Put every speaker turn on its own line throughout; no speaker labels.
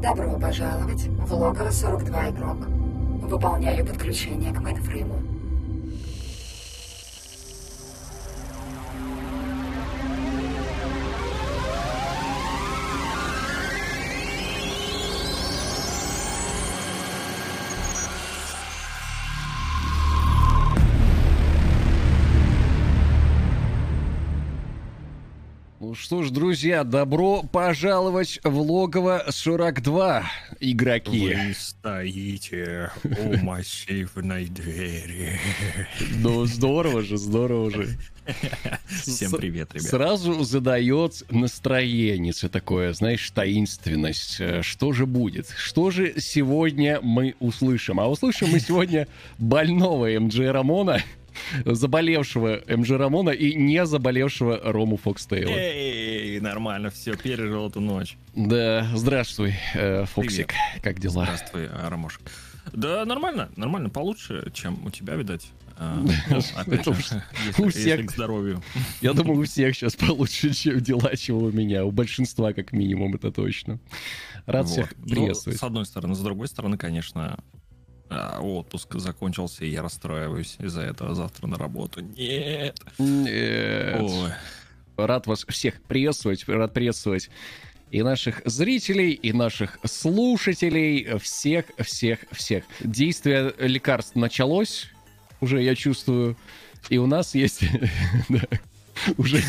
Добро пожаловать в логово 42 игрок. Выполняю подключение к мейнфрейму.
Ну что ж, друзья, добро пожаловать в логово 42, игроки.
Вы стоите у массивной двери.
Ну, здорово же.
Всем привет, ребят.
Сразу задает настроение такое, знаешь, таинственность. Что же будет? Что же сегодня мы услышим? А услышим мы сегодня больного МДЖ Рамона, заболевшего МДЖ Рамона и не заболевшего Рому Фокстейла.
Эй, нормально, все, пережил эту ночь.
Да, здравствуй, Фоксик,
Привет.
как дела?
Здравствуй, Ромошек. Да, нормально, получше, чем у тебя, видать. Опять же, если к здоровью.
Я думаю, у всех сейчас получше, чем дела, чем у меня. У большинства, как минимум, это точно. Рад всех приветствовать.
С одной стороны. С другой стороны, конечно, отпуск закончился, и я расстраиваюсь из-за этого завтра на работу. Нет.
Ой. Рад вас всех приветствовать. Рад приветствовать и наших зрителей, и наших слушателей. Всех. Действие лекарств началось. Уже я чувствую. И у нас есть... Уже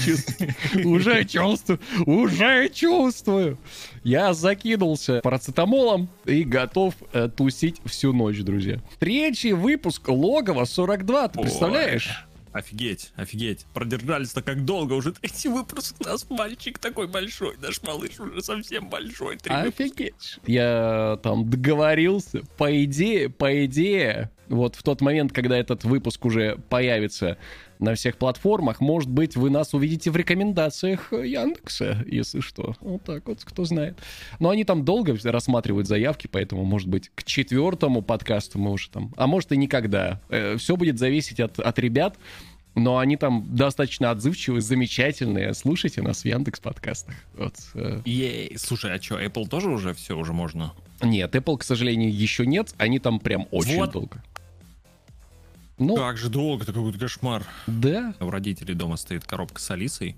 чувствую. Я закинулся парацетамолом и готов тусить всю ночь, друзья. Третий выпуск логова 42, ты представляешь?
Офигеть. Продержались-то как долго. Уже третий выпуск. У нас мальчик такой большой. Наш малыш уже совсем большой.
Офигеть. Я там договорился. По идее, вот в тот момент, когда этот выпуск уже появится на всех платформах, может быть, вы нас увидите в рекомендациях Яндекса, если что. Вот так вот, кто знает. Но они там долго рассматривают заявки, поэтому, может быть, к 4-му подкасту мы уже там... А может и никогда. Все будет зависеть от ребят, но они там достаточно отзывчивые, замечательные. Слушайте нас в Яндекс.Подкастах. Вот.
Слушай, а что, Apple тоже уже все уже можно?
Нет, Apple, к сожалению, еще нет. Они там прям очень долго.
Ну, как же долго, это какой-то кошмар.
Да.
У родителей дома стоит коробка с Алисой.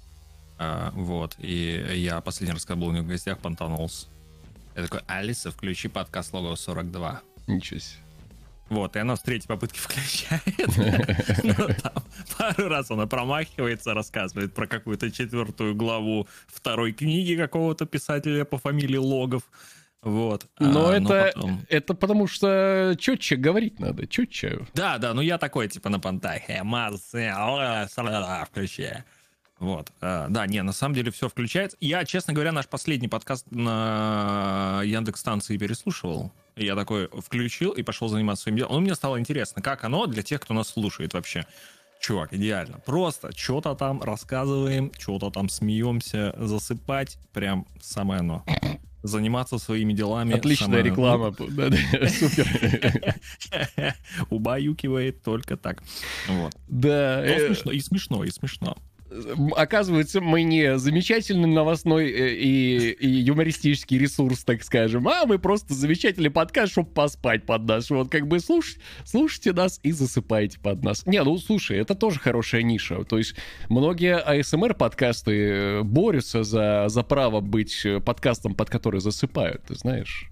И я последний раз, когда был у них в гостях, понтанулся. Я такой: Алиса, включи подкаст Логово 42.
Ничего себе.
И она с третьей попытки включает. Пару раз она промахивается, рассказывает про какую-то 4-ю главу 2-й книги какого-то писателя по фамилии Логов.
Но это потому что четче говорить надо, четче.
Да, я такой, типа, на понтахе. Включай. На самом деле все включается. Я, честно говоря, наш последний подкаст на Яндекс.Станции переслушивал. Я такой включил и пошел заниматься своим делом. Мне стало интересно, как оно для тех, кто нас слушает вообще. Чувак, идеально. Просто что-то там рассказываем, что-то там смеемся, засыпать. Прям самое оно. Заниматься своими делами.
Отличная реклама. Супер.
Убаюкивает только так.
Да.
И смешно.
Оказывается, мы не замечательный новостной и юмористический ресурс, так скажем, мы просто замечательный подкаст, чтобы поспать под нас. Слушайте нас и засыпайте под нас. Слушай, это тоже хорошая ниша. То есть многие АСМР-подкасты борются за право быть подкастом, под который засыпают, ты знаешь.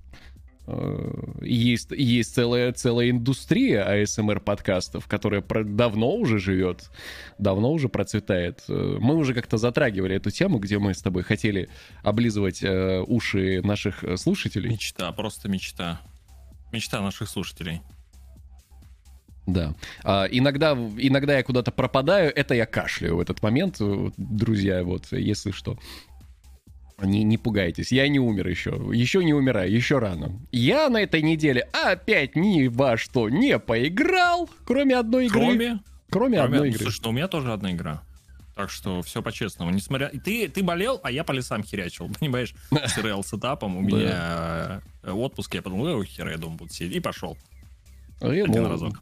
Есть целая индустрия АСМР-подкастов, которая давно уже живет, давно уже процветает. Мы уже как-то затрагивали эту тему, где мы с тобой хотели облизывать уши наших слушателей.
Мечта, просто мечта. Мечта наших слушателей.
Да. Иногда я куда-то пропадаю, это я кашляю в этот момент, друзья, если что. Не пугайтесь, я не умер еще не умираю, еще рано. Я на этой неделе опять ни во что не поиграл, кроме одной игры. Кроме одной игры.
Слушай, у меня тоже одна игра. Так что все по-честному. Несмотря... Ты болел, а я по лесам херячил. Понимаешь, с реал-сетапом. У меня отпуск, я подумал, хера, я дома буду сидеть. И пошел.
Один разок.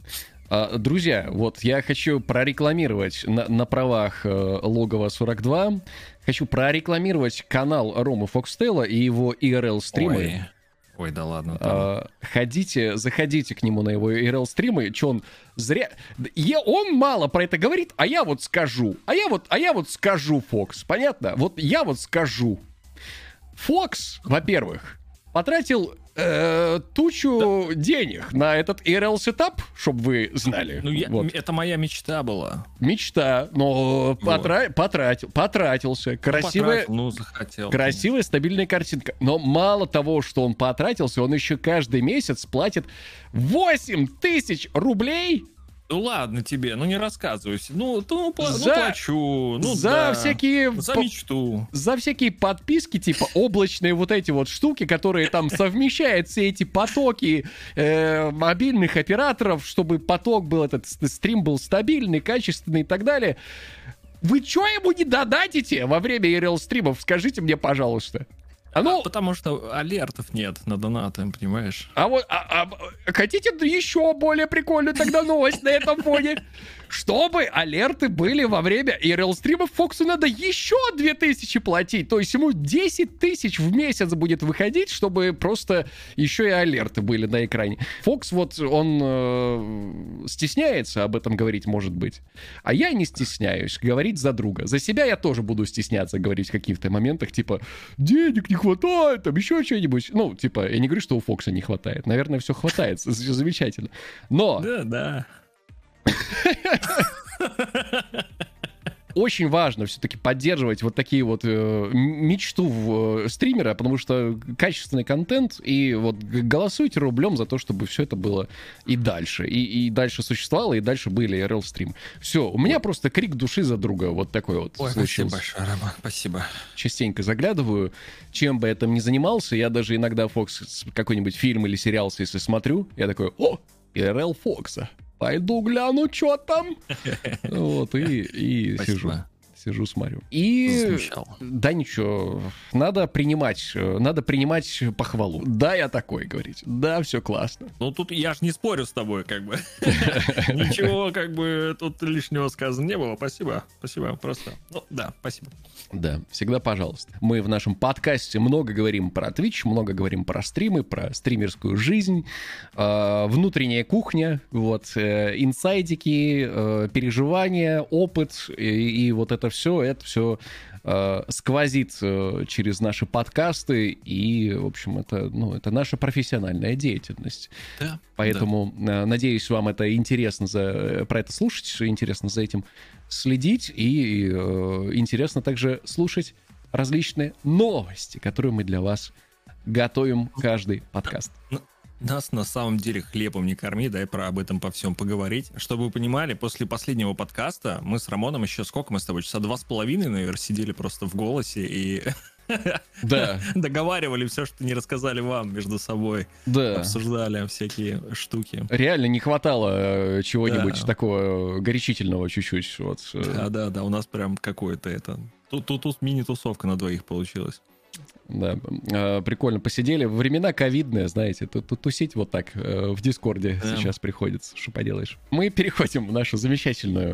Друзья, вот я хочу прорекламировать на правах Логова 42, хочу прорекламировать канал Ромы Фокстейла и его IRL-стримы.
Ой, да ладно.
Заходите к нему на его IRL-стримы, что он зря... Он мало про это говорит, а я вот скажу. А я вот скажу, Фокс, понятно? Вот я вот скажу. Фокс, во-первых, потратил тучу денег на этот IRL-сетап, чтобы вы знали.
Это моя мечта была.
Мечта, но потратился. Красивая, стабильная картинка. Но мало того, что он потратился, он еще каждый месяц платит 8 тысяч рублей.
Ну ладно тебе, не рассказывайся. Плачу. За мечту.
За всякие подписки, типа облачные вот эти вот штуки, которые там совмещают все эти потоки мобильных операторов, чтобы поток был, этот стрим был стабильный, качественный и так далее. Вы что ему не донатите во время IRL-стримов? Скажите мне, пожалуйста.
Потому что алертов нет на донаты, понимаешь?
Хотите еще более прикольную тогда новость на этом фоне? Чтобы алерты были во время IRL-стримов, Фоксу надо еще 2000 платить. То есть ему 10 тысяч в месяц будет выходить, чтобы просто еще и алерты были на экране. Фокс он стесняется об этом говорить, может быть. А я не стесняюсь говорить за друга. За себя я тоже буду стесняться говорить в каких-то моментах, типа, денег не хватает, там еще что-нибудь. Я не говорю, что у Фокса не хватает. Наверное, все хватает, все замечательно. Но...
Да.
Очень важно все-таки поддерживать вот такие вот мечту стримера, потому что качественный контент, и вот голосуйте рублем за то, чтобы все это было и дальше, и дальше существовало, и дальше были IRL-стримы. Все, у меня просто крик души за друга вот такой вот.
Ой, спасибо большое, Рома, спасибо.
Частенько заглядываю, чем бы я там ни занимался, я даже иногда Фокс какой-нибудь фильм или сериал, если смотрю, я такой, IRL Фокса. Пойду гляну, что там. Вот, и сижу, смотрю. И... Да ничего, надо принимать похвалу. Да, я такой, говорить. Да, все классно.
Тут я ж не спорю с тобой, Ничего, тут лишнего сказано не было. Спасибо, просто. Спасибо.
Да, всегда пожалуйста. Мы в нашем подкасте много говорим про Twitch, много говорим про стримы, про стримерскую жизнь, внутренняя кухня, инсайдики, переживания, опыт и вот это все сквозит через наши подкасты, и, в общем, это наша профессиональная деятельность.
Да,
поэтому, надеюсь, вам это интересно про это слушать, интересно за этим следить, и интересно также слушать различные новости, которые мы для вас готовим каждый подкаст.
Нас на самом деле хлебом не корми, дай об этом по всем поговорить. Чтобы вы понимали, после последнего подкаста мы с Рамоном еще сколько мы с тобой, часа 2,5, наверное, сидели просто в голосе и договаривали все, что не рассказали вам между собой.
Да.
Обсуждали всякие штуки.
Реально не хватало чего-нибудь такого горячительного чуть-чуть.
Да, у нас прям какое-то это... Тут мини-тусовка на двоих получилась.
Да, прикольно посидели. Времена ковидные, знаете, тусить вот так в Дискорде сейчас приходится. Что поделаешь? Мы переходим в нашу замечательную...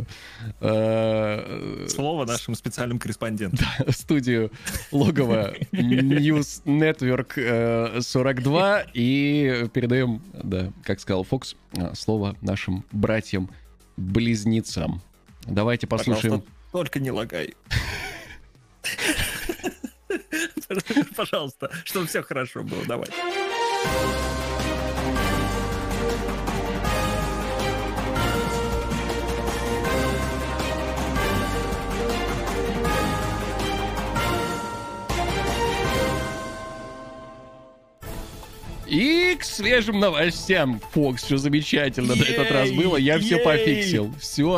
Слово нашим специальным корреспондентам.
Да, студию Логова News Network 42 и передаем, как сказал Фокс, слово нашим братьям-близнецам. Давайте послушаем...
Пожалуйста, только не лагай. Пожалуйста, чтобы все хорошо было, давай.
И к свежим новостям. Фокс, все замечательно на этот раз было. Я все пофиксил.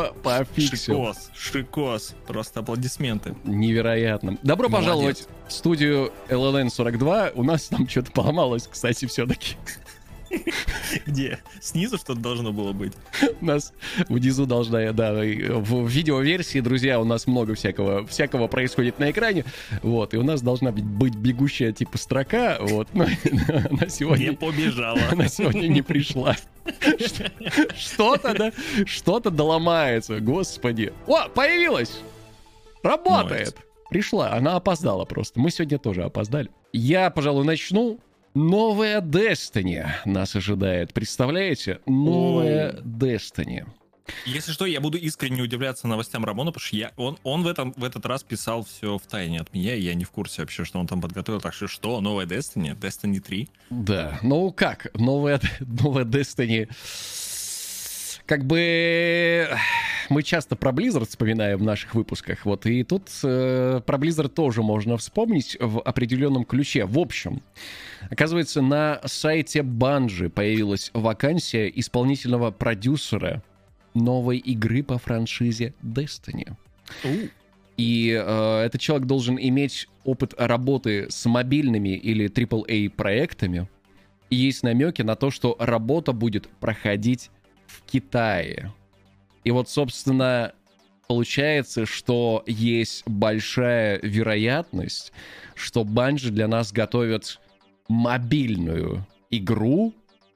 Шикос. Просто аплодисменты.
Невероятно. Добро пожаловать в студию LLN 42. У нас там что-то поломалось, кстати, все-таки.
Где? Снизу что-то должно было быть?
У нас внизу должна, в видеоверсии, друзья, у нас много всякого происходит на экране, и у нас должна быть бегущая типа строка, но она сегодня...
Не побежала.
Она сегодня не пришла. Что-то, да? Что-то доломается, господи. О, появилась! Работает! Пришла, она опоздала просто. Мы сегодня тоже опоздали. Я, пожалуй, начну. Новая Destiny нас ожидает. Представляете? Новая Destiny.
Если что, я буду искренне удивляться новостям Рамона, потому что он в этот раз писал все в тайне от меня, и я не в курсе вообще, что он там подготовил. Так что, новая Destiny? Destiny 3?
Да, ну как, новая Destiny... Как бы мы часто про Blizzard вспоминаем в наших выпусках, вот, и тут про Blizzard тоже можно вспомнить в определенном ключе. В общем, оказывается, на сайте Bungie появилась вакансия исполнительного продюсера новой игры по франшизе Destiny. И этот человек должен иметь опыт работы с мобильными или AAA проектами. И есть намеки на то, что работа будет проходить в Китае. И вот, собственно, получается, что есть большая вероятность, что Bungie для нас готовят мобильную игру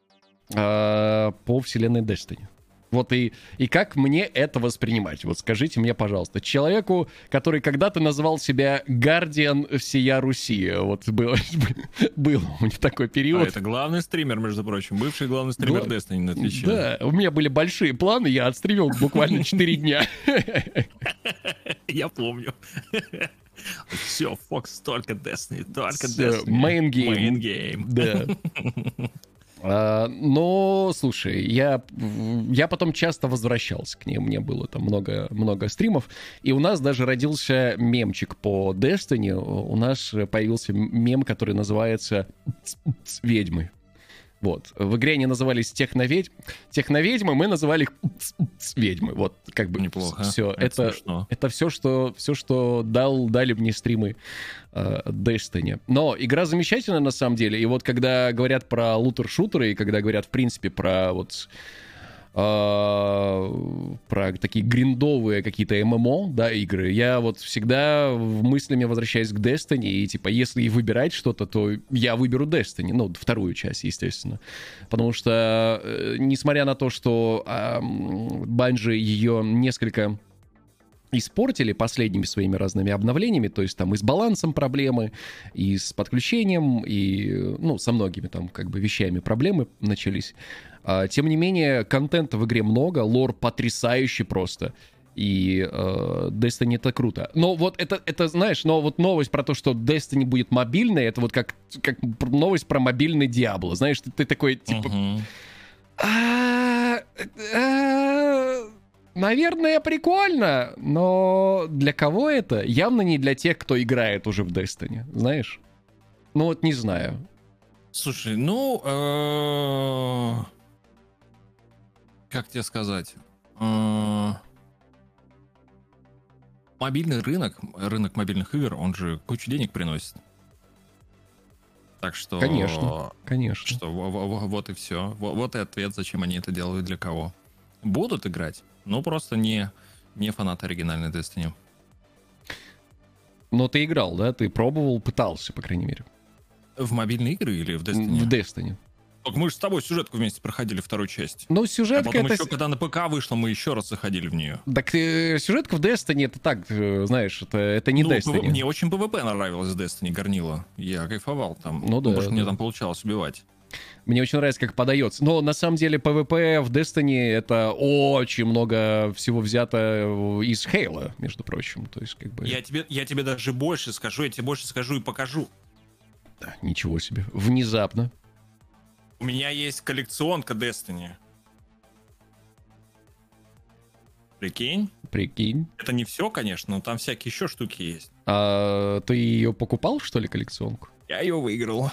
по вселенной Destiny. Вот и как мне это воспринимать? Вот скажите мне, пожалуйста, человеку, который когда-то назвал себя Guardian всея Руси, вот был у него такой период.
Это главный стример, между прочим, бывший главный стример Destiny на Твиче.
Да, у меня были большие планы, я отстримил буквально 4 дня.
Я помню. Все, Fox, только Destiny, только Destiny.
Main game. Да. Но, слушай, я потом часто возвращался к ней, мне было там много стримов, и у нас даже родился мемчик по Destiny, у нас появился мем, который называется «Ведьмы». Вот. В игре они назывались техноведьмы, мы называли их ведьмы. Вот, как бы
неплохо.
Все. Это все, что дали мне стримы Destiny. Но игра замечательная на самом деле. И вот когда говорят про лутер-шутеры, и когда говорят, в принципе, про такие гриндовые какие-то ММО, да, игры, я вот всегда мыслями возвращаюсь к Destiny, и типа, если и выбирать что-то, то я выберу Destiny, ну, вторую часть, естественно. Потому что, несмотря на то, что Bungie ее несколько испортили последними своими разными обновлениями, то есть там и с балансом проблемы, и с подключением, и, ну, со многими там как бы вещами проблемы начались. Тем не менее, контента в игре много, лор потрясающий просто, и Destiny это круто. Но вот это, знаешь, но вот новость про то, что Destiny будет мобильной, это вот как новость про мобильный Diablo, знаешь, ты такой, типа... Наверное, прикольно, но для кого это? Явно не для тех, кто играет уже в Destiny, знаешь? Ну вот не знаю.
Слушай, как тебе сказать? Мобильный рынок мобильных игр, он же кучу денег приносит. Так что...
Конечно.
Что вот и все. Вот и ответ, зачем они это делают, для кого. Будут играть, но просто не фанаты оригинальной Destiny.
Но ты играл, да? Ты пробовал, пытался, по крайней мере.
В мобильные игры или в Destiny?
В Destiny.
Так мы же с тобой сюжетку вместе проходили, вторую часть.
Ну, сюжетка...
А потом еще, когда на ПК вышло, мы еще раз заходили в нее.
Так сюжетка в Destiny, это так, знаешь, это не Destiny.
Мне очень PvP нравилось в Destiny, горнило. Я кайфовал там.
Ну да.
Потому что мне там получалось убивать.
Мне очень нравится, как подается. Но на самом деле PvP в Destiny это очень много всего взято из Halo, между прочим. То есть, как бы...
Я тебе даже больше скажу, и покажу.
Да, ничего себе. Внезапно.
У меня есть коллекционка Destiny. Прикинь?
Прикинь.
Это не все, конечно, но там всякие еще штуки есть.
А ты ее покупал, что ли, коллекционку?
Я ее выиграл.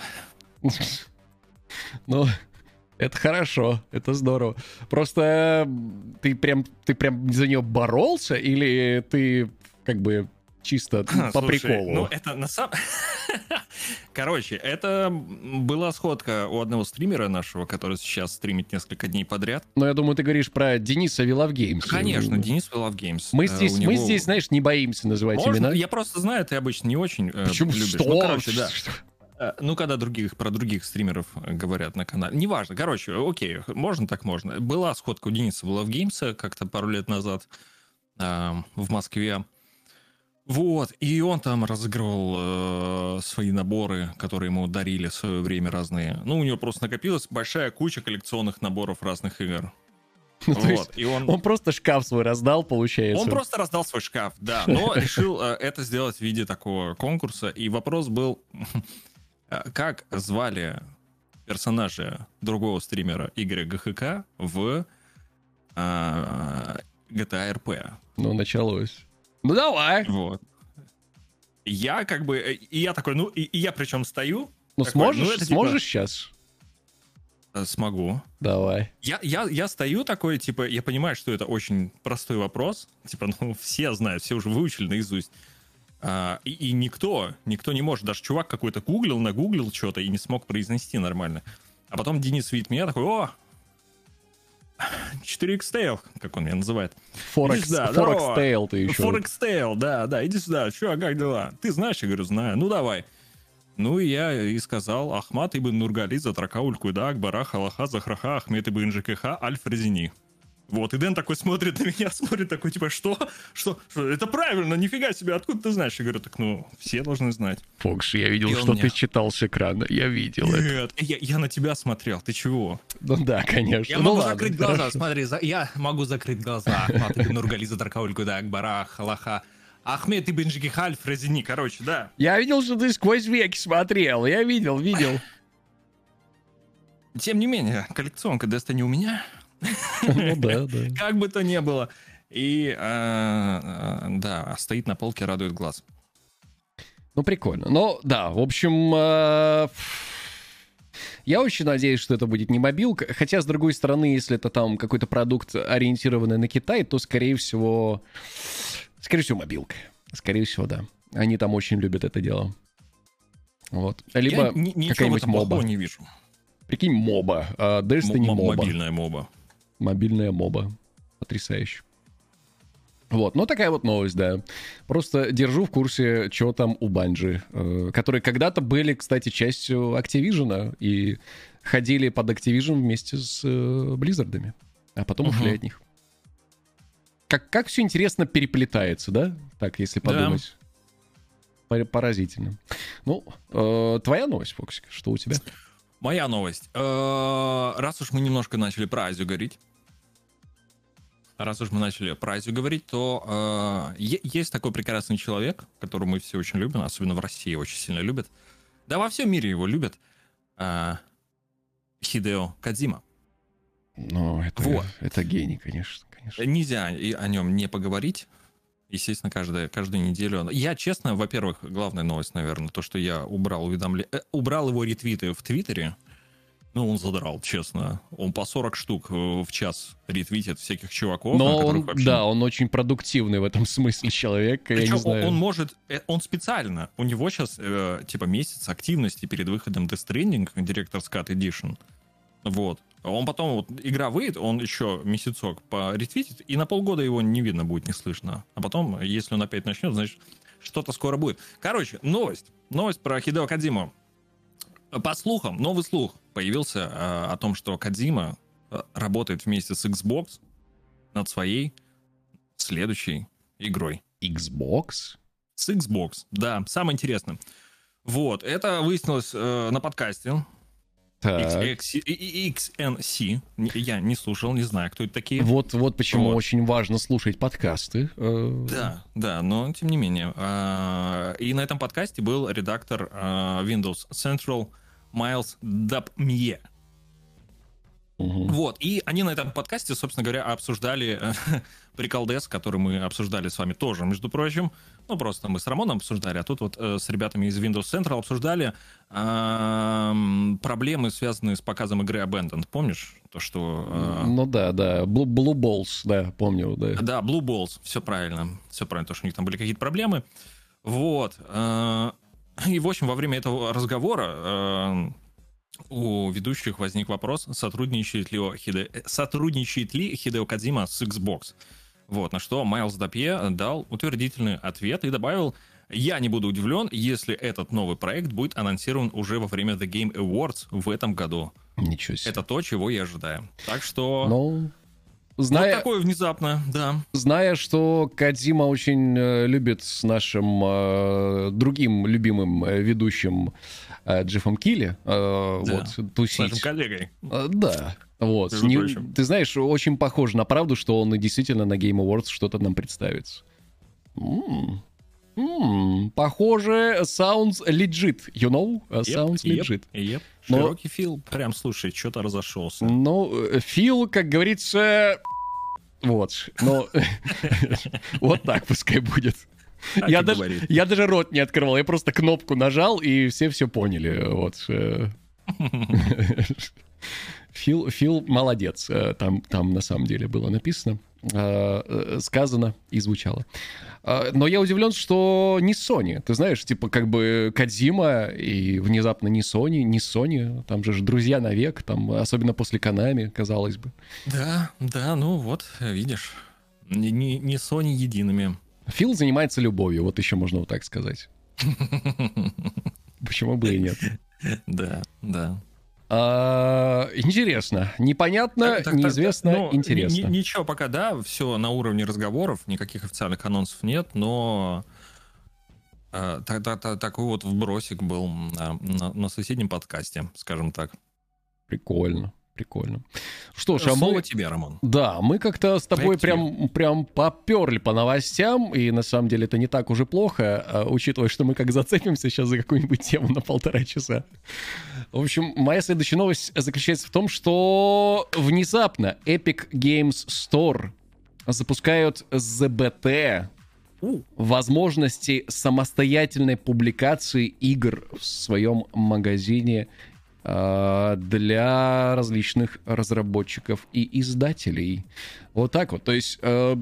Ну, это хорошо, это здорово. Просто ты прям за нее боролся, или ты как бы чисто по приколу?
Ну, это на самом... Короче, это была сходка у одного стримера нашего, который сейчас стримит несколько дней подряд.
Но я думаю, ты говоришь про Дениса We Love Games.
Конечно, Денис We Love Games.
Мы здесь, знаешь, не боимся называть имена.
Я просто знаю, ты обычно не очень
Почему?
любишь.
Что?
Ну, короче, да. Ну, когда про других стримеров говорят на канале. Неважно. Короче, окей, можно так можно. Была сходка у Дениса, была в Геймсе как-то пару лет назад в Москве. Вот, и он там разыгрывал свои наборы, которые ему дарили в свое время разные. Ну, у него просто накопилась большая куча коллекционных наборов разных игр.
Ну, то есть
Вот, и он
просто шкаф свой раздал, получается.
Он просто раздал свой шкаф, да, но решил это сделать в виде такого конкурса. И вопрос был, как звали персонажа другого стримера Игоря ГХК в GTA RP.
Ну, началось. Ну, давай.
Вот. Я как бы... И я такой, ну, и я причем стою.
Ну,
такой,
сможешь,
это, типа,
сможешь сейчас?
Смогу.
Давай.
Я стою такой, типа, я понимаю, что это очень простой вопрос. Типа, ну, все знают, все уже выучили наизусть. И никто не может. Даже чувак какой-то нагуглил что-то и не смог произнести нормально. А потом Денис видит меня такой, о, 4x Tail, как он меня называет.
Форекс Tail ты еще.
Форекс Tail, да, иди сюда. Че, как дела? Ты знаешь? Я говорю, знаю. Ну, давай. Ну, и я и сказал, Ахмат ибн Нургали, Затрака, Улькуйда, Акбара, Халаха, Захраха, Ахмед ибн ЖКХ, Аль-Фразини. Вот, и Дэн такой смотрит на меня, смотрит такой, типа, что? Это правильно, нифига себе, откуда ты знаешь? Я говорю, так, ну, все должны знать.
Фокс, я видел,
И
что
он
ты
мне-
читал с экрана, я видел это.
Нет, я на тебя смотрел, ты чего?
Ну да, конечно.
Я
Ну
могу
ладно,
закрыть глаза,
хорошо.
смотри, я могу закрыть глаза. Ахмат ибн Нургали, Затрака, Улькуйда, Акбара, Халаха, Ахмед ибн ЖКХ, Аль-Фразини, короче, да.
Я видел, что ты сквозь веки смотрел. Я видел.
Тем не менее, коллекционка Destiny у меня.
Ну да.
Как бы то ни было. И, да, стоит на полке, радует глаз.
Ну, прикольно. Ну, да, в общем, я очень надеюсь, что это будет не мобилка. Хотя, с другой стороны, если это там какой-то продукт, ориентированный на Китай, то, скорее всего, мобилка. Скорее всего, да. Они там очень любят это дело. Вот. Либо
Я ничего в
какая-нибудь
этом плохого
моба.
не вижу.
Прикинь, моба. Destiny моба.
Мобильная моба.
Мобильная моба. Потрясающе. Вот, ну такая вот новость, да. Просто держу в курсе, что там у Bungie, которые когда-то были, кстати, частью Activision, и ходили под Activision вместе с Blizzard'ами, а потом ушли от них. Как все интересно переплетается, да? Так, если подумать. Поразительно. Ну, твоя новость, Фоксик, что у тебя?
Моя новость. Раз уж мы немножко начали про Азию говорить, то есть такой прекрасный человек, которого мы все очень любим, особенно в России очень сильно любят. Да во всем мире его любят. Хидео Кодзима.
Ну, это гений, конечно.
Нельзя о нем не поговорить. Естественно, каждую неделю. Я, честно, во-первых, главная новость, наверное, то, что я убрал его ретвиты в Твиттере. Ну, он задрал, честно. Он по 40 штук в час ретвитит всяких чуваков.
Но он очень продуктивный в этом смысле человек.
Причем
я не знаю.
он специально. У него сейчас типа месяц активности перед выходом Death Stranding, Director's Cut Edition. Вот. Он потом, вот, игра выйдет, он еще месяцок поретвитит, и на полгода его не видно будет, не слышно. А потом, если он опять начнет, значит, что-то скоро будет. Короче, новость про Хидео Кодзиму. По слухам, новый слух появился о том, что Кодзима работает вместе с Xbox над своей следующей игрой.
Xbox?
С Xbox, да, самое интересное. Вот, это выяснилось на подкасте. XNC. Я не слушал, не знаю, кто это такие.
Вот почему очень важно слушать подкасты.
Да, но тем не менее. И на этом подкасте был редактор Windows Central Майлз Дапмье. Вот, и они на этом подкасте, собственно говоря, обсуждали приколдес, который мы обсуждали с вами тоже, между прочим. Ну, просто мы с Рамоном обсуждали, а тут вот с ребятами из Windows Central обсуждали проблемы, связанные с показом игры Abandoned. Помнишь? То, что...
Ну да. Blue Balls, да, помню.
Да, Blue Balls, все правильно, то, что у них там были какие-то проблемы. Вот. И, в общем, во время этого разговора у ведущих возник вопрос, сотрудничает ли Хидео Кодзима с Xbox. Вот, на что Майлз Дапье дал утвердительный ответ и добавил: Я не буду удивлен, если этот новый проект будет анонсирован уже во время The Game Awards в этом году.
Ничего себе.
Это то, чего я ожидаю. Так что...
Ну,
Вот такое внезапно, да.
Зная, что Кодзима очень любит с нашим другим любимым ведущим Джеффом Килли вот, тусить.
С нашим коллегой.
Да. Вот. Ты знаешь, очень похоже на правду, что он и действительно на Game Awards что-то нам представит. Похоже, sounds legit, you know? Sounds legit.
Широкий Фил, прям, слушай, что-то разошелся.
Ну, Фил, как говорится, вот, но вот так пускай будет. Я даже рот не открывал, я просто кнопку нажал, и все поняли, вот. Фил молодец, там на самом деле было написано, сказано и звучало. Но я удивлен, что не Sony. Ты знаешь, типа как бы Кодзима и внезапно не Sony. Там же друзья навек, там, особенно после Konami, казалось бы.
Да, ну вот, видишь, не Sony едиными.
Фил занимается любовью, вот еще можно вот так сказать. Почему бы и нет?
Да.
Интересно. Непонятно, неизвестно, интересно.
Ничего пока, да, все на уровне разговоров, никаких официальных анонсов нет, но такой вот вбросик был на соседнем подкасте, скажем так.
Прикольно. Что ж,
слово тебе, Роман.
Да, мы как-то с тобой прям поперли по новостям, и на самом деле это не так уже плохо, учитывая, что мы как зацепимся сейчас за какую-нибудь тему на 1,5 часа. В общем, моя следующая новость заключается в том, что внезапно Epic Games Store запускают ZBT, возможности самостоятельной публикации игр в своем магазине для различных разработчиков и издателей. Вот так вот. То есть,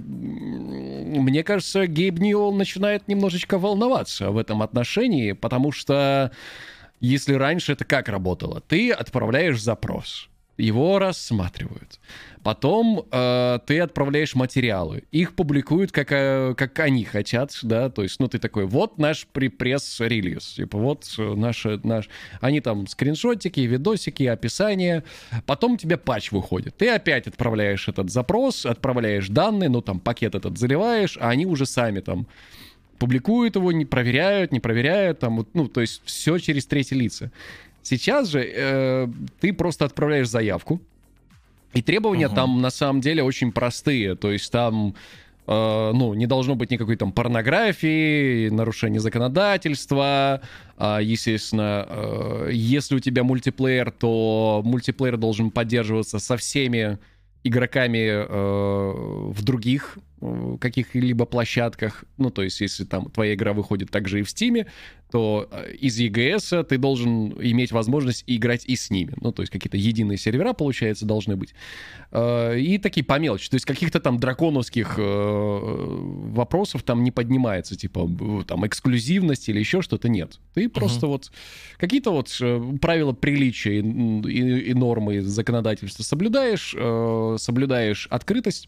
мне кажется, Гейб Ньюэлл начинает немножечко волноваться в этом отношении, потому что если раньше это как работало? Ты отправляешь запрос, его рассматривают. Потом ты отправляешь материалы. Их публикуют, как они хотят, да, то есть, ну, ты такой, вот наш пресс-релиз, типа, вот наш... Они там скриншотики, видосики, описание. Потом тебе патч выходит. Ты опять отправляешь этот запрос, отправляешь данные, ну, там, пакет этот заливаешь, а они уже сами там публикуют его, не проверяют, там, ну, то есть, все через третьи лица. Сейчас же ты просто отправляешь заявку, и требования там на самом деле очень простые. То есть там, не должно быть никакой там порнографии, нарушения законодательства. Естественно, если у тебя мультиплеер, то мультиплеер должен поддерживаться со всеми игроками в других каких-либо площадках. Ну, то есть, если там твоя игра выходит также и в Steam, то из EGS ты должен иметь возможность играть и с ними. Ну, то есть, какие-то единые сервера, получается, должны быть. И такие по мелочи. То есть, каких-то там драконовских вопросов там не поднимается, типа, там, эксклюзивность или еще что-то нет. Ты просто вот какие-то вот правила приличия и нормы законодательства соблюдаешь открытость,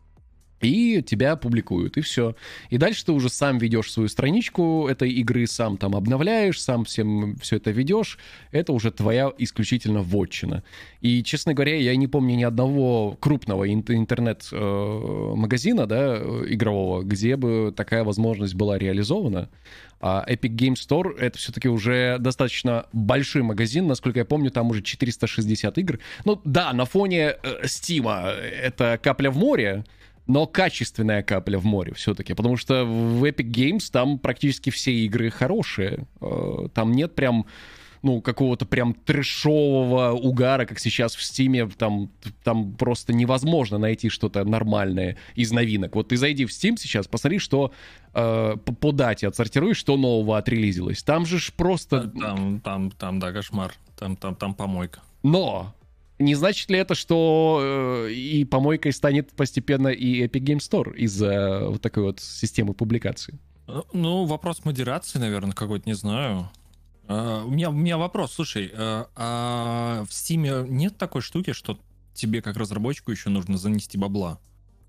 и тебя публикуют, и все. И дальше ты уже сам ведешь свою страничку этой игры, сам там обновляешь, сам всем все это ведешь. Это уже твоя исключительно вотчина. И, честно говоря, я не помню ни одного крупного интернет-магазина, да, игрового, где бы такая возможность была реализована. А Epic Games Store — это все-таки уже достаточно большой магазин. Насколько я помню, там уже 460 игр. Ну да, на фоне Steam это капля в море, но качественная капля в море все-таки, потому что в Epic Games там практически все игры хорошие. Там нет прям, какого-то прям трэшового угара, как сейчас в Steam. Там просто невозможно найти что-то нормальное из новинок. Вот ты зайди в Steam сейчас, посмотри, что по дате отсортируй, что нового отрелизилось. Там же ж просто...
Там, да, кошмар. Там помойка.
Но... Не значит ли это, что и помойкой станет постепенно и Epic Games Store из-за вот такой вот системы публикации?
Ну, вопрос модерации, наверное, какой-то, не знаю. У меня вопрос, слушай, а в Steam нет такой штуки, что тебе как разработчику еще нужно занести бабла?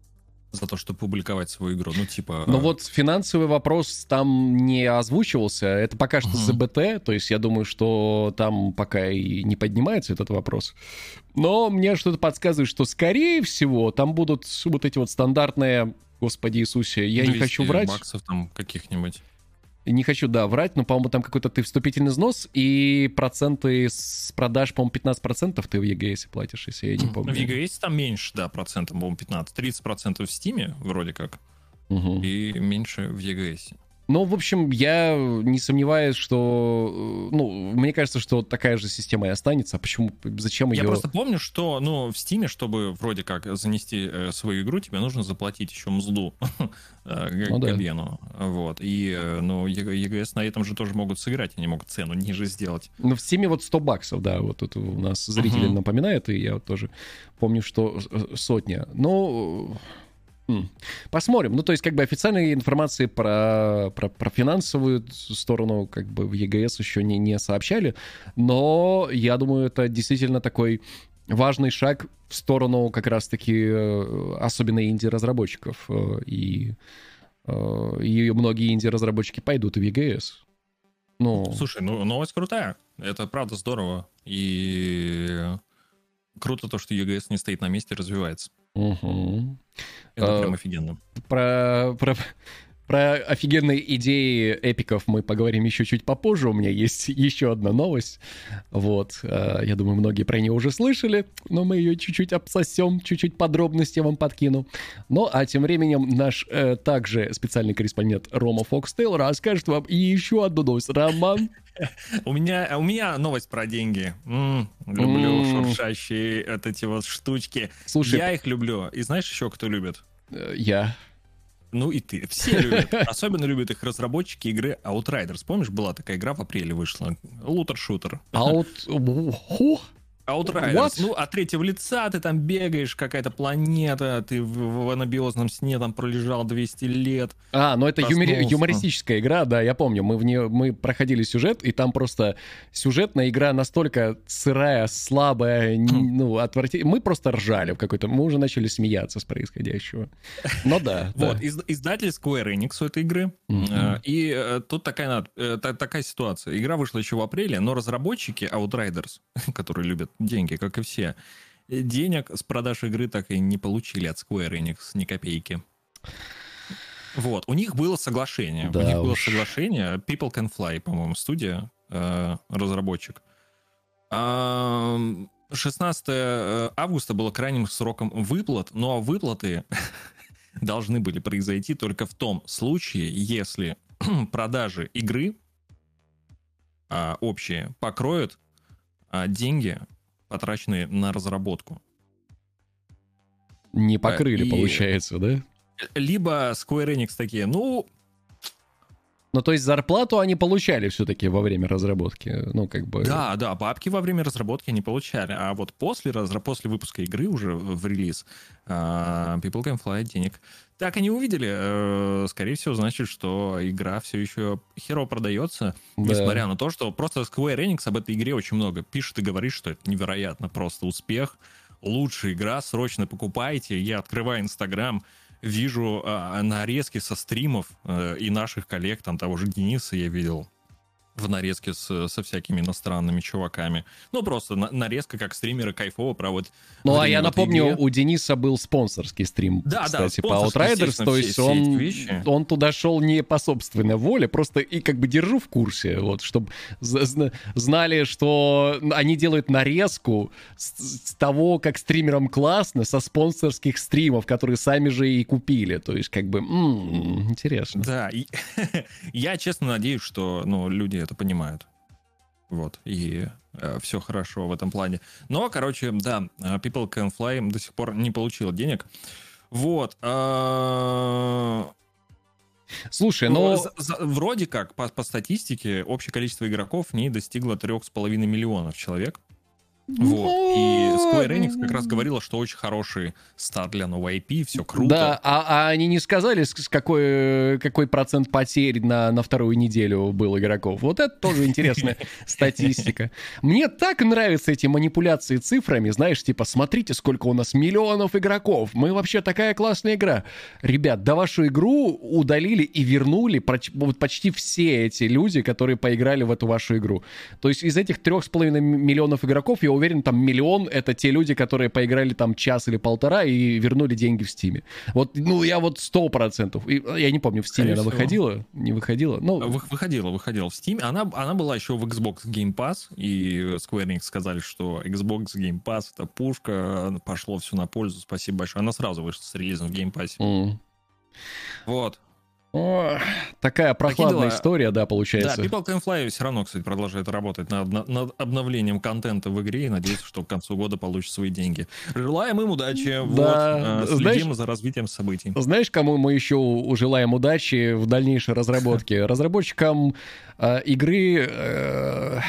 за то, чтобы публиковать свою игру. Ну, типа...
Но вот финансовый вопрос там не озвучивался. Это пока что ЗБТ, то есть я думаю, что там пока и не поднимается этот вопрос. Но мне что-то подсказывает, что, скорее всего, там будут вот эти вот стандартные... Господи Иисусе, я не хочу врать.
баксов там каких-нибудь.
Не хочу, да, врать, но, по-моему, там какой-то ты вступительный взнос, и проценты с продаж, по-моему, 15% ты в EGS платишь, если я не помню.
В EGS там меньше, да, процентов, по-моему, 15. 30% в Steam, вроде как, и меньше в EGS.
Ну, в общем, я не сомневаюсь, что... Ну, мне кажется, что такая же система и останется. А почему? Зачем ее...
Я просто помню, что, ну, в Steam, чтобы вроде как занести свою игру, тебе нужно заплатить еще мзду Габену. Вот. И, ну, EGS на этом же тоже могут сыграть, они могут цену ниже сделать.
Ну, в Steam вот $100, да, вот тут у нас зрители напоминают, и я вот тоже помню, что 100. Ну... Посмотрим. Ну, то есть, как бы официальной информации про финансовую сторону, как бы в EGS еще не сообщали, но я думаю, это действительно такой важный шаг в сторону как раз-таки особенно инди-разработчиков. И многие инди-разработчики пойдут в EGS. Ну...
Слушай, ну, новость крутая. Это правда здорово. И круто то, что EGS не стоит на месте, развивается. Это прям офигенно.
Про офигенные идеи эпиков мы поговорим еще чуть попозже. У меня есть еще одна новость. Вот. Я думаю, многие про нее уже слышали, но мы ее чуть-чуть обсосем, чуть-чуть подробности вам подкину. Ну, а тем временем наш также специальный корреспондент Рома Фокстейл расскажет вам и еще одну новость. Роман?
У меня новость про деньги. Люблю шуршащие эти вот штучки.
Слушай,
я их люблю. И знаешь еще, кто любит?
Я.
Ну и ты. Все любят. Особенно любят их разработчики игры Outriders. Помнишь, была такая игра в апреле вышла? Лутер-шутер. Outriders. What? Ну, от третьего лица ты там бегаешь, какая-то планета, ты в анабиозном сне там пролежал 200 лет.
Ну это юмористическая игра, да, я помню. Мы проходили сюжет, и там просто сюжетная игра настолько сырая, слабая, ну, отвратительная. Мы просто ржали в какой-то... Мы уже начали смеяться с происходящего. Но да.
Вот, издатель Square Enix у этой игры. И тут такая ситуация. Игра вышла еще в апреле, но разработчики Outriders, которые любят деньги, как и все, денег с продаж игры так и не получили от Square Enix ни копейки. Вот, у них было соглашение.
Да,
у них было соглашение. People Can Fly, по-моему, студия, разработчик. 16 августа было крайним сроком выплат, но выплаты должны были произойти только в том случае, если продажи игры общие покроют деньги, потраченные на разработку.
Не покрыли, получается, да?
Либо Square Enix такие,
Ну, то есть зарплату они получали все-таки во время разработки, ну, как бы...
Да, бабки во время разработки они получали, а вот после выпуска игры уже в релиз People Can Fly денег так и не увидели. Скорее всего, значит, что игра все еще херово продается, несмотря на то, что просто Square Enix об этой игре очень много пишет и говорит, что это невероятно просто успех, лучшая игра, срочно покупайте. Я открываю Инстаграм, вижу нарезки со стримов и наших коллег, там того же Дениса я видел в нарезке со всякими иностранными чуваками. Ну, просто нарезка, как стримеры кайфово проводят.
Ну, а я напомню, у Дениса был спонсорский стрим, кстати, по Outriders, то есть он туда шел не по собственной воле, просто и как бы держу в курсе, вот, чтобы знали, что они делают нарезку с того, как стримерам классно, со спонсорских стримов, которые сами же и купили, то есть как бы интересно.
Да, я честно надеюсь, что люди это понимают. Вот. И все хорошо в этом плане. Но, короче, да, People Can Fly до сих пор не получила денег. Вот.
Слушай,
вроде как, по статистике, общее количество игроков в ней достигло 3,5 миллионов человек. Вот. И Square Enix как раз говорила, что очень хороший старт для новой IP, все круто.
Да, а они не сказали, какой процент потерь на вторую неделю был игроков? Вот это тоже интересная статистика. Мне так нравятся эти манипуляции цифрами, знаешь, типа, смотрите, сколько у нас миллионов игроков, мы вообще такая классная игра. Ребят, да вашу игру удалили и вернули почти все эти люди, которые поиграли в эту вашу игру. То есть из этих 3,5 миллионов игроков, я уверен, там миллион — это те люди, которые поиграли там час или полтора и вернули деньги в Стиме. Вот, ну, я вот 100%. Я не помню, в Стиме она выходила? Не выходила? Ну...
Выходила в Steam. Она была еще в Xbox Game Pass, и Square Enix сказали, что Xbox Game Pass — это пушка, пошло все на пользу, спасибо большое. Она сразу вышла с релизом в Game Pass. Вот.
О, такая прохладная история, да, получается.
Да, People Can Fly все равно, кстати, продолжает работать над обновлением контента в игре и надеюсь, что к концу года получит свои деньги. Желаем им удачи,
да.
Вот, следим за развитием событий.
Знаешь, кому мы еще желаем удачи в дальнейшей разработке? Разработчикам игры...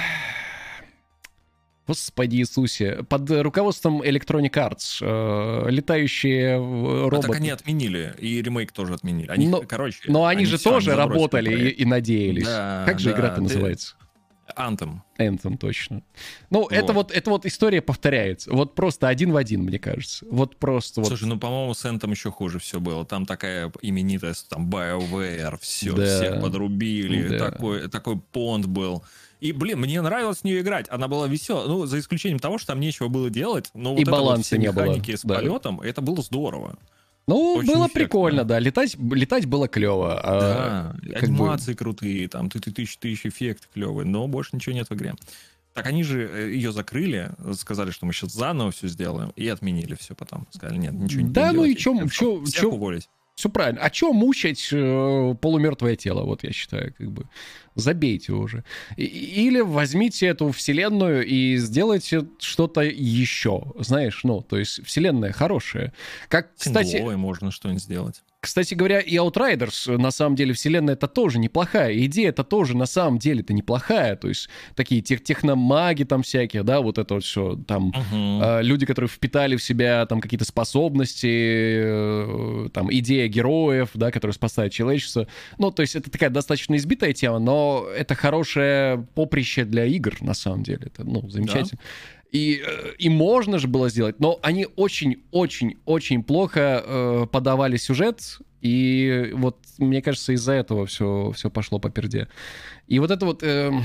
Господи Иисусе, под руководством Electronic Arts летающие роботы.
Так они отменили, и ремейк тоже отменили.
Но они же тоже работали и надеялись.
Да,
как же игра-то называется?
Anthem,
точно. Ну, вот. Это вот история повторяется. Вот просто один в один, мне кажется. Вот просто
Слушай, ну, по-моему, с Anthem еще хуже все было. Там такая именитая, там, BioWare, все, да. Всех подрубили. Да. Такой понт был. И, блин, мне нравилось в нее играть. Она была веселая. Ну, за исключением того, что там нечего было делать. Но вот
и баланса
вот
не было.
Механики с полетом, это было здорово.
Ну,
очень
было
эффектно.
Прикольно, да. Летать было клево.
Да, анимации крутые, там тысяч эффектов клевые, но больше ничего нет в игре. Так они же ее закрыли, сказали, что мы сейчас заново все сделаем, и отменили все потом. Сказали, нет, ничего не будем делать.
Да, ну и чё
уволить.
Все правильно. А чё мучать полумертвое тело, вот я считаю, как бы. Забейте уже. Или возьмите эту вселенную и сделайте что-то еще. Знаешь, ну, то есть вселенная хорошая. Как, кстати...
Сингловой можно что-нибудь сделать.
Кстати говоря, и Outriders, на самом деле, вселенная это тоже неплохая. Идея это тоже на самом деле-то неплохая. То есть такие техномаги там всякие, да, вот это вот все. Там люди, которые впитали в себя там какие-то способности, там идея героев, да, которые спасают человечество. Ну, то есть это такая достаточно избитая тема, но это хорошее поприще для игр, на самом деле. Это, ну, замечательно. Да. И можно же было сделать, но они очень-очень-очень плохо подавали сюжет, и вот, мне кажется, из-за этого все пошло по перде. И вот это вот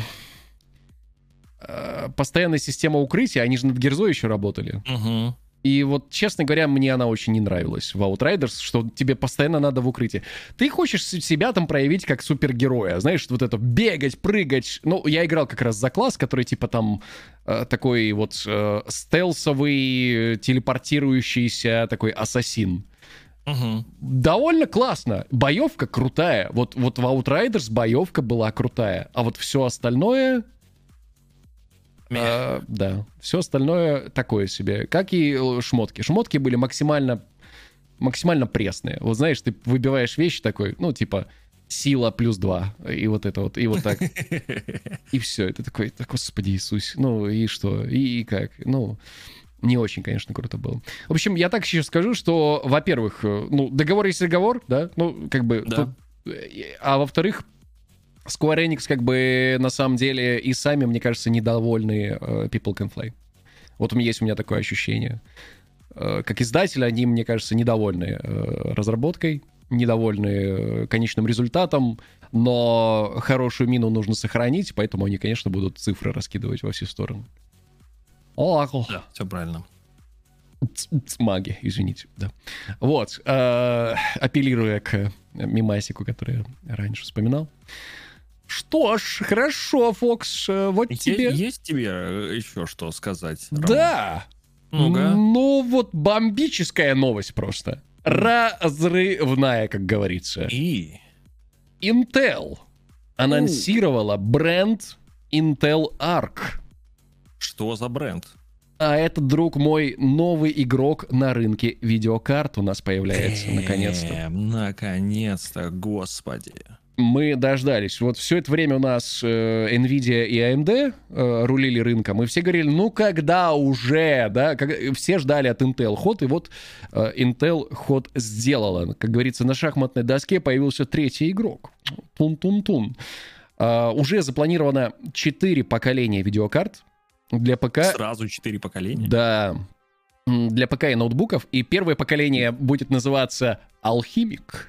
постоянная система укрытия, они же над Герзой еще работали.
Угу.
И вот, честно говоря, мне она очень не нравилась в Outriders, что тебе постоянно надо в укрытии. Ты хочешь себя там проявить как супергероя, знаешь, вот это бегать, прыгать. Ну, я играл как раз за класс, который типа там такой вот стелсовый, телепортирующийся такой ассасин.
Угу.
Довольно классно. Боевка крутая. Вот в Outriders боевка была крутая. А вот все остальное... да, все остальное такое себе. Как и шмотки. Шмотки были максимально пресные. Вот знаешь, ты выбиваешь вещи такой, ну, типа, сила +2. И вот это вот, и вот так. И все. Это такой, господи Иисус. Ну, и что? И как? Ну, не очень, конечно, круто было. В общем, я так еще скажу, что, во-первых, ну, договор есть договор, да? Ну, как бы...
Да.
А во-вторых, Square Enix, как бы, на самом деле, и сами, мне кажется, недовольны People Can Fly. Вот у меня такое ощущение. Как издатель, они, мне кажется, недовольны разработкой, недовольны конечным результатом, но хорошую мину нужно сохранить, поэтому они, конечно, будут цифры раскидывать во все стороны.
Да, все правильно.
Маги, извините, да. Вот, апеллируя к мемасику, который я раньше вспоминал. Что ж, хорошо, Фокс, вот тебе...
Есть тебе еще что сказать, Роман?
Да!
Ну-ка.
Ну, вот бомбическая новость просто. Разрывная, как говорится.
И?
Intel анонсировала бренд Intel Arc.
Что за бренд?
А это, друг мой, новый игрок на рынке видеокарт у нас появляется, наконец-то.
Наконец-то, господи.
Мы дождались. Вот все это время у нас Nvidia и AMD рулили рынком, и все говорили, ну когда уже, да? Все ждали от Intel ход, и вот Intel ход сделала. Как говорится, на шахматной доске появился третий игрок. Тун-тун-тун. Уже запланировано 4 поколения видеокарт для ПК.
Сразу 4 поколения?
Да. Для ПК и ноутбуков. И первое поколение будет называться Алхимик.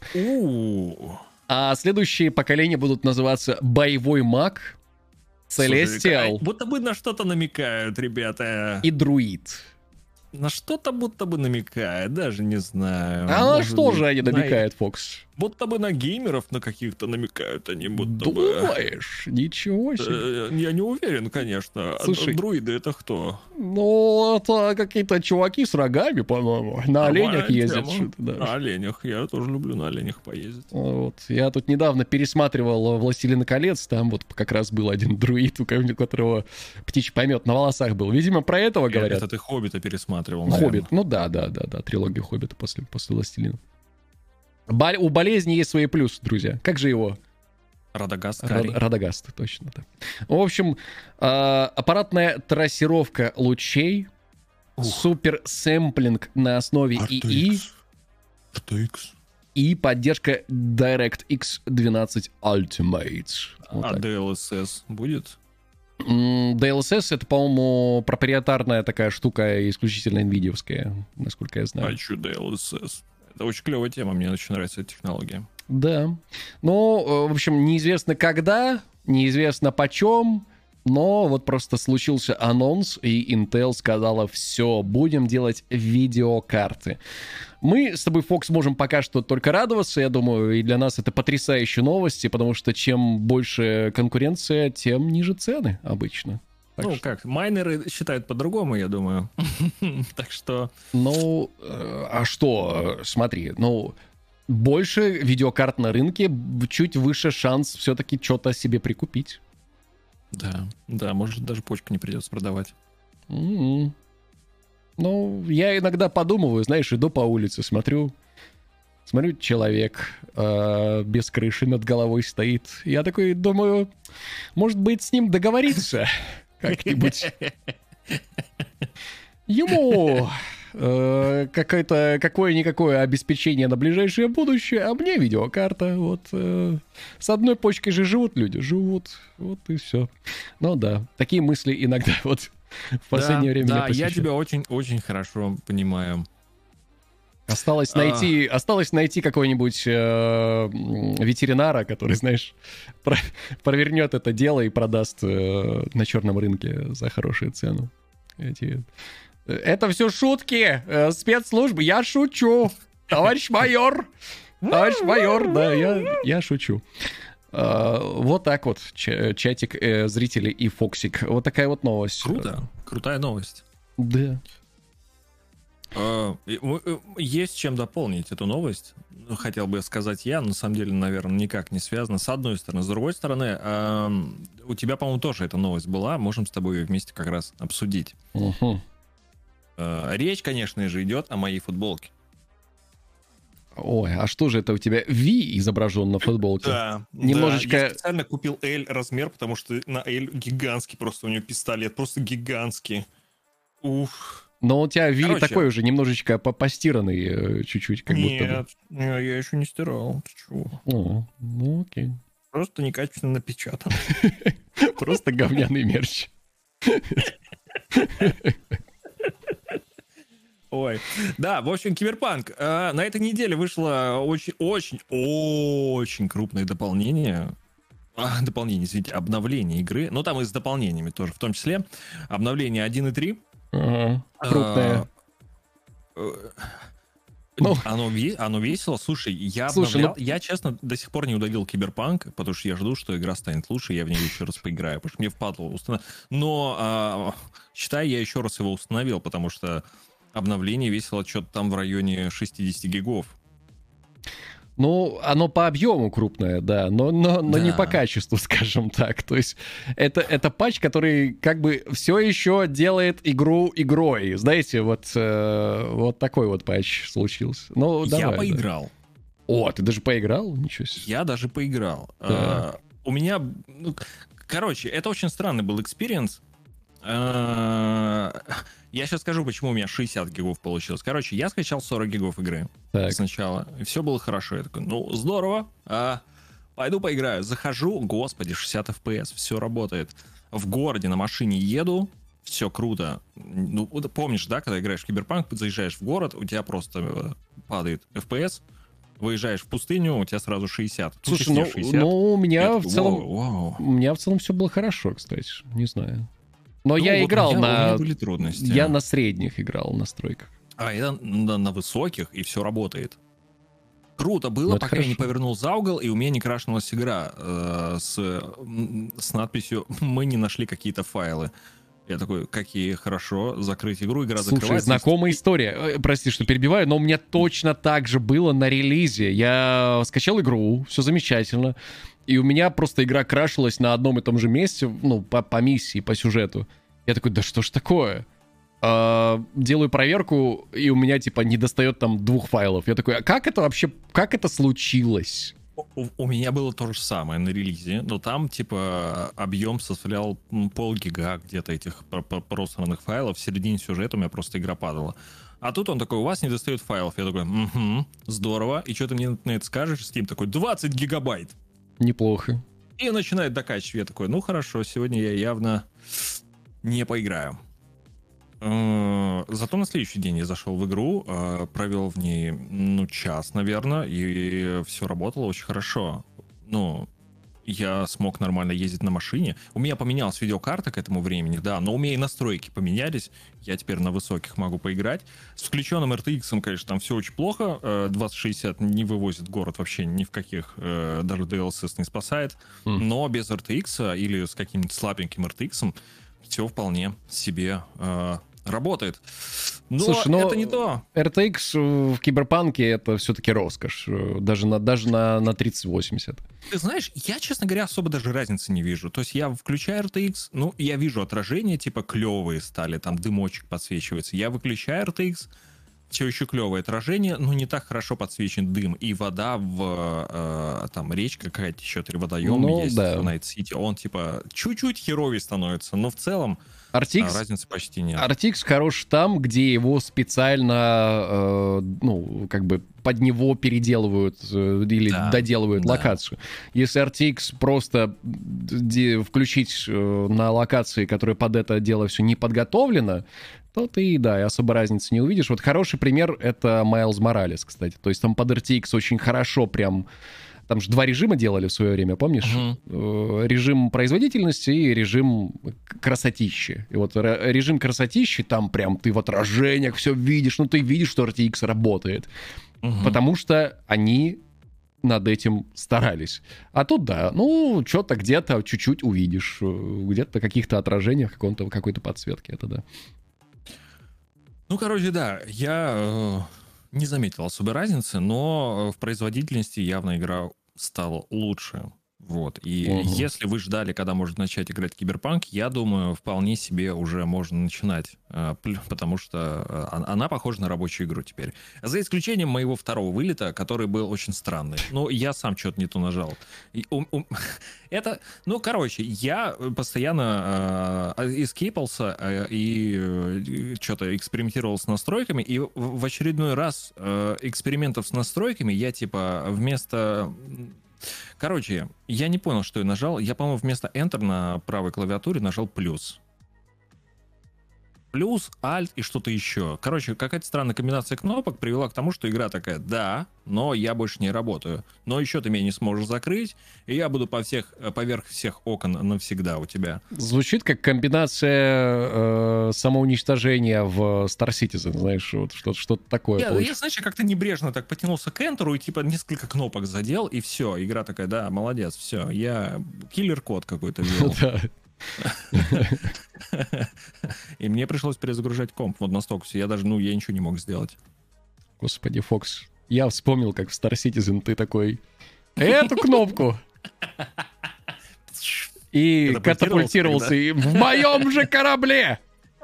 А следующие поколения будут называться Боевой Маг, Celestial.
Будто бы на что-то намекают, ребята.
И Друид.
На что-то будто бы намекает, даже не знаю.
А на что же они намекают, Фокс?
Будто бы на геймеров на каких-то намекают они, будто
Думаешь?
бы.
Ничего себе.
Я не уверен, конечно.
Слушай,
друиды это кто?
Ну, это какие-то чуваки с рогами, по-моему. На оленях ездят.
Да. На оленях. Я тоже люблю на оленях поездить.
Вот. Я тут недавно пересматривал «Властелина колец». Там вот как раз был один друид, у которого птичий помет на волосах был. Видимо, про этого говорят.
Это ты «Хоббита» пересматривал,
«Хоббит». Ну да, трилогию «Хоббита» после «Властелина». У болезни есть свои плюсы, друзья. Как же его?
Радагаст.
Радагаст, точно. Да. В общем, аппаратная трассировка лучей, суперсэмплинг на основе ИИ и поддержка DirectX 12 Ultimate. Вот так.
DLSS будет?
DLSS — это, по-моему, проприетарная такая штука, исключительно NVIDIA-вская, насколько я знаю.
Хочу DLSS. Это очень клевая тема, мне очень нравится эта технология.
Да. Ну, в общем, неизвестно когда, неизвестно почем, но вот просто случился анонс, и Intel сказала: все, будем делать видеокарты. Мы с тобой, Фокс, можем пока что только радоваться, я думаю, и для нас это потрясающие новости, потому что чем больше конкуренция, тем ниже цены обычно.
Как, майнеры считают по-другому, я думаю. Так что...
Ну, а что, смотри, больше видеокарт на рынке, чуть выше шанс все-таки что-то себе прикупить.
Да, может, даже почку не придется продавать.
Ну, я иногда подумываю, знаешь, иду по улице, смотрю, человек без крыши над головой стоит. Я такой думаю, может быть, с ним договориться как-нибудь. Ему какое-никакое обеспечение на ближайшее будущее, а мне видеокарта. Вот с одной почкой же живут люди, вот и все. Ну да, такие мысли иногда вот в последнее время меня посещают.
Я тебя очень-очень хорошо понимаю.
Осталось найти какого-нибудь ветеринара, который, знаешь, провернет это дело и продаст на черном рынке за хорошую цену. Это все шутки спецслужбы, я шучу. Товарищ майор, да, я шучу. Вот так вот, чатик зрителей и Фоксик. Вот такая вот новость.
Круто, крутая новость.
Да.
Есть чем дополнить эту новость. Хотел бы сказать я, но на самом деле, наверное, никак не связано. С одной стороны. С другой стороны, у тебя, по-моему, тоже эта новость была. Можем с тобой ее вместе как раз обсудить.
Угу.
Речь, конечно же, идет о моей футболке.
Ой, а что же это у тебя? V изображен на футболке?
Да.
Немножечко...
Я специально купил L размер, потому что на L гигантский просто у него пистолет. Просто гигантский. Уф.
Но у тебя V такой уже немножечко постиранный чуть-чуть, как будто бы.
Нет, я еще не стирал. Ты чего?
Ну окей.
Просто некачественно напечатан.
Просто говняный мерч.
Ой. Да, в общем, Киберпанк. На этой неделе вышло очень крупное дополнение. Извините, обновление игры. Ну, там и с дополнениями тоже, в том числе. Обновление 1.3.
Ага, крупное.
Оно весело. Слушай, я честно до сих пор не удалил Киберпанк, потому что я жду, что игра станет лучше, я в нее еще раз поиграю, потому что мне впадло установить. Но, считай, я еще раз его установил, потому что обновление весило что-то там в районе 60 гигов.
Ну, оно по объему крупное, да, но не по качеству, скажем так. То есть это патч, который как бы все еще делает игру игрой. Знаете, вот такой вот патч случился. Ну, давай,
я поиграл.
О, ты даже поиграл? Ничего себе.
Я даже поиграл.
Да.
У меня... Короче, это очень странный был экспириенс. Я сейчас скажу, почему у меня 60 гигов получилось. Короче, я скачал 40 гигов игры
Так.
сначала. И все было хорошо. Я такой, ну, здорово. Пойду поиграю. Захожу, господи, 60 FPS, все работает. В городе на машине еду, все круто. Ну, помнишь, да, когда играешь в Киберпанк, заезжаешь в город, у тебя просто падает FPS, выезжаешь в пустыню, у тебя сразу 60. Тут
Слушай,
везде
ну,
60.
ну, у меня
Я
в
такой,
целом...
вау.
У меня в целом все было хорошо, кстати. Не знаю. Но
Ну,
я
вот
играл
у меня
на...
были трудности.
Я на средних играл в настройках.
Я на высоких, и все работает. Круто было,
Ну, это
пока я не
хорошо.
повернул за угол, и у меня не крашнулась игра с надписью «Мы не нашли какие-то файлы». Я такой, какие, хорошо, закрыть игру, игра
Слушай,
закрывается.
знакомая история. Прости, что перебиваю, но у меня точно так же было на релизе. Я скачал игру, все замечательно. И у меня просто игра крашилась на одном и том же месте, ну, по миссии, по сюжету. Я такой, да что ж такое? Делаю проверку, и у меня, типа, не достает там 2 файлов. Я такой, а как это вообще, как это случилось?
У меня было то же самое на релизе, но там, типа, объем составлял полгига где-то этих просранных файлов. В середине сюжета у меня просто игра падала. А тут он такой, у вас не достает файлов. Я такой, угу, здорово. И что ты мне на это скажешь? Steam такой, 20 гигабайт.
Неплохо.
И начинает докачивать. Я такой, ну хорошо, сегодня я явно не поиграю. Зато на следующий день я зашел в игру, провел в ней, ну, час, наверное, и все работало очень хорошо. Ну, я смог нормально ездить на машине. У меня поменялась видеокарта к этому времени, да, но у меня и настройки поменялись. Я теперь на высоких могу поиграть. С включенным RTX, конечно, там все очень плохо. 2060 не вывозит город вообще ни в каких, даже DLSS не спасает. Но без RTX или с каким-нибудь слабеньким RTX все вполне себе работает. Но
Слушай,
это не то.
RTX в Киберпанке это все-таки роскошь. Даже на 3080.
Ты знаешь, я, честно говоря, особо даже разницы не вижу. То есть я включаю RTX, ну, я вижу отражения, типа, клевые стали, там дымочек подсвечивается. Я выключаю RTX, все еще клевое отражение, но не так хорошо подсвечен дым. И вода там речка какая-то еще, водоем есть
да.
в Night City, он, типа, чуть-чуть херовее становится, но в целом разницы почти нет.
RTX хорош там, где его специально, ну, как бы под него переделывают или доделывают локацию. Если RTX просто включить на локации, которые под это дело все не подготовлено, то ты, да, и особо разницы не увидишь. Вот хороший пример — это Майлз Моралес, кстати. То есть там под RTX очень хорошо прям... Там же 2 режима делали в свое время, помнишь? Режим производительности и режим красотищи. И вот режим красотищи, там прям ты в отражениях все видишь, ну ты видишь, что RTX работает. Потому что они над этим старались. А тут, да, ну, что-то где-то чуть-чуть увидишь. Где-то в каких-то отражениях, какой-то подсветке, это да.
Ну, короче, да, я не заметил особой разницы, но в производительности явно игра стала лучше. Вот. И если вы ждали, когда можно начать играть в Киберпанк, я думаю, вполне себе уже можно начинать, потому что она похожа на рабочую игру теперь. За исключением моего второго вылета, который был очень странный. Ну, я сам что-то не то нажал. Это, ну, короче, я постоянно эскейпался и что-то экспериментировал с настройками, и в очередной раз экспериментов с настройками я, типа, вместо... Короче, я не понял, что я нажал. Я, по-моему, вместо Enter на правой клавиатуре нажал плюс. Плюс, Alt и что-то еще. Короче, какая-то странная комбинация кнопок привела к тому, что игра такая, да, но я больше не работаю. Но еще ты меня не сможешь закрыть, и я буду поверх всех окон навсегда у тебя.
Звучит как комбинация самоуничтожения в Star Citizen, знаешь, вот что-то такое.
Я, знаешь, я как-то небрежно так потянулся к Enter'у и типа несколько кнопок задел, и все. Игра такая, да, молодец, все. Я киллер-код какой-то ввел. И мне пришлось перезагружать комп. Вот настолько все. Я даже, я ничего не мог сделать.
Господи, Фокс. Я вспомнил, как в Star Citizen ты такой... Эту кнопку! И катапультировался в моем же корабле!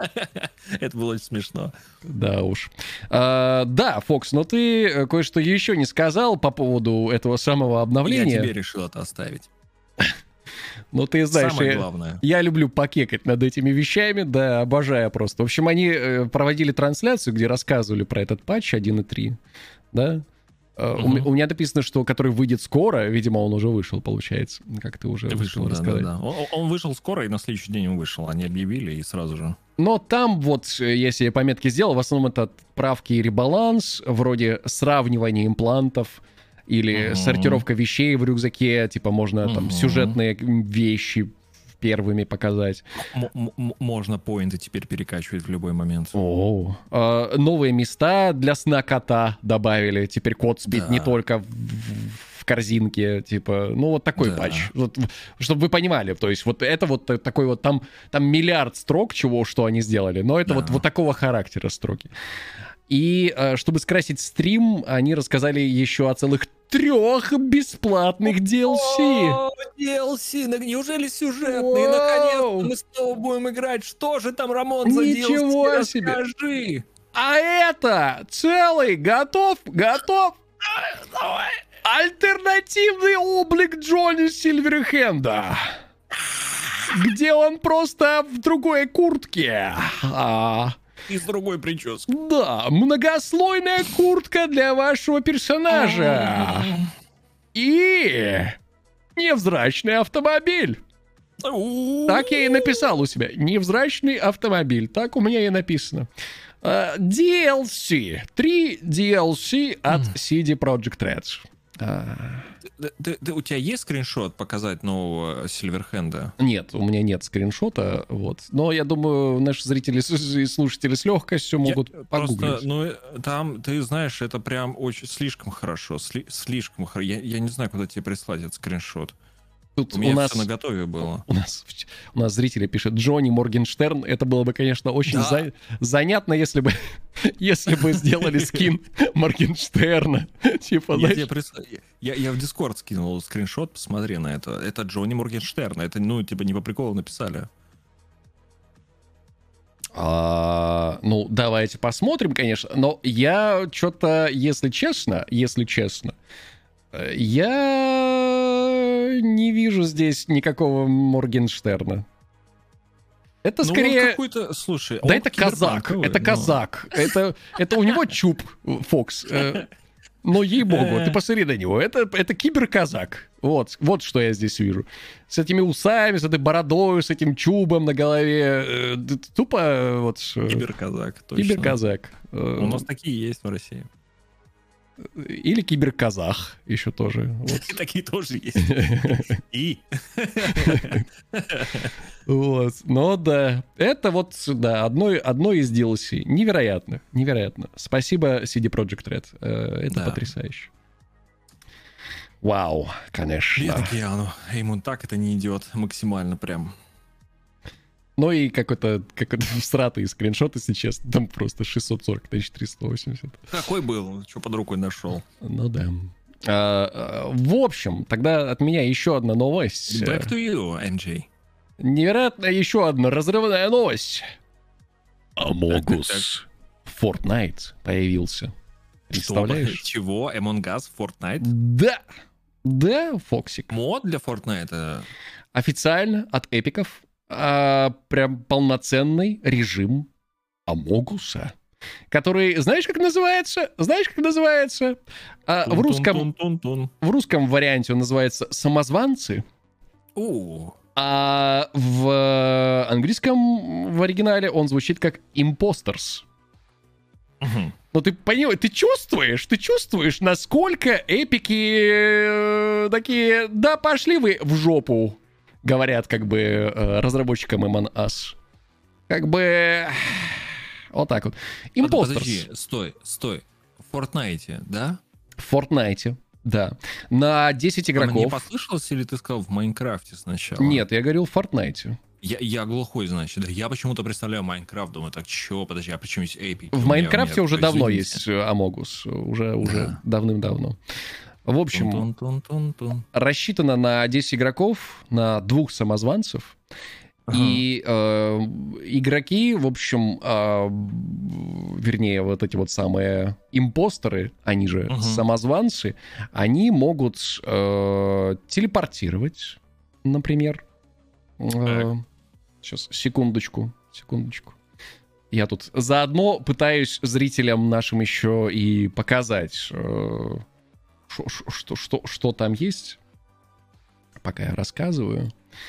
Это было очень смешно.
Да уж. Да, Фокс, но ты кое-что еще не сказал по поводу этого самого обновления.
Я тебе решил это оставить.
Ну, ты знаешь,
Самое главное.
я люблю покекать над этими вещами, да, обожаю просто. В общем, они проводили трансляцию, где рассказывали про этот патч 1.3, да. У меня написано, что который выйдет скоро, видимо, он уже вышел, получается, как ты уже
вышел,
рассказать.
Да. Он вышел скоро, и на следующий день он вышел. Они объявили, и сразу же.
Но там вот, я себе пометки сделал, в основном это отправки и ребаланс, вроде сравнивания имплантов, или сортировка вещей в рюкзаке, типа можно там сюжетные вещи первыми показать.
Можно поинты теперь перекачивать в любой момент.
Новые места для сна кота добавили. Теперь кот спит не только в корзинке, типа, ну вот такой патч. Вот, чтобы вы понимали, то есть вот это вот такой вот, там миллиард строк чего, что они сделали, но это вот такого характера строки. И чтобы скрасить стрим, они рассказали еще о целых 3 бесплатных DLC.
DLC, неужели сюжетные? Наконец-то мы снова будем играть. Что же там, Рамон, за DLC?
Ничего себе!
Расскажи.
А это целый, готов?
Давай.
Альтернативный облик Джонни Сильверхенда. Где он просто в другой куртке.
И с другой прической.
Да, многослойная куртка для вашего персонажа. И невзрачный автомобиль. Так я и написал у себя. Невзрачный автомобиль. Так у меня и написано. DLC. 3 DLC от CD Projekt Red.
У тебя есть скриншот показать нового Сильверхенда?
Нет, у меня нет скриншота, вот. Но я думаю, наши зрители и слушатели с легкостью могут погуглить.
Ну, там, ты знаешь, это прям очень слишком хорошо. Слишком хорошо. Я не знаю, куда тебе прислать этот скриншот.
Тут
у меня все наготове было.
У нас зрители пишут Джонни Моргенштерн. Это было бы, конечно, очень занятно, если бы сделали скин Моргенштерна. Типа,
я в Дискорд скинул скриншот, посмотри на это. Это Джонни Моргенштерн. Это, ну, типа, не по приколу написали.
Ну, давайте посмотрим, конечно. Но я что-то, если честно, я не вижу здесь никакого Mоргенштерна. Это скорее...
какой-то, слушай...
Да это казак, это казак. Это у него чуб, Фокс. Но ей-богу, ты посмотри на него. Это киберказак. Вот что я здесь вижу. С этими усами, с этой бородой, с этим чубом на голове. Тупо вот...
Киберказак, точно.
Киберказак.
У нас такие есть в России.
Или киберказах еще тоже. Вот.
Такие тоже есть. И?
Вот. Но да, это вот, да, одно из DLC. Невероятно. Спасибо CD Projekt Red. Это потрясающе. Вау, конечно.
Океану. Ему так это не идет максимально прям.
Ну и какой-то всратый скриншот, если честно. Там просто 640 380.
Какой был? Что под рукой нашел?
Ну да. В общем, тогда от меня еще одна новость.
Back to you, MJ.
Невероятно, еще одна разрывная новость. Among Us Fortnite появился. Представляешь?
Чего? Among Us Fortnite?
Да, Фоксик.
Мод для Fortnite?
Официально от эпиков. Прям полноценный режим Among Us, который, знаешь, как называется? В русском варианте он называется «Самозванцы», а в английском в оригинале он звучит как «Imposters». Но ты понимаешь, ты чувствуешь, насколько эпики такие, да пошли вы в жопу, говорят как бы разработчикам Among Us. Как бы вот так вот. Imposters.
Подожди, стой. В Fortnite, да?
В Fortnite, да. На 10 игроков.
Мне послышалось, или ты сказал в Майнкрафте сначала?
Нет, я говорил в Fortnite.
Я глухой, значит. Да, я почему-то представляю Майнкрафт, думаю, так, чё, подожди, а почему есть эпики?
В Майнкрафте уже давно есть Among Us. Уже давным-давно. В общем, рассчитано на 10 игроков, на 2 самозванцев.
Ага.
И игроки, в общем, вернее, вот эти вот самые импостеры, они же самозванцы, они могут телепортировать, например. Сейчас, секундочку. Я тут заодно пытаюсь зрителям нашим еще и показать, что там есть, пока я рассказываю.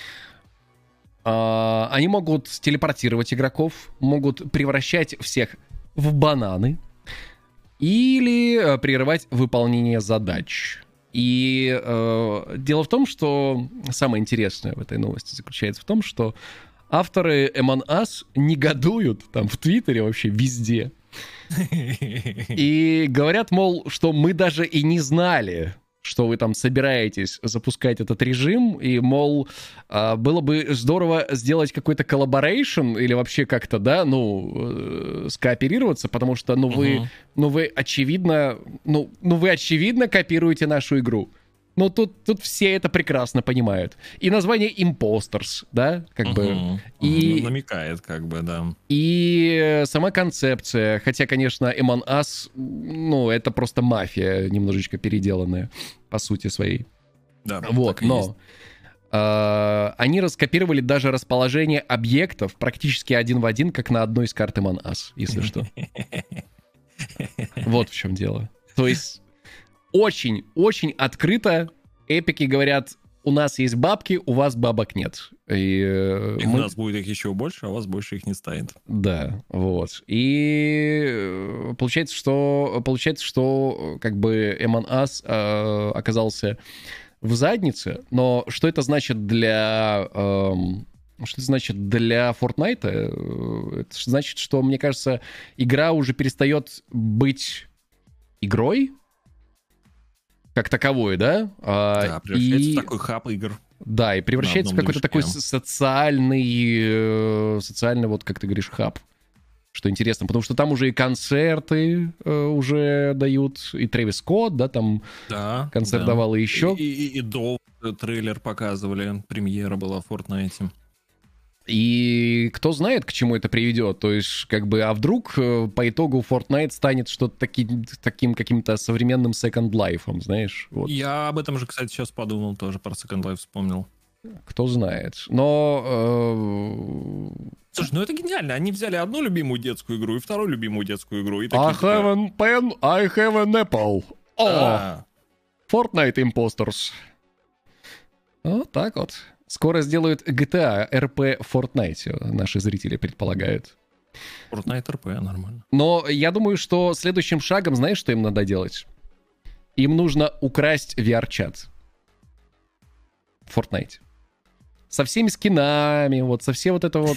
Они могут телепортировать игроков, могут превращать всех в бананы или прерывать выполнение задач. И дело в том, что самое интересное в этой новости заключается в том, что авторы Among Us негодуют там в Твиттере, вообще везде. И говорят, мол, что мы даже и не знали, что вы там собираетесь запускать этот режим, и, мол, было бы здорово сделать какой-то коллаборейшн или вообще как-то, да, скооперироваться, потому что, вы очевидно копируете нашу игру. Ну, тут все это прекрасно понимают. И название Imposters, да, как бы. И
намекает, как бы, да.
И сама концепция, хотя, конечно, Among Us, это просто мафия, немножечко переделанная, по сути своей.
Да,
вот, но они раскопировали даже расположение объектов практически один в один, как на одной из карт Among Us, если что. Вот в чем дело. То есть очень открыто эпики говорят: у нас есть бабки, у вас бабок нет. И
у нас будет их еще больше, а у вас больше их не станет.
Да, вот. И получается, что как бы Among Us оказался в заднице, но что это значит для Fortnite? Это значит, что, мне кажется, игра уже перестает быть игрой как таковой, да?
Да, превращается в такой хаб игр.
Да, и превращается в какой-то такой социальный, вот как ты говоришь, хаб. Что интересно, потому что там уже и концерты уже дают, и Трэвис Скотт, да, там концерт давал, и еще.
И до трейлер показывали, премьера была в Fortnite.
И кто знает, к чему это приведет. То есть, как бы, а вдруг по итогу Fortnite станет что-то таким каким-то современным Second Life'ом, знаешь? Вот.
Я об этом же, кстати, сейчас подумал, тоже про Second Life вспомнил.
Кто знает. Но...
Слушай, это гениально. Они взяли одну любимую детскую игру и вторую любимую детскую игру. И
I have a pen, I have an apple. Fortnite Imposters. Вот так вот. Скоро сделают GTA RP Fortnite, наши зрители предполагают.
Fortnite RP, нормально.
Но я думаю, что следующим шагом, знаешь, что им надо делать? Им нужно украсть VR-чат. Fortnite. Со всеми скинами, вот, со все вот это вот...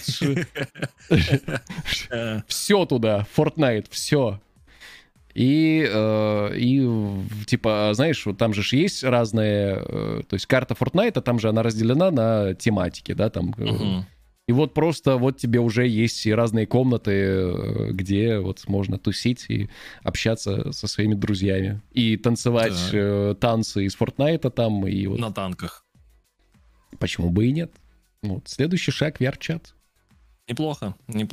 Все туда, Fortnite, все. И типа, знаешь, вот там же есть разные... То есть карта Fortnite, там же она разделена на тематики, да, там... И вот просто вот тебе уже есть и разные комнаты, где вот можно тусить и общаться со своими друзьями. И танцевать танцы из Fortnite там. И вот...
На танках.
Почему бы и нет? Вот. Следующий шаг — VR-чат.
Неплохо.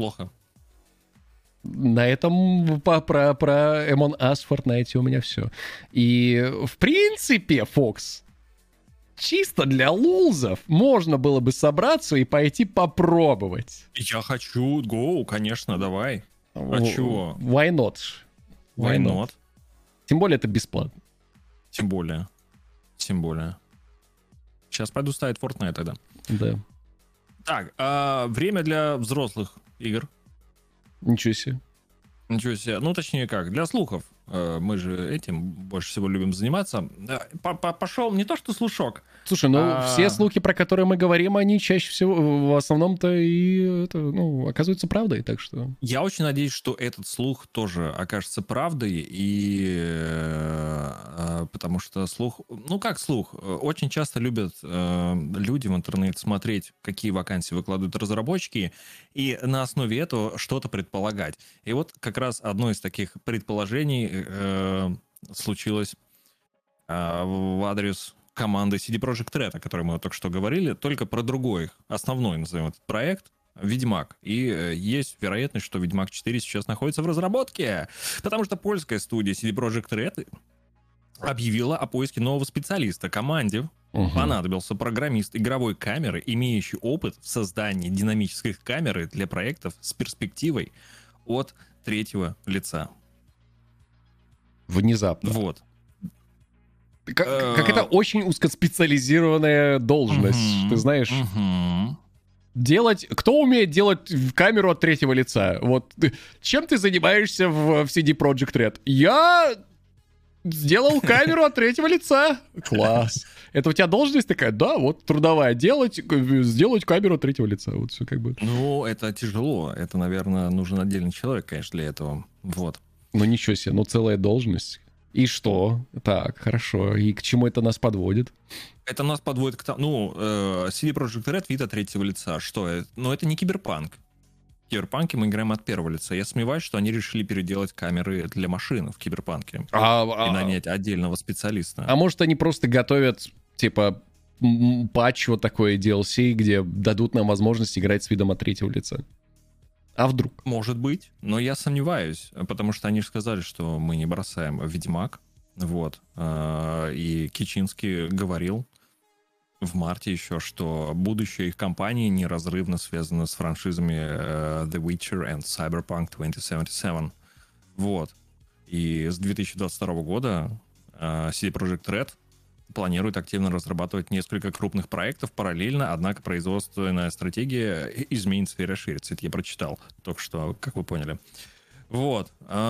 На этом про Among Us в Fortnite у меня все. И, в принципе, Фокс, чисто для лулзов можно было бы собраться и пойти попробовать.
Я хочу, конечно, давай. А чего?
Why not?
Why not?
Тем более это бесплатно.
Тем более. Сейчас пойду ставить Fortnite тогда.
Да.
Так, время для взрослых игр.
Ничего себе.
Ну, точнее как, для слухов. Мы же этим больше всего любим заниматься. Пошел не то что слушок.
Слушай, все слухи, про которые мы говорим, они чаще всего, в основном-то и оказываются правдой, так что...
Я очень надеюсь, что этот слух тоже окажется правдой, потому что слух... Ну, как слух? Очень часто любят люди в интернете смотреть, какие вакансии выкладывают разработчики, и на основе этого что-то предполагать. И вот как раз одно из таких предположений случилось в адрес команды CD Projekt Red, о которой мы только что говорили, только про другой, основной, назовем этот проект, Ведьмак. И есть вероятность, что Ведьмак 4 сейчас находится в разработке, потому что польская студия CD Projekt Red объявила о поиске нового специалиста. Команде понадобился программист игровой камеры, имеющий опыт в создании динамических камеры для проектов с перспективой от третьего лица.
Внезапно.
Вот.
Как это очень узкоспециализированная должность, ты знаешь. Кто умеет делать камеру от третьего лица? Вот чем ты занимаешься в CD Projekt Red? Я сделал камеру от третьего лица. Класс. Это у тебя должность такая? Да, вот трудовая. Сделать камеру от третьего лица. Вот все как бы.
Ну, это тяжело. Это, наверное, нужен отдельный человек, конечно, для этого. Вот.
Ну, ничего себе. Ну, целая должность. И что? Так, хорошо. И к чему это нас подводит?
Это нас подводит к тому... CD Projekt Red вид от третьего лица. Что это? Ну, это не киберпанк. В киберпанке мы играем от первого лица. Я сомневаюсь, что они решили переделать камеры для машин в киберпанке. И нанять отдельного специалиста.
А может, они просто готовят, типа, патч вот такой DLC, где дадут нам возможность играть с видом от третьего лица? А вдруг?
Может быть, но я сомневаюсь, потому что они же сказали, что мы не бросаем Ведьмак. Вот. И Кичинский говорил в марте еще, что будущее их компании неразрывно связано с франшизами The Witcher and Cyberpunk 2077. Вот. И с 2022 года CD Projekt Red планирует активно разрабатывать несколько крупных проектов параллельно, однако производственная стратегия изменится и расширится. Это я прочитал только что, как вы поняли. Вот.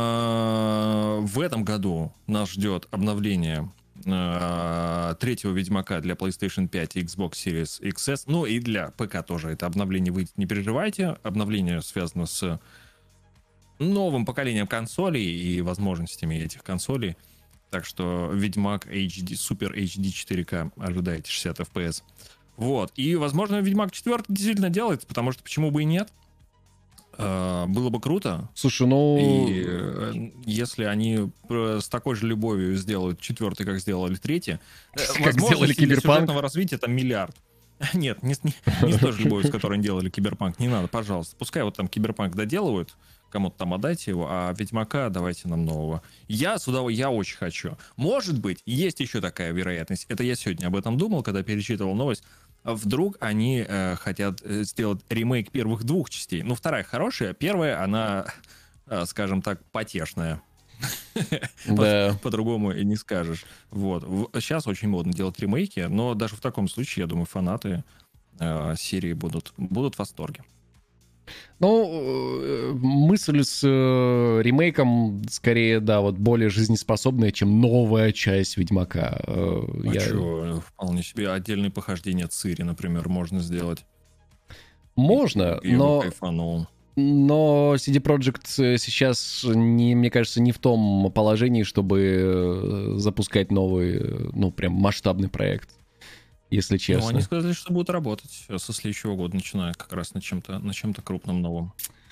В этом году нас ждет обновление третьего Ведьмака для PlayStation 5 и Xbox Series XS. Ну и для ПК тоже это обновление выйдет, не переживайте. Обновление связано с новым поколением консолей и возможностями этих консолей. Так что Ведьмак HD, Super HD 4K ожидайте 60 FPS. Вот. И, возможно, Ведьмак 4 действительно делается, потому что почему бы и нет? Было бы круто.
Слушай, ну...
И если они с такой же любовью сделают четвертый, как сделали третий,
как сделали Киберпанк.
Сюжетного развития там миллиард. Нет, не с той же любовью, с которой они делали Киберпанк. Не надо, пожалуйста. Пускай вот там Киберпанк доделывают, кому-то там отдайте его, а Ведьмака давайте нам нового. Я очень хочу. Может быть, есть еще такая вероятность. Это я сегодня об этом думал, когда перечитывал новость. Вдруг они хотят сделать ремейк первых двух частей. Ну, вторая хорошая, первая, она, скажем так, потешная.
Да.
По-другому и не скажешь. Вот. Сейчас очень модно делать ремейки, но даже в таком случае, я думаю, фанаты серии будут в восторге.
Ну, мысль с ремейком скорее, да, вот более жизнеспособная, чем новая часть Ведьмака.
Чё, вполне себе отдельные похождения Цири, например, можно сделать.
Можно, но CD Projekt сейчас, мне кажется, не в том положении, чтобы запускать новый, ну, прям масштабный проект. Если честно.
Ну, они сказали, что будут работать со следующего года, начиная как раз на чем-то крупном новом.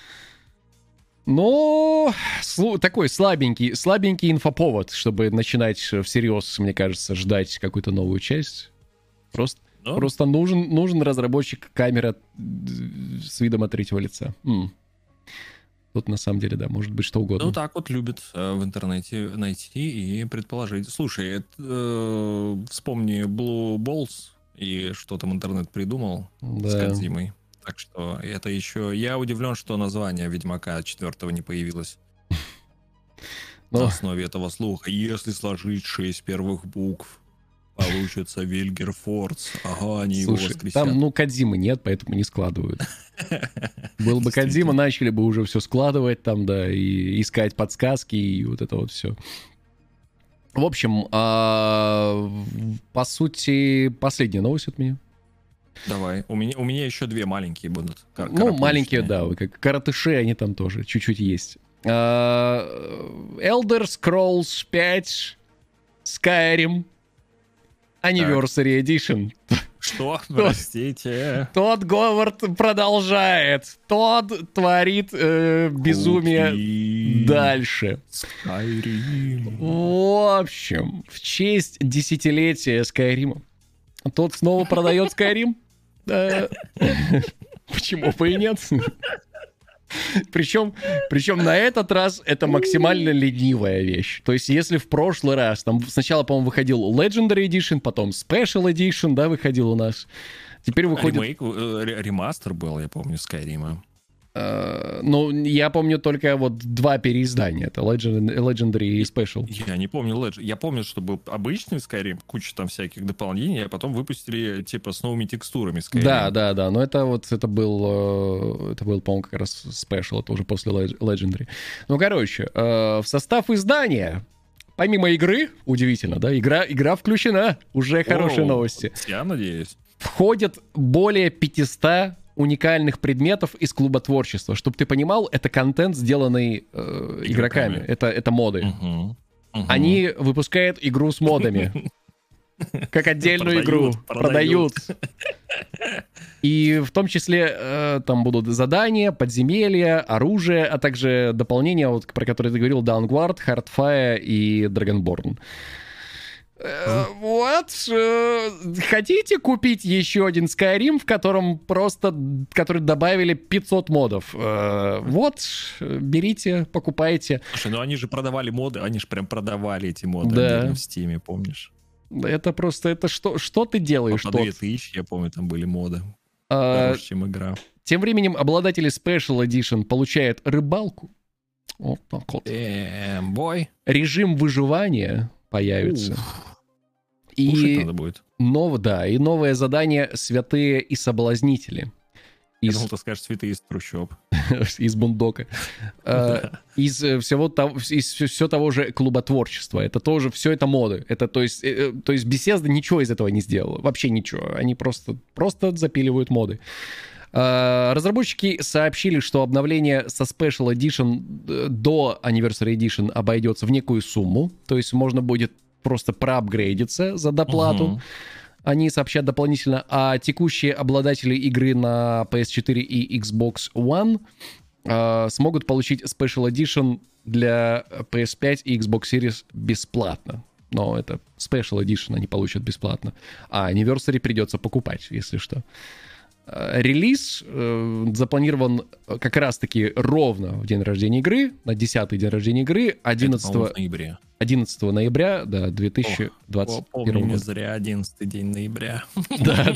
Ну, такой слабенький инфоповод, чтобы начинать всерьез, мне кажется, ждать какую-то новую часть. Просто нужен разработчик камеры с видом от третьего лица. Тут на самом деле, да, может быть что угодно.
Ну, так вот любят в интернете найти и предположить. Слушай, вспомни Blue Balls и что там интернет придумал с Кодзимой. Так что это еще... Я удивлен, что название Ведьмака 4 не появилось на основе этого слуха. Если сложить 6 первых букв, получится Вильгерфордс. Ага, они его воскресят.
Там, Кодзимы нет, поэтому не складывают. Был бы Кодзима, начали бы уже все складывать там, да, и искать подсказки, и вот это вот все. В общем, по сути, последняя новость от меня.
Давай. У меня еще две маленькие будут.
Маленькие, да, как коротыши, они там тоже чуть-чуть есть. Elder Scrolls 5 Skyrim Anniversary Edition.
Что? Простите.
Тодд Говард продолжает. Тодд творит безумие
Купи
дальше.
Skyrim.
В общем, в честь десятилетия Скайрима Тодд снова продает Скайрим. Почему бы и нет? Причем на этот раз это максимально ленивая вещь. То есть, если в прошлый раз, там сначала, по-моему, выходил Legendary Edition, потом Special Edition, да, выходил у нас. Теперь выходит...
Ремейк, ремастер был, я помню, Скайрима.
Ну, я помню только вот два переиздания. Это Legendary и Special.
Я не помню Legend. Я помню, что был обычный Skyrim, куча там всяких дополнений, а потом выпустили типа с новыми текстурами Skyrim. Да.
Но это был, по-моему, как раз Special, это уже после Legendary. Ну, короче, в состав издания, помимо игры, удивительно, да, игра включена. Уже хорошие новости.
Я надеюсь.
Входят более 500 уникальных предметов из клуба творчества. Чтобы ты понимал, это контент, сделанный игроками. Это моды. Они выпускают игру с модами. Как отдельную игру. Продают. И в том числе там будут задания, подземелья, оружие, а также дополнения, вот, про которые ты говорил, Downguard, Heartfire и Dragonborn. Вот, хотите купить еще один Skyrim, который добавили 500 модов? Вот, берите, покупайте.
Слушай, ну они же продавали моды, они же прям продавали эти моды
да.
в Стиме, помнишь?
Это просто, что ты делаешь?
По 2000, я помню, там были моды. Дороже, чем игра.
Тем временем обладатели Special Edition получают рыбалку. Вот так вот.
Бой.
Режим выживания появится. И
надо будет.
и новое задание «Святые и соблазнители».
Я думал, ты скажешь «Святые из трущоб».
Из бундока. Из все того же клуба творчества. Это тоже, все это моды. Это, то есть Bethesda ничего из этого не сделала. Вообще ничего. Они просто запиливают моды. Разработчики сообщили, что обновление со Special Edition до Anniversary Edition обойдется в некую сумму. То есть можно будет просто проапгрейдиться за доплату. Они сообщат дополнительно, а текущие обладатели игры на PS4 и Xbox One смогут получить Special Edition для PS5 и Xbox Series бесплатно. Но это Special Edition они получат бесплатно. А Anniversary придется покупать, если что. Релиз запланирован как раз-таки ровно в день рождения игры, на 10-й день рождения игры, 11 ноября, да, 2021
помню,
года.
не зря 11-й день ноября.
Да.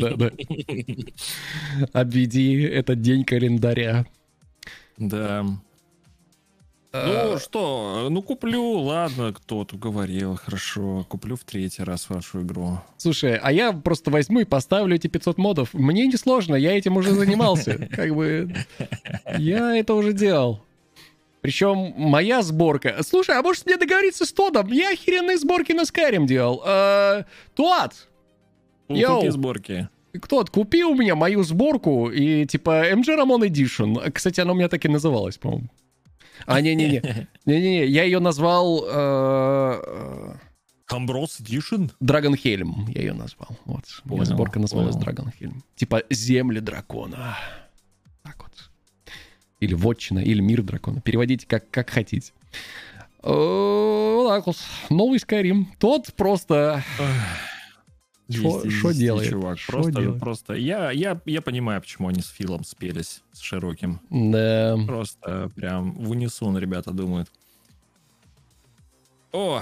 Обведи этот день календаря.
Да. Ну что, куплю, ладно, кто-то говорил, хорошо, куплю в 3-й раз вашу игру.
Слушай, а я просто возьму и поставлю эти 500 модов. Мне не сложно, я этим уже занимался. Я это уже делал. Причем моя сборка... Слушай, а может мне договориться с Тодом? Я охеренные сборки на Skyrim делал. Тодд!
Купи сборки.
Тодд, купи у меня мою сборку и типа MG Ramon Edition. Кстати, она у меня так и называлась, по-моему. Не-не-не, я ее назвал...
Ambrose Edition?
Dragonhelm я ее назвал. Вот. Моя сборка называлась Dragonhelm. Типа земли дракона. Так вот. Или вотчина, или мир дракона. Переводите как хотите. Так вот. Новый Skyrim. Тот просто... Что делает?
Чувак, просто. Я понимаю, почему они с Филом спелись, с Широким.
Да.
Просто прям в унисон ребята думают. У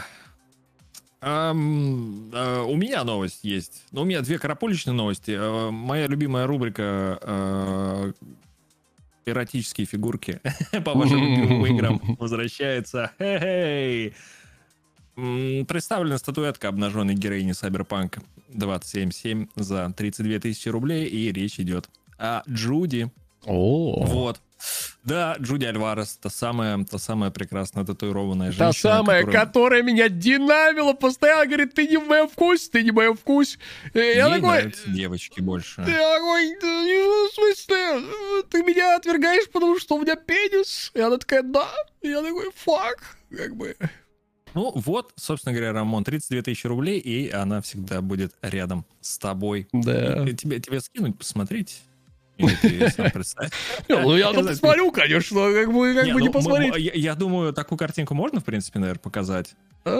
меня новость есть. У меня 2 карапуличные новости. Моя любимая рубрика «Эротические фигурки» по вашим любимым играм возвращается. Представлена статуэтка обнаженной героини Cyberpunk 2077 за 32 тысячи рублей, и речь идет о Джуди. Вот. Да, Джуди Альварес, та самая прекрасная татуированная женщина.
Та самая, которая меня динамила, постоянно говорит, ты не в моем вкусе, ты не в моем вкусе. Я такой...
девочки больше.
Я такой, в смысле, ты меня отвергаешь, потому что у меня пенис? И она такая, да. И я такой, фак, как бы...
Ну вот, собственно говоря, Рамон, 32 тысячи рублей, и она всегда будет рядом с тобой.
Да.
Тебе скинуть, посмотреть? Или ты сам представь?
Ну, я посмотрю, конечно, как бы не посмотреть.
Я думаю, такую картинку можно, в принципе, наверное, показать.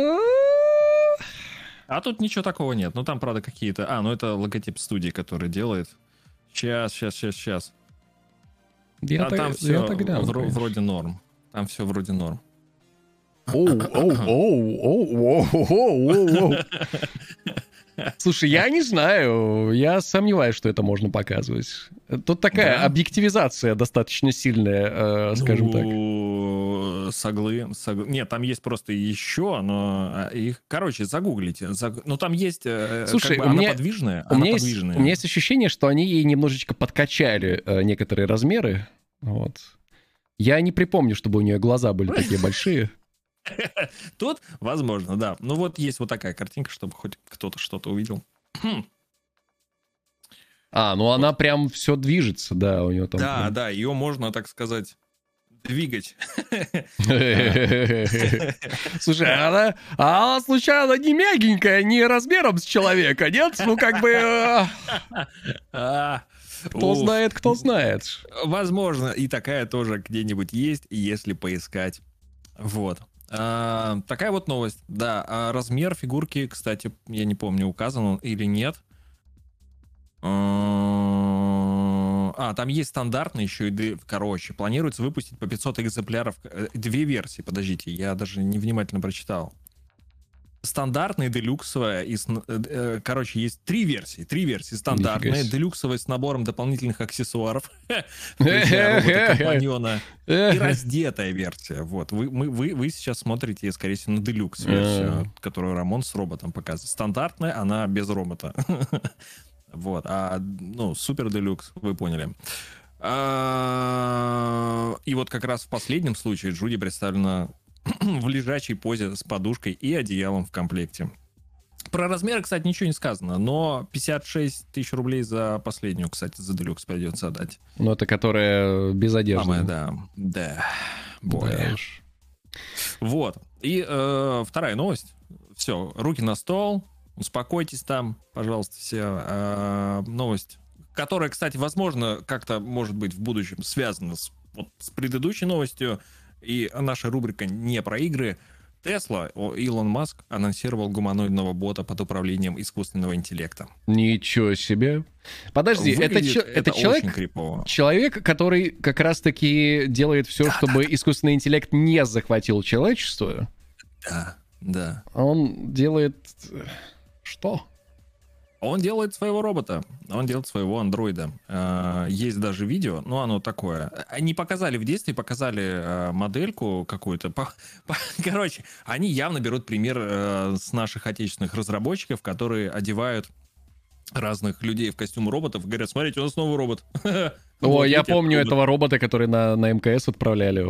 А тут ничего такого нет. Ну, там, правда, какие-то... ну, это логотип студии, который делает. Сейчас. Там все вроде норм. Там все вроде норм.
Слушай, я не знаю. Я сомневаюсь, что это можно показывать. Тут такая объективизация достаточно сильная, скажем так.
Соглы. Нет, там есть просто еще, но их... Короче, загуглите. Ну, там есть...
Слушай,
она подвижная.
У меня есть ощущение, что они ей немножечко подкачали некоторые размеры. Вот. Я не припомню, чтобы у нее глаза были такие большие.
Тут, возможно, да. Ну, вот есть вот такая картинка, чтобы хоть кто-то что-то увидел.
Ну она прям все движется, да, у нее там...
Да, ее можно, так сказать, двигать.
Слушай, она случайно не мягенькая, не размером с человека, нет? Ну, как бы... Кто знает.
Возможно, и такая тоже где-нибудь есть, если поискать. Вот. Такая вот новость. Да, размер фигурки, кстати, я не помню, указан он или нет. Там есть стандартный еще и... Короче, планируется выпустить по 500 экземпляров. 2 версии, подождите, я даже невнимательно прочитал. Стандартная, делюксовая. Короче, есть 3 версии. Стандартная, делюксовая с набором дополнительных аксессуаров, включая робота-компаньона, и раздетая версия. Вот. Вы сейчас смотрите, скорее всего, на делюкс-версию, которую Рамон с роботом показывает. Стандартная, она без робота. Вот. Супер делюкс, вы поняли. И вот как раз в последнем случае Джуди представлена в лежачей позе с подушкой и одеялом в комплекте. Про размеры, кстати, ничего не сказано, но 56 тысяч рублей за последнюю, кстати, за делюкс придется отдать.
Ну, это которая без одежды.
Самая, да. Более. Вот. И вторая новость. Все, руки на стол, успокойтесь там, пожалуйста, все. Новость, которая, кстати, возможно, как-то, может быть, в будущем связана с предыдущей новостью. И наша рубрика не про игры. Тесла, Илон Маск анонсировал гуманоидного бота под управлением искусственного интеллекта.
Ничего себе. Подожди, это человек, который как раз-таки делает все, чтобы искусственный интеллект не захватил человечество?
Да.
Он делает... Что?
Он делает своего робота, он делает своего андроида. Есть даже видео, но оно такое. Они показали в детстве, показали модельку какую-то. Короче, они явно берут пример с наших отечественных разработчиков, которые одевают разных людей в костюмы роботов и говорят: смотрите, у нас новый робот.
Я помню этого робота, который на мкс отправляли.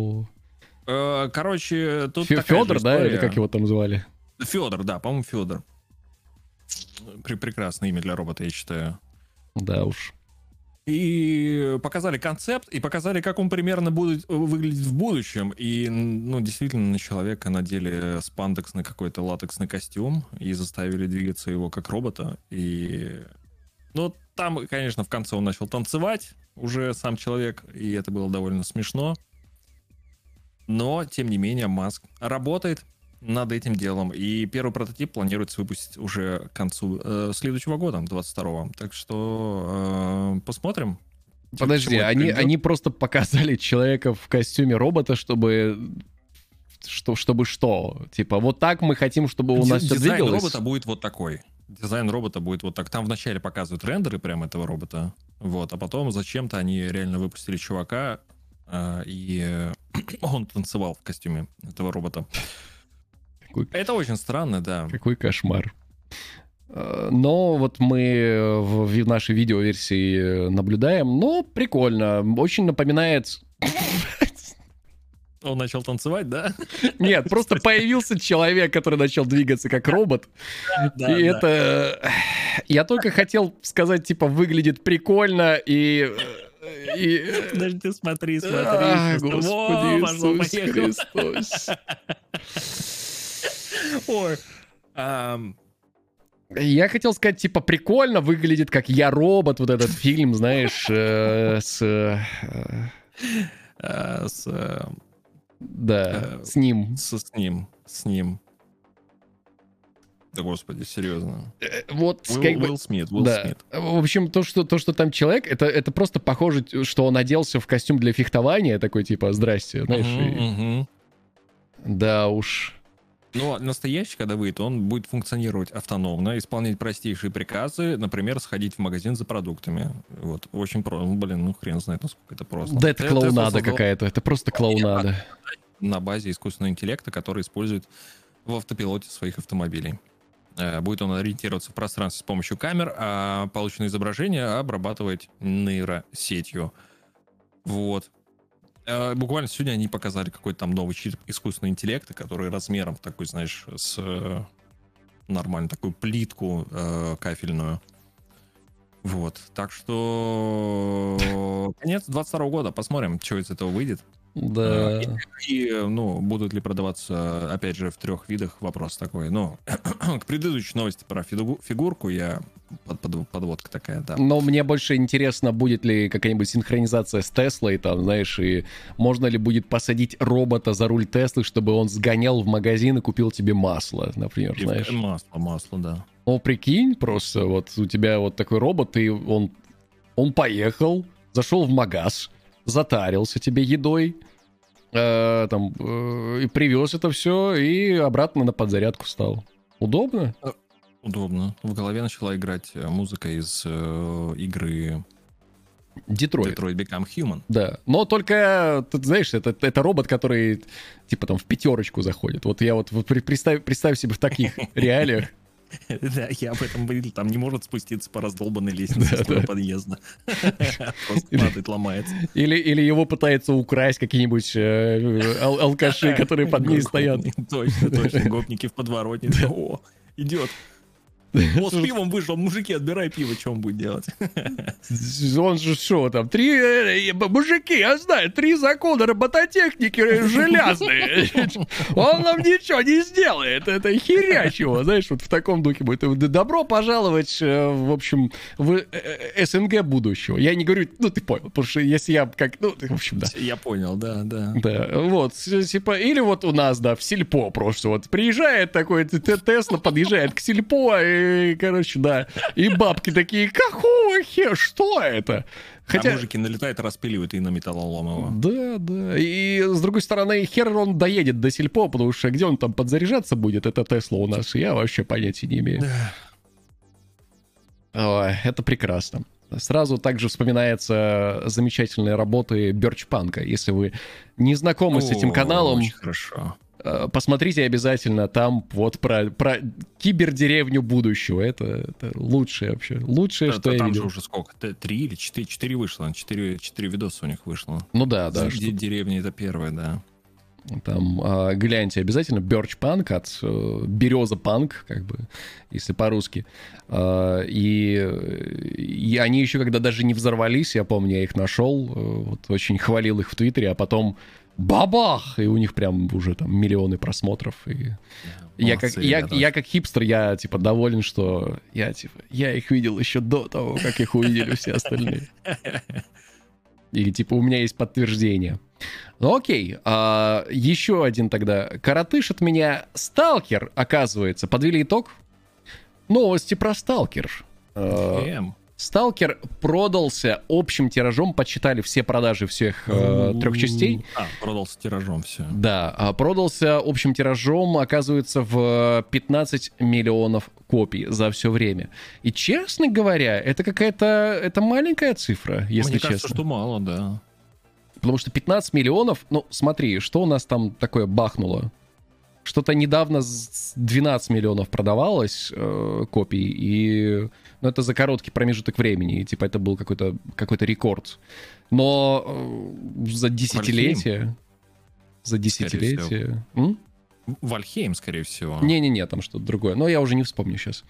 Короче, тут
Федор, да? Или как его там звали?
Федор, да, по-моему, Федор. Прекрасное имя для робота, я считаю.
Да уж.
И показали концепт, и показали, как он примерно будет выглядеть в будущем. И, действительно, на человека надели спандексный какой-то латексный костюм и заставили двигаться его как робота. И... там, конечно, в конце он начал танцевать, уже сам человек, и это было довольно смешно. Но, тем не менее, Маск работает над этим делом. И первый прототип планируется выпустить уже к концу следующего года, 22-го. Так что посмотрим.
Подожди, они просто показали человека в костюме робота, чтобы что? Типа, вот так мы хотим, чтобы у нас все двигалось?
Дизайн робота будет вот такой. Дизайн робота будет вот так. Там вначале показывают рендеры прямо этого робота. Вот, а потом зачем-то они реально выпустили чувака, и он танцевал в костюме этого робота. Это очень странно, да.
Какой кошмар. Но вот мы в нашей видеоверсии наблюдаем. Прикольно. Очень напоминает...
Он начал танцевать, да?
Нет, просто появился человек, который начал двигаться как робот. И это... Я только хотел сказать, типа, выглядит прикольно и...
Подожди, смотри.
Господи Иисус Христос.
Ой.
Я хотел сказать, типа, прикольно выглядит, как «Я робот», вот этот фильм, знаешь, да, с ним.
С ним. Да, господи, серьезно.
Вот,
Уилл Смит.
да. В общем, то, что там человек, это просто похоже, что он оделся в костюм для фехтования, такой, типа, здрасте, знаешь. Да уж.
Но настоящий, когда выйдет, он будет функционировать автономно, исполнять простейшие приказы, например, сходить в магазин за продуктами. Вот, очень просто. Хрен знает, насколько это просто.
Да, это клоунада какая-то, это просто клоунада.
На базе искусственного интеллекта, который использует в автопилоте своих автомобилей. Будет он ориентироваться в пространстве с помощью камер, а полученное изображение обрабатывать нейросетью. Вот. Буквально сегодня они показали какой-то там новый чип искусственного интеллекта, который размером такой, знаешь, с нормальную такую плитку кафельную. Вот. Так что конец 22 года. Посмотрим, что из этого выйдет.
Да.
И будут ли продаваться, опять же, в 3 видах, вопрос такой. К предыдущей новости про фигурку я... Подводка такая, да.
Но мне больше интересно, будет ли какая-нибудь синхронизация с Теслой, там, знаешь, и можно ли будет посадить робота за руль Теслы, чтобы он сгонял в магазин и купил тебе масло, например,
и
знаешь.
Масло, да.
Прикинь, просто вот у тебя вот такой робот, и он поехал, зашел в магаз, затарился тебе едой, и привез это все, и обратно на подзарядку стал. Удобно?
Удобно. В голове начала играть музыка из игры
Detroit
Become Human.
Да, но только, ты знаешь, это робот, который типа там в 5 заходит. Вот я вот представь себе в таких реалиях.
Да, я об этом говорил. Там не может спуститься по раздолбанной лестнице своего подъезда. Просто падает, ломается. Или
его пытаются украсть какие-нибудь алкаши, которые под ней стоят.
Точно. Гопники в подворотне. О, идет. Вот с пивом вышел, мужики, отбирай пиво, что он будет делать?
Он же что там, 3... Мужики, я знаю, 3 закона робототехники железные. Он нам ничего не сделает. Это херячего, знаешь, вот в таком духе будет. Добро пожаловать, в общем, в СНГ будущего. Я не говорю, ты понял, потому что если я как, в общем, да.
Я понял, да.
Да, вот, типа, или вот у нас, да, в сельпо просто вот приезжает такой Тесла, подъезжает к сельпо, и, короче, да, и бабки такие, какого хера, что это?
Хотя... А мужики налетают, распиливают и на металлолом его.
Да. И, с другой стороны, хер он доедет до сельпо, потому что где он там подзаряжаться будет, это Тесла у нас, я вообще понятия не имею. Ой, это прекрасно. Сразу также вспоминается замечательные работы Бёрчпанка. Если вы не знакомы с этим каналом,
очень хорошо.
Посмотрите обязательно там вот про кибердеревню будущего. Это лучшее вообще. Лучшее, что я видел.
Там же уже сколько? 3 или 4 вышло. 4 видоса у них вышло.
Ну да.
Деревня — это первая, да.
Там гляньте обязательно Бёрчпанк от Береза Панк, как бы, если по-русски. И они еще когда даже не взорвались, я помню, я их нашел, вот, очень хвалил их в Твиттере, а потом бабах! И у них прям уже там миллионы просмотров. И я как хипстер, я типа доволен, что я их видел еще до того, как их увидели все остальные. И типа у меня есть подтверждение. Ну окей, еще один тогда коротыш от меня. Сталкер, оказывается, подвели итог. Новости про Сталкер. Сталкер продался общим тиражом, подсчитали все продажи всех 3 частей.
Продался тиражом, все.
Да, продался общим тиражом, оказывается, в 15 миллионов копий за все время. И, честно говоря, это маленькая цифра, если
Мне
честно.
кажется, что мало, да.
Потому что 15 миллионов, смотри, что у нас там такое бахнуло? Что-то недавно 12 миллионов продавалось копий, и это за короткий промежуток времени, и, типа это был какой-то рекорд. Но за десятилетие...
Вальхейм, скорее всего.
Не-не-не, там что-то другое. Но я уже не вспомню сейчас.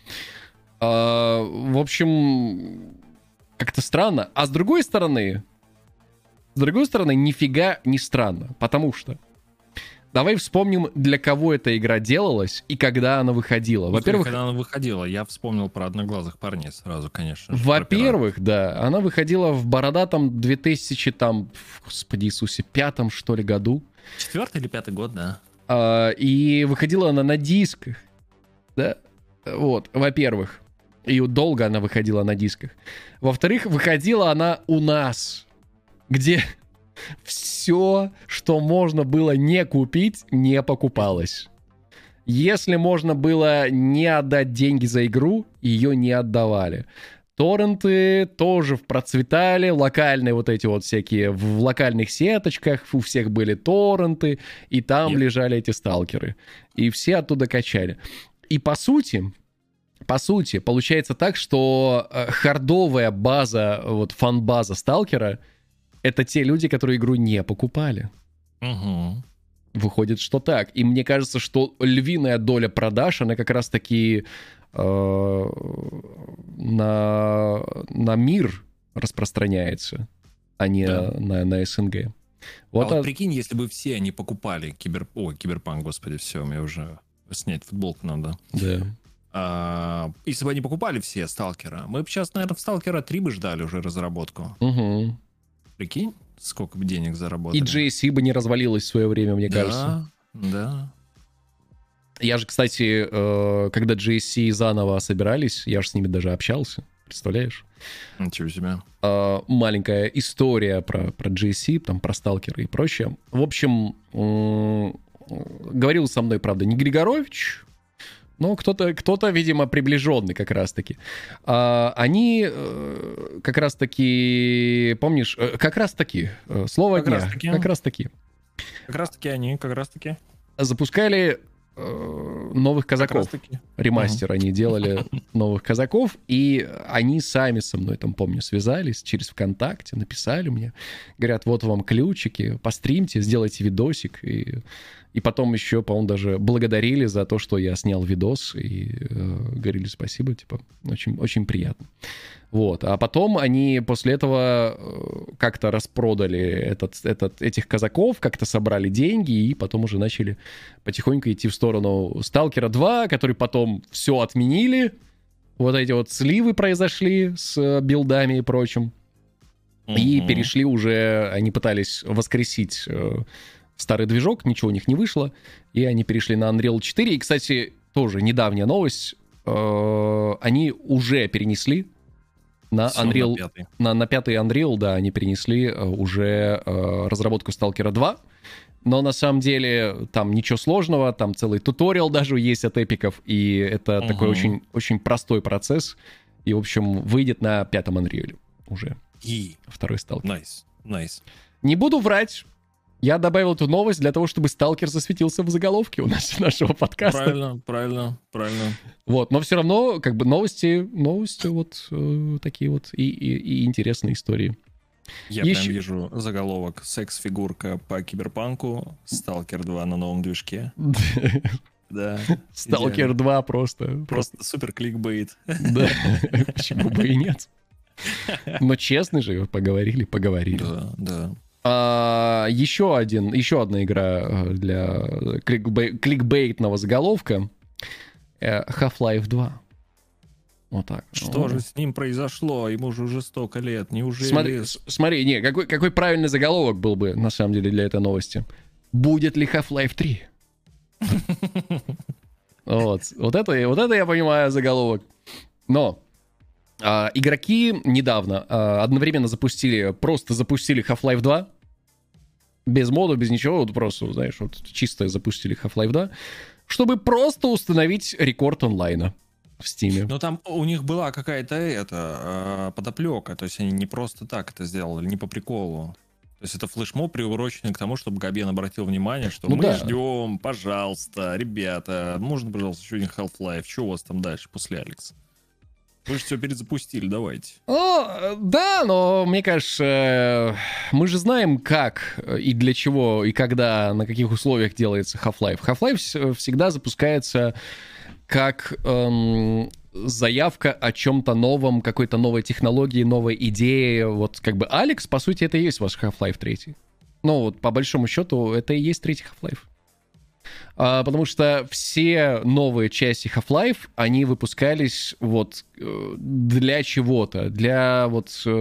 В общем, как-то странно. А с другой стороны, нифига не странно. Потому что давай вспомним, для кого эта игра делалась и когда она выходила. Во-первых,
когда она выходила, я вспомнил про одноглазых парней сразу, конечно же.
Во-первых, да, она выходила в бородатом 2000, там, господи Иисусе, 5-м, что ли, году.
4-й или 5-й год, да.
И выходила она на дисках, да, вот, во-первых. И долго она выходила на дисках. Во-вторых, выходила она у нас, где все, что можно было не купить, не покупалось. Если можно было не отдать деньги за игру, ее не отдавали. Торренты тоже процветали, локальные вот эти вот всякие, в локальных сеточках у всех были торренты, и там лежали эти сталкеры. И все оттуда качали. И по сути, получается так, что хардовая база, вот фан-база сталкера, это те люди, которые игру не покупали.
Угу.
Выходит, что так. И мне кажется, что львиная доля продаж, она как раз-таки на мир распространяется, а не на СНГ.
Вот прикинь, если бы все они покупали Киберпанк, господи, все, мне уже снять футболку надо.
Да.
Если бы они покупали все Сталкера, мы бы сейчас, наверное, в Сталкера 3 бы ждали уже разработку.
Угу.
Прикинь, сколько бы денег заработали.
И GSC бы не развалилась в свое время, мне кажется.
Да.
Я же, кстати, когда GSC заново собирались, я же с ними даже общался. Представляешь?
Ничего себе.
Маленькая история про GSC, там, про сталкеры и прочее. В общем, говорил со мной, правда, не Григорович, но кто-то, видимо, приближенный как раз-таки. Они как раз-таки, помнишь, как раз-таки, слово дня, как раз-таки запускали новых казаков. Ремастер они делали новых казаков, и они сами со мной, там, помню, связались через ВКонтакте, написали мне, говорят, вот вам ключики, постримьте, сделайте видосик, и потом еще, по-моему, даже благодарили за то, что я снял видос, и говорили спасибо, типа, очень, очень приятно. Вот. А потом они после этого как-то распродали этих казаков, как-то собрали деньги, и потом уже начали потихоньку идти в сторону Сталкера 2, который потом все отменили. Вот эти вот сливы произошли с билдами и прочим. И перешли уже, они пытались воскресить старый движок, ничего у них не вышло, и они перешли на Unreal 4. И, кстати, тоже недавняя новость, они уже перенесли на Unreal, на 5-й Unreal, да, они перенесли уже разработку Stalker 2, но на самом деле там ничего сложного, там целый туториал даже есть от эпиков, и это такой очень, очень простой процесс, и, в общем, выйдет на 5-м Unreal уже. Второй Stalker.
Nice.
Не буду врать, я добавил эту новость для того, чтобы Сталкер засветился в заголовке у нашего подкаста.
Правильно.
Вот, но все равно, как бы, новости вот такие вот и интересные истории.
Я прям вижу заголовок: секс-фигурка по Киберпанку, Сталкер 2 на новом движке. Да.
Сталкер 2 просто
супер кликбейт.
Да, почему бы и нет. Но честно же, поговорили.
Да.
Еще одна игра для кликбейтного заголовка. Half-Life 2. Вот так.
Что же с ним произошло? Ему же уже столько лет. Неужели...
Смотри, какой правильный заголовок был бы, на самом деле, для этой новости. Будет ли Half-Life 3? Вот это я понимаю заголовок. Но игроки недавно одновременно запустили Half-Life 2. Без модов, без ничего, вот просто, знаешь, вот чисто запустили Half-Life 2, чтобы просто установить рекорд онлайна в Steam.
Но там у них была какая-то подоплека, то есть они не просто так это сделали, не по приколу. То есть это флешмоб, приуроченный к тому, чтобы Габен обратил внимание, что мы ждем, пожалуйста, ребята, можно, пожалуйста, еще один Half-Life, что у вас там дальше после Алекс? Вы же все перезапустили, давайте.
Да, но мне кажется, мы же знаем, как и для чего, и когда, на каких условиях делается Half-Life. Half-Life всегда запускается как заявка о чем-то новом, какой-то новой технологии, новой идее. Вот как бы Алекс, по сути, это и есть ваш Half-Life 3. Ну, вот по большому счету, это и есть третий Half-Life. Потому что все новые части Half-Life, они выпускались вот для чего-то, для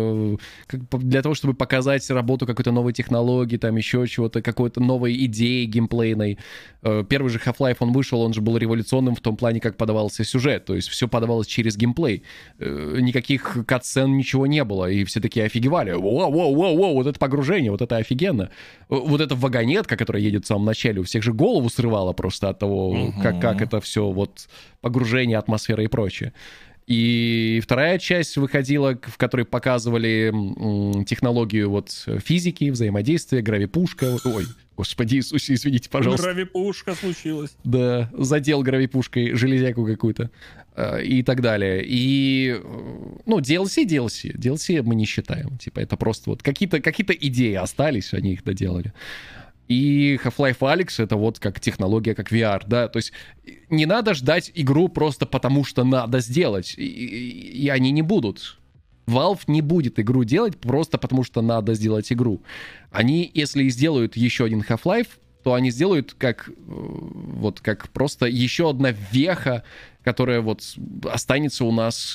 того, чтобы показать работу какой-то новой технологии, там еще чего-то, какой-то новой идеи геймплейной. Первый же Half-Life, он вышел, он же был революционным в том плане, как подавался сюжет, то есть все подавалось через геймплей. Никаких катсцен, ничего не было, и все такие офигевали. Воу, вот это погружение, вот это офигенно. Вот это вагонетка, которая едет в самом начале, у всех же голову срывала просто от того, как это все, вот погружение, атмосфера и прочее. И вторая часть выходила, в которой показывали технологию вот физики, взаимодействия, гравипушка. Ой, господи Иисусе, извините, пожалуйста.
Гравипушка случилась.
Да, задел гравипушкой железяку какую-то и так далее. И, ну, DLC мы не считаем. Типа это просто вот какие-то идеи остались, они их доделали. И Half-Life Alyx — это вот как технология, как VR, да, то есть не надо ждать игру просто потому, что надо сделать, и они не будут. Valve не будет игру делать просто потому, что надо сделать игру. Они, если и сделают еще один Half-Life, то они сделают как просто еще одна веха, которая вот останется у нас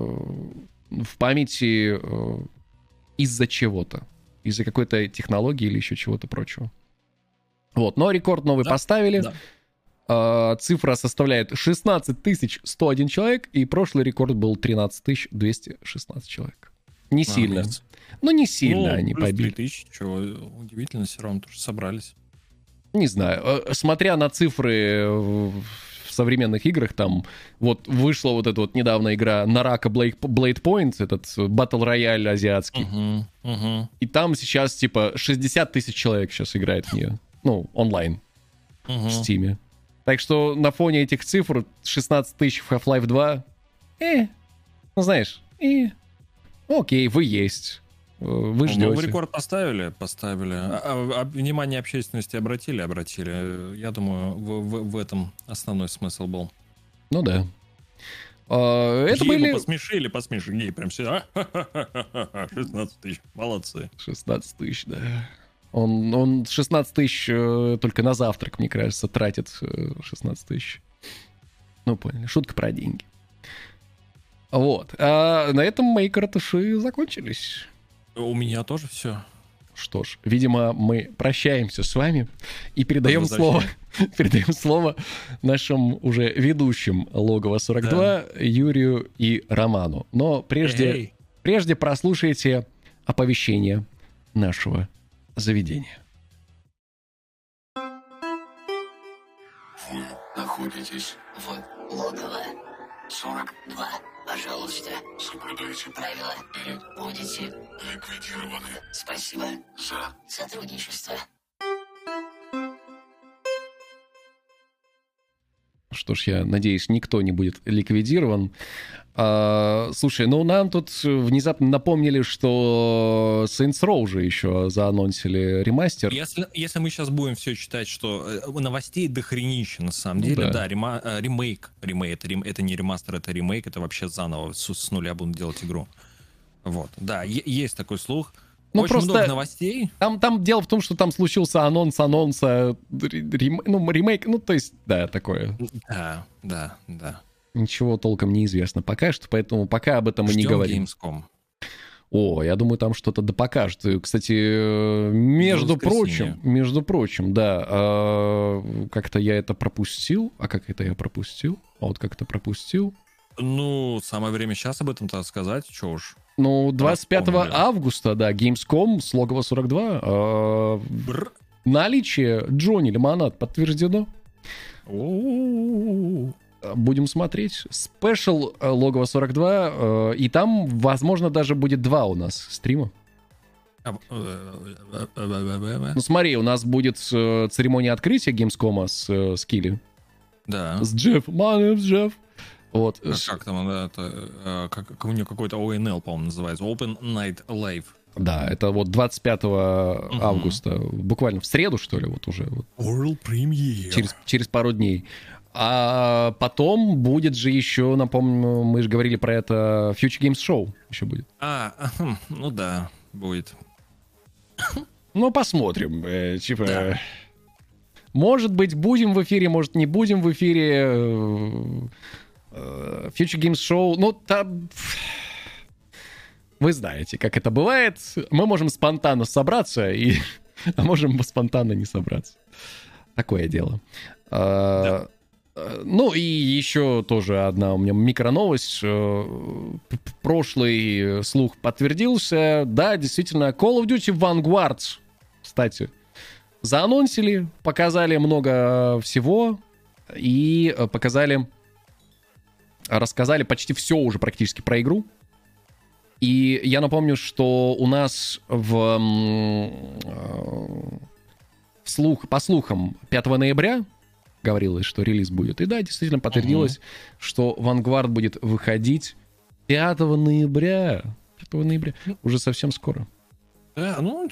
в памяти из-за чего-то, из-за какой-то технологии или еще чего-то прочего. Вот, но рекорд новый поставили. Да. Цифра составляет 16 101 человек, и прошлый рекорд был 13 216 человек. Не сильно. Ну, не сильно они побили.
3000, чего удивительно, все равно тоже собрались.
Не знаю. Смотря на цифры в современных играх, там вот вышла вот эта вот недавно игра Naraka Blade Point, этот Battle Royale азиатский. И там сейчас типа 60 тысяч человек сейчас играет в нее. Ну, онлайн в Steam. Так что на фоне этих цифр 16 тысяч в Half-Life 2, ну знаешь, окей, вы есть. Вы ждете.
Новый рекорд поставили. Внимание общественности обратили. Я думаю, в этом основной смысл был.
Ну да. Это были...
Посмешили. Прям все. 16 тысяч. Молодцы.
16 тысяч, да. Он 16 тысяч только на завтрак, мне кажется, тратит 16 тысяч. Ну, поняли. Шутка про деньги. Вот. А на этом мои каратуши закончились.
У меня тоже все.
Что ж, видимо, мы прощаемся с вами и передаем слово нашим уже ведущим Логово 42, Юрию и Роману. Но прежде прослушайте оповещение нашего заведения.
Вы находитесь в Логово 42. Пожалуйста, соблюдайте правила или будете ликвидированы. Спасибо за сотрудничество.
Что ж, я надеюсь, никто не будет ликвидирован. Слушай, ну нам тут внезапно напомнили, что Saints Row же еще заанонсили ремастер.
Если мы сейчас будем все читать, что новостей дохренища, на самом деле, да, ремейк, это не ремастер, это ремейк, это вообще заново с нуля будут делать игру. Вот, да, есть такой слух.
Ну,
очень много новостей.
Там дело в том, что там случился анонса, ремейк, ну, то есть, да, такое.
Да.
Ничего толком не известно пока что, поэтому пока об этом и не говорим.
Gamescom.
Я думаю, там что-то покажут. Кстати, между прочим, да, как-то я это пропустил. А как это я пропустил? Вот как это пропустил.
Ну, самое время сейчас об этом-то сказать, что уж.
Ну, 25 августа, да, Gamescom с Логово 42. Наличие Джонни Лимонад подтверждено. Будем смотреть. Спешл Логово 42. И там, возможно, даже будет 2 у нас стрима. Ну, смотри, у нас будет церемония открытия Gamescom с Килли.
Да.
С Джефф. Вот.
Как там, это, как у нее какой-то ONL, по-моему, называется. Open Night Live.
Да, это вот 25 августа. Буквально в среду, что ли, вот уже.
World Premiere.
Через пару дней. А потом будет же еще, напомню, мы же говорили про это, Future Games Show еще будет.
Ну да, будет.
Ну, посмотрим. Типа...
Да.
Может быть, будем в эфире, может, не будем в эфире. Future Games Show, ну, там... Вы знаете, как это бывает. Мы можем спонтанно собраться, а можем спонтанно не собраться. Такое дело. Да. Ну, и еще тоже одна у меня микроновость. Прошлый слух подтвердился. Да, действительно, Call of Duty Vanguard, кстати, заанонсили, показали много всего и рассказали почти все уже практически про игру. И я напомню, что у нас по слухам 5 ноября говорилось, что релиз будет. И да, действительно подтвердилось, что Vanguard будет выходить 5 ноября. 5 ноября. Уже совсем скоро.
Ну,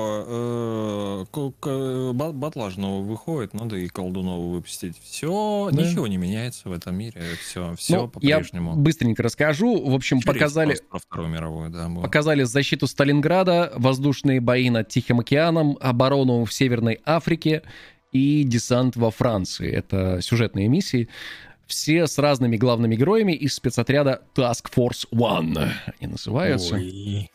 чего, батлаж новый выходит, надо и колду новую выпустить. Все, да. Ничего не меняется в этом мире, все по-прежнему.
Я быстренько расскажу. В общем, показали...
Про Вторую мировую, да.
Показали защиту Сталинграда, воздушные бои над Тихим океаном, оборону в Северной Африке и десант во Франции. Это сюжетные миссии. Все с разными главными героями из спецотряда Task Force One. Они называются.
Ой.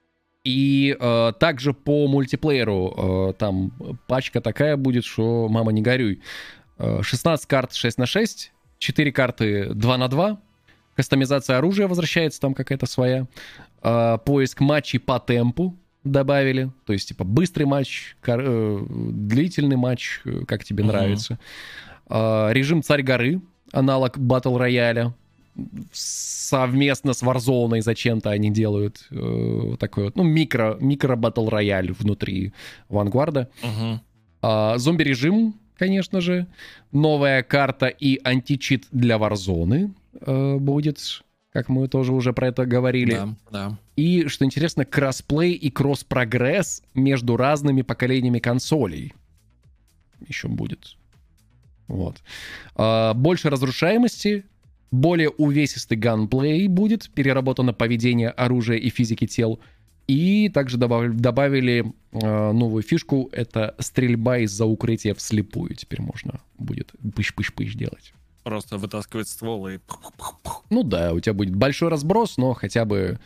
И также по мультиплееру там пачка такая будет, что мама не горюй. 16 карт 6/6, 4 карты 2/2, кастомизация оружия возвращается там какая-то своя, поиск матчей по темпу добавили, то есть типа быстрый матч, длительный матч, как тебе нравится. Режим Царь горы, аналог Battle Royale. Совместно с Warzone зачем-то они делают такой вот, ну, микро Battle Royale внутри Вангварда. Зомби-режим, конечно же. Новая карта и античит для Warzone будет, как мы тоже уже про это говорили.
Да, да.
И, что интересно, кроссплей и кросс-прогресс между разными поколениями консолей еще будет. Вот. Больше разрушаемости, более увесистый ганплей будет, переработано поведение оружия и физики тел. И также добавили новую фишку, это стрельба из-за укрытия вслепую. Теперь можно будет пыш-пыш-пыш делать.
Просто вытаскивать ствол и...
Ну да, у тебя будет большой разброс, но хотя бы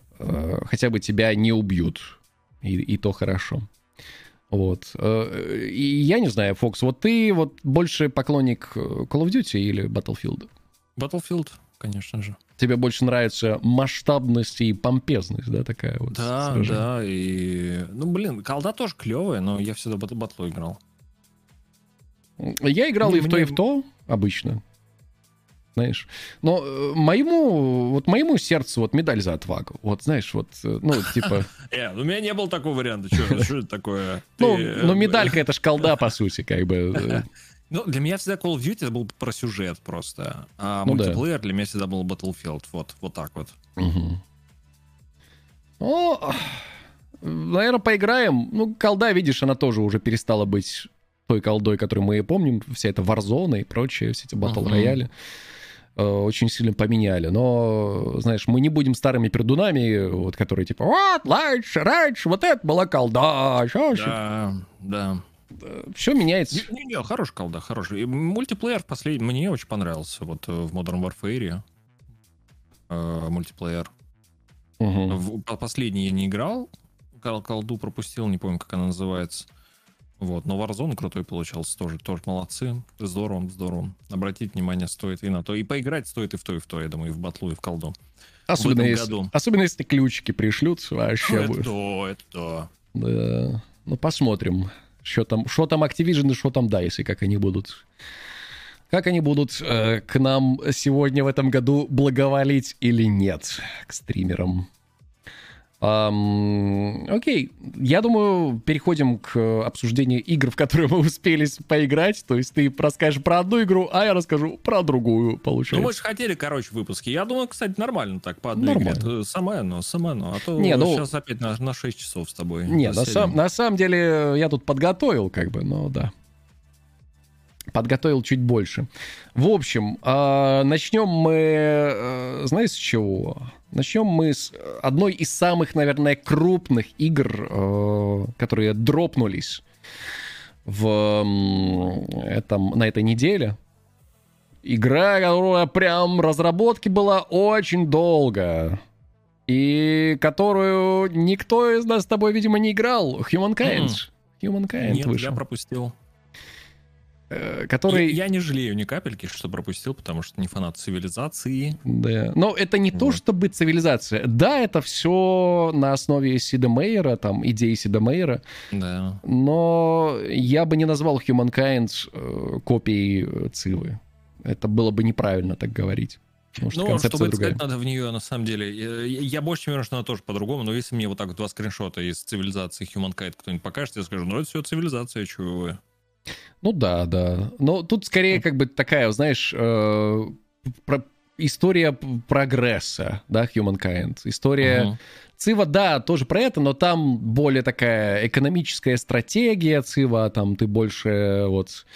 тебя не убьют. И то хорошо. Вот. И я не знаю, Фокс, вот ты вот больше поклонник Call of Duty или Battlefield?
Battlefield, конечно же.
Тебе больше нравится масштабность и помпезность, да, такая вот?
Да, сражение. Да, и... Ну, блин, колда тоже клевая, но я всегда батлу играл.
Я играл и в то обычно, знаешь. Но моему сердцу вот медаль за отвагу. Вот, знаешь, вот, ну, типа...
У меня не было такого варианта. Что это такое?
Ну, медалька — это ж колда, по сути, как бы...
Ну, для меня всегда Call of Duty это был про сюжет просто. А мультиплеер для меня всегда был Battlefield. Вот так вот.
Ну, наверное, поиграем. Ну, колда, видишь, она тоже уже перестала быть той колдой, которую мы помним. Вся эта Warzone и прочее, все эти Battle Royale очень сильно поменяли. Но, знаешь, мы не будем старыми пердунами, вот, которые типа, вот, раньше, вот это была колда.
Да.
Все меняется.
Не, хороший колда, хороший. И мультиплеер последний мне очень понравился. Вот в Modern Warfare мультиплеер. Последний я не играл. Колду пропустил, не помню, как она называется. Вот, но Warzone крутой получался тоже. Тоже молодцы. Здорово. Обратить внимание стоит и на то. И поиграть стоит и в то, я думаю, и в батлу, и в колду.
Особенно если ключики пришлют, вообще будет.
Это.
Да. Ну, посмотрим. Что там Activision и что там DICE, как они будут к нам сегодня в этом году благоволить или нет, к стримерам. Окей, я думаю, переходим к обсуждению игр, в которые мы успели поиграть. То есть ты расскажешь про одну игру, а я расскажу про другую, получается.
Ну, мы же хотели, выпуски. Я думаю, кстати, нормально так по одной игре. Самое оно. А то сейчас опять на 6 часов с тобой.
Не, на самом деле я тут подготовил, но да. Подготовил чуть больше. В общем, начнем мы, знаете, с чего? Начнем мы с одной из самых, наверное, крупных игр, которые дропнулись на этой неделе. Игра, которая прям разработки была очень долго. И которую никто из нас с тобой, видимо, не играл. Humankind. Humankind
Нет,
вышел.
я пропустил.
Который...
Я не жалею ни капельки, что пропустил, потому что не фанат цивилизации.
Да. Но это не то, чтобы цивилизация. Да, это все на основе Сида Мейера, там, идеи Сида Мейера.
Да.
Но я бы не назвал Humankind копией Цивы. Это было бы неправильно так говорить. Потому что концепция
чтобы
другая.
сказать, надо в нее, на самом деле... Я больше чем уверен, что она тоже по-другому, но если мне вот так вот 2 скриншота из цивилизации Humankind кто-нибудь покажет, я скажу, это все цивилизация, чего вы.
Ну да. Но тут скорее как бы такая, знаешь, история прогресса, да, Humankind. История... Цива, да, тоже про это, но там более такая экономическая стратегия Цива, там ты больше вот...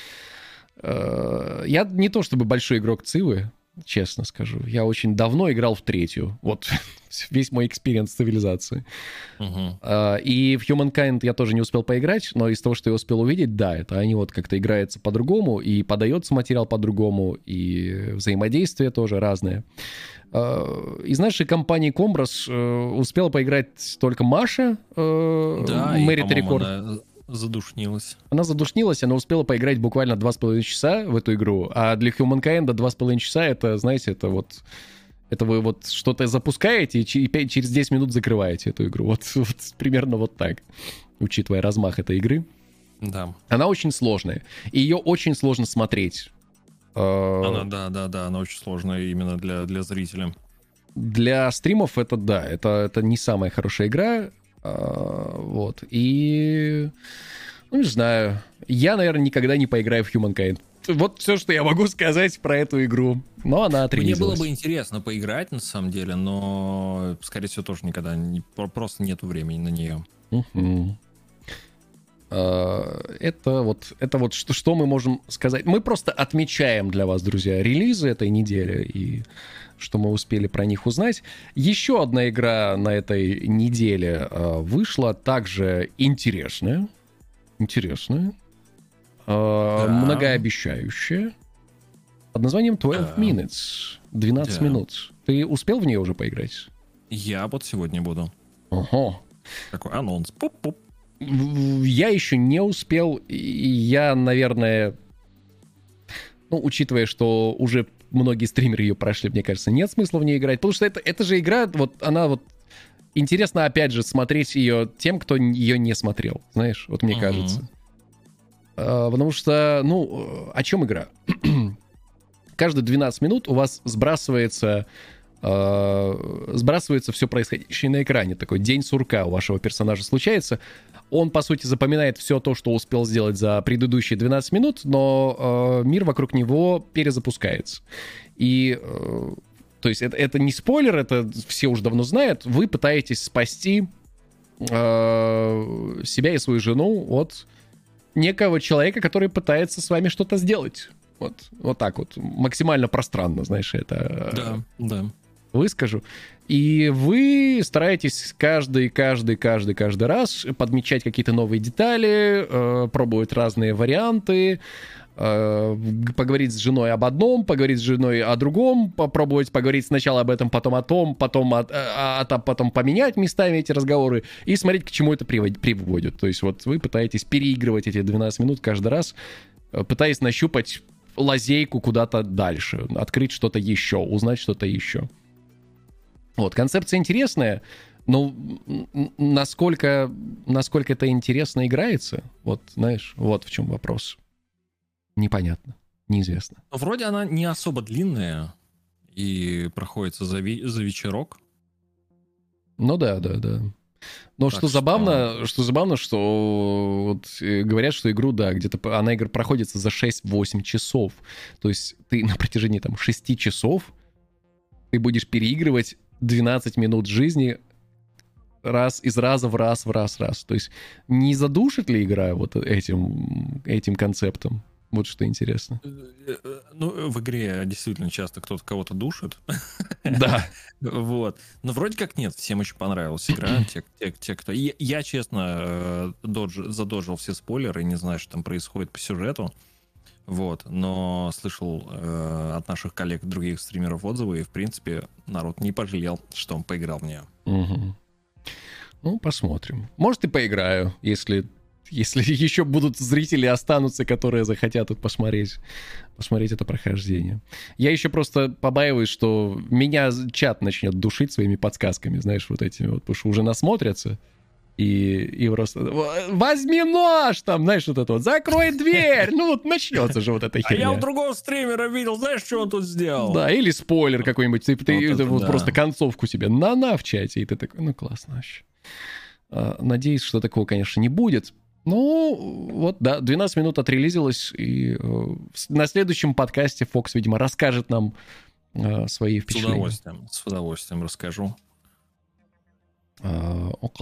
Я не то чтобы большой игрок Цивы, честно скажу. Я очень давно играл в 3-ю. Вот весь мой экспириенс цивилизации. И в Humankind я тоже не успел поиграть, но из того, что я успел увидеть, да, это они вот как-то играются по-другому, и подается материал по-другому, и взаимодействие тоже разное. Из нашей компании Комброс успела поиграть только Маша, Merit Record.
Задушнилась.
Она задушнилась, она успела поиграть буквально 2,5 часа в эту игру, а для Humankind 2,5 часа это, знаете, это вы вот что-то запускаете и через 10 минут закрываете эту игру. Вот примерно вот так, учитывая размах этой игры.
Да.
Она очень сложная, и ее очень сложно смотреть.
Она, да, она очень сложная именно для зрителя.
Для стримов это не самая хорошая игра. Вот. И... Ну, не знаю. Я, наверное, никогда не поиграю в Humankind. Вот все, что я могу сказать про эту игру. Но она отрелизилась.
Мне было бы интересно поиграть, на самом деле, но, скорее всего, тоже никогда просто нету времени на нее.
Это вот что мы можем сказать. Мы просто отмечаем для вас, друзья, релизы этой недели и что мы успели про них узнать. Еще одна игра на этой неделе вышла, также интересная, многообещающая, под названием 12 Minutes, 12 минут. Ты успел в нее уже поиграть?
Я вот сегодня буду.
Ого.
Такой анонс. Пуп-пуп.
Я еще не успел, и я, наверное, учитывая, что уже многие стримеры ее прошли, мне кажется, нет смысла в нее играть, потому что это же игра, вот она вот интересно, опять же, смотреть ее тем, кто ее не смотрел, знаешь, вот мне кажется. Потому что, о чем игра? Каждые 12 минут у вас сбрасывается все происходящее на экране. Такой день сурка у вашего персонажа случается. Он, по сути, запоминает все то, что успел сделать за предыдущие 12 минут, но мир вокруг него перезапускается. И, то есть, это не спойлер, это все уже давно знают. Вы пытаетесь спасти себя и свою жену от некого человека, который пытается с вами что-то сделать. Вот так вот. Максимально пространно, знаешь, это...
Да.
Выскажу. И вы стараетесь каждый раз подмечать какие-то новые детали, пробовать разные варианты, поговорить с женой об одном, поговорить с женой о другом, попробовать поговорить сначала об этом, потом о том, потом поменять местами эти разговоры и смотреть, к чему это приводит. То есть вот вы пытаетесь переигрывать эти 12 минут каждый раз, пытаясь нащупать лазейку куда-то дальше, открыть что-то еще, узнать что-то еще. Вот, концепция интересная, но насколько это интересно играется, вот, знаешь, вот в чем вопрос. Непонятно, неизвестно.
Но вроде она не особо длинная и проходится за вечерок.
Ну да. Но что забавно, что вот, говорят, что игру, да, где-то она проходится за 6-8 часов. То есть ты на протяжении там 6 часов ты будешь переигрывать 12 минут жизни из раза в раз. То есть не задушит ли игра вот этим концептом? Вот что интересно.
Ну, в игре действительно часто кто-то кого-то душит.
Да.
Вот. Но вроде как нет, всем очень понравилась игра. Те, кто... Я, честно, задоджил все спойлеры, не знаю, что там происходит по сюжету. Вот. Но слышал от наших коллег, других стримеров отзывы, и, в принципе, народ не пожалел, что он поиграл в нее.
Угу. Ну, посмотрим. Может, и поиграю, если еще будут зрители останутся, которые захотят тут посмотреть это прохождение. Я еще просто побаиваюсь, что меня чат начнет душить своими подсказками, знаешь, вот этими вот, потому что уже насмотрятся, и просто возьми нож, там, знаешь, вот это вот, закрой дверь, ну вот начнется же вот эта херня.
А я у другого стримера видел, знаешь, что он тут сделал?
Да, или спойлер какой-нибудь, ты вот
да.
просто концовку себе на в чате, и ты такой, ну классно вообще. Надеюсь, что такого, конечно, не будет. Ну, вот, да, 12 минут отрелизилось, и на следующем подкасте Фокс, видимо, расскажет нам свои впечатления.
С удовольствием расскажу.
Ока.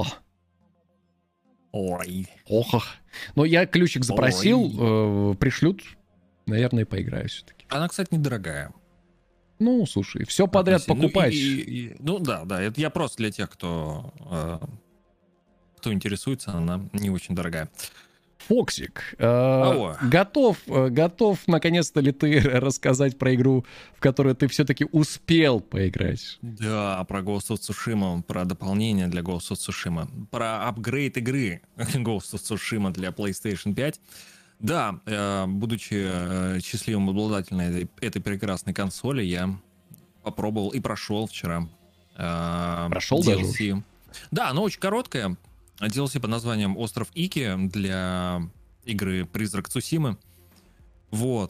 Ой.
Ох. Но я ключик запросил, пришлют, наверное, поиграю все-таки.
Она, кстати, недорогая.
Ну, слушай, все подряд покупать.
Ну, да, это я просто для тех, кто интересуется, она не очень дорогая.
Фоксик, готов наконец-то ли ты рассказать про игру, в которую ты все-таки успел поиграть?
Да, про Ghost of Tsushima, про дополнение для Ghost of Tsushima, про апгрейд игры Ghost of Tsushima для PlayStation 5. Да, будучи счастливым обладателем этой прекрасной консоли, я попробовал и прошел вчера.
Прошел
DLC.
даже?
Да, оно очень короткое. DLC под названием «Остров Ики» для игры «Призрак Цусимы». Вот.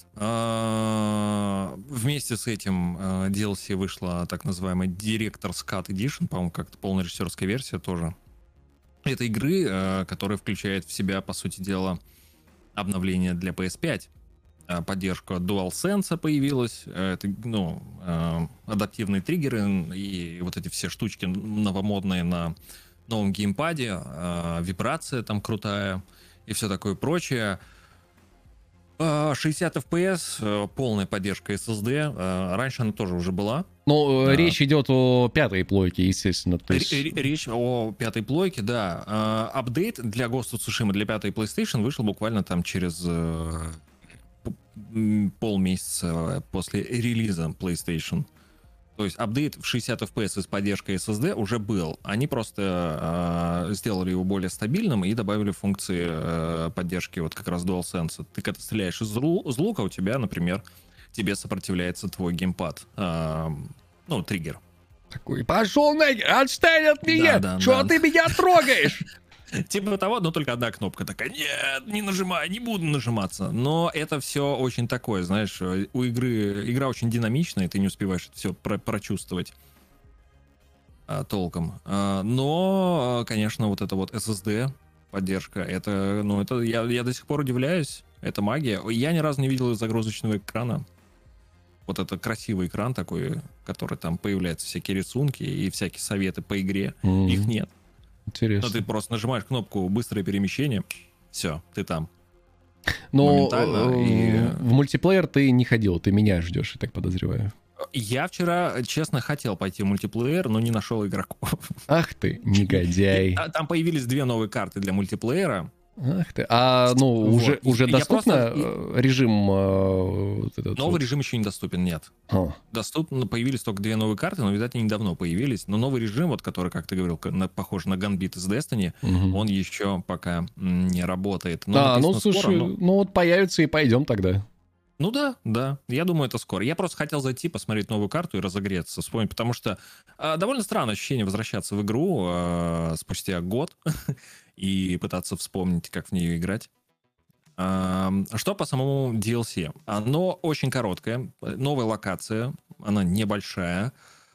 Вместе с этим DLC вышла так называемая Director's Cut Edition, по-моему, как-то полная режиссерская версия тоже этой игры, которая включает в себя, по сути дела, обновление для PS5. Поддержка DualSense появилась, это, адаптивные триггеры и вот эти все штучки новомодные на новом геймпаде, вибрация там крутая и все такое прочее. 60 FPS, полная поддержка SSD. Раньше она тоже уже была.
Ну, речь идет о пятой плойке, естественно. То есть...
Речь о пятой плойке, да. Апдейт для Ghost of Tsushima для пятой PlayStation вышел буквально там через полмесяца после релиза PlayStation. То есть апдейт в 60 FPS с поддержкой SSD уже был. Они просто сделали его более стабильным и добавили функции поддержки вот как раз DualSense. Ты когда стреляешь из лука, у тебя, например, тебе сопротивляется твой геймпад. Триггер.
Такой, пошел нахер, отстань от меня! Чего ты меня трогаешь?
Типа того, но только одна кнопка такая: нет, не нажимай, не буду нажиматься. Но это все очень такое, знаешь, у игра очень динамичная, и ты не успеваешь это все прочувствовать толком. Но, конечно, вот это вот SSD поддержка, это я до сих пор удивляюсь, это магия. Я ни разу не видел загрузочного экрана. Вот это красивый экран такой, который там появляются всякие рисунки и всякие советы по игре. Их нет.
Интересно.
Но ты просто нажимаешь кнопку «Быстрое перемещение», все, ты там.
Но в мультиплеер ты не ходил, ты меня ждешь, я так подозреваю.
Я вчера, честно, хотел пойти в мультиплеер, но не нашел игроков.
Ах ты, негодяй.
Там появились 2 новые карты для мультиплеера.
Ах ты. Уже доступно режим...
Новый режим еще не доступен, нет. Появились только 2 новые карты, но, видать, они недавно появились. Но новый режим, вот, который, как ты говорил, похож на Gunbeat из Destiny, он еще пока не работает.
Слушай, вот появится и пойдем тогда.
Ну да, я думаю, это скоро. Я просто хотел зайти, посмотреть новую карту и разогреться, вспомнить, потому что довольно странное ощущение возвращаться в игру спустя год и пытаться вспомнить, как в нее играть. Что по самому DLC? Оно очень короткое, новая локация, она небольшая.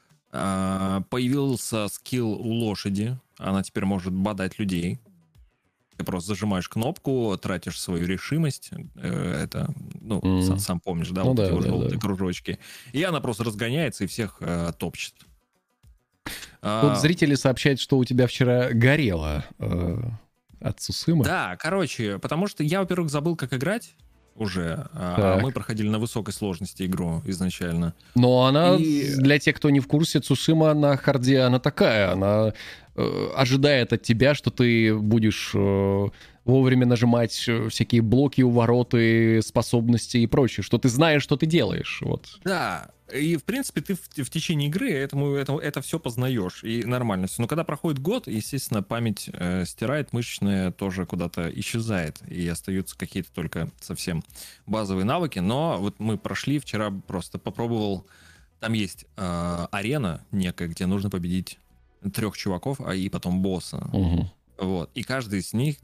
Появился скилл у лошади, она теперь может бодать людей. Ты просто зажимаешь кнопку, тратишь свою решимость. Это, сам помнишь, да, вот эти вот желтые кружочки. И она просто разгоняется и всех топчет.
Тут зрители сообщают, что у тебя вчера горело от Цусимы.
Да, короче, потому что я, во-первых, забыл, как играть. уже, а
Так.
мы проходили на высокой сложности игру изначально.
Но она,
И-
для тех, кто не в курсе, Цусима на харде, она такая, она ожидает от тебя, что ты будешь вовремя нажимать всякие блоки, увороты, способности и прочее, что ты знаешь, что ты делаешь, вот.
Да, и в принципе ты в течение игры это все познаешь, и нормально все. Но когда проходит год, естественно, память стирает, мышечная тоже куда-то исчезает, и остаются какие-то только совсем базовые навыки. Но вот мы прошли вчера, просто попробовал, там есть арена некая, где нужно победить 3 чуваков, и потом босса.
Мгм.
Вот. И каждый из них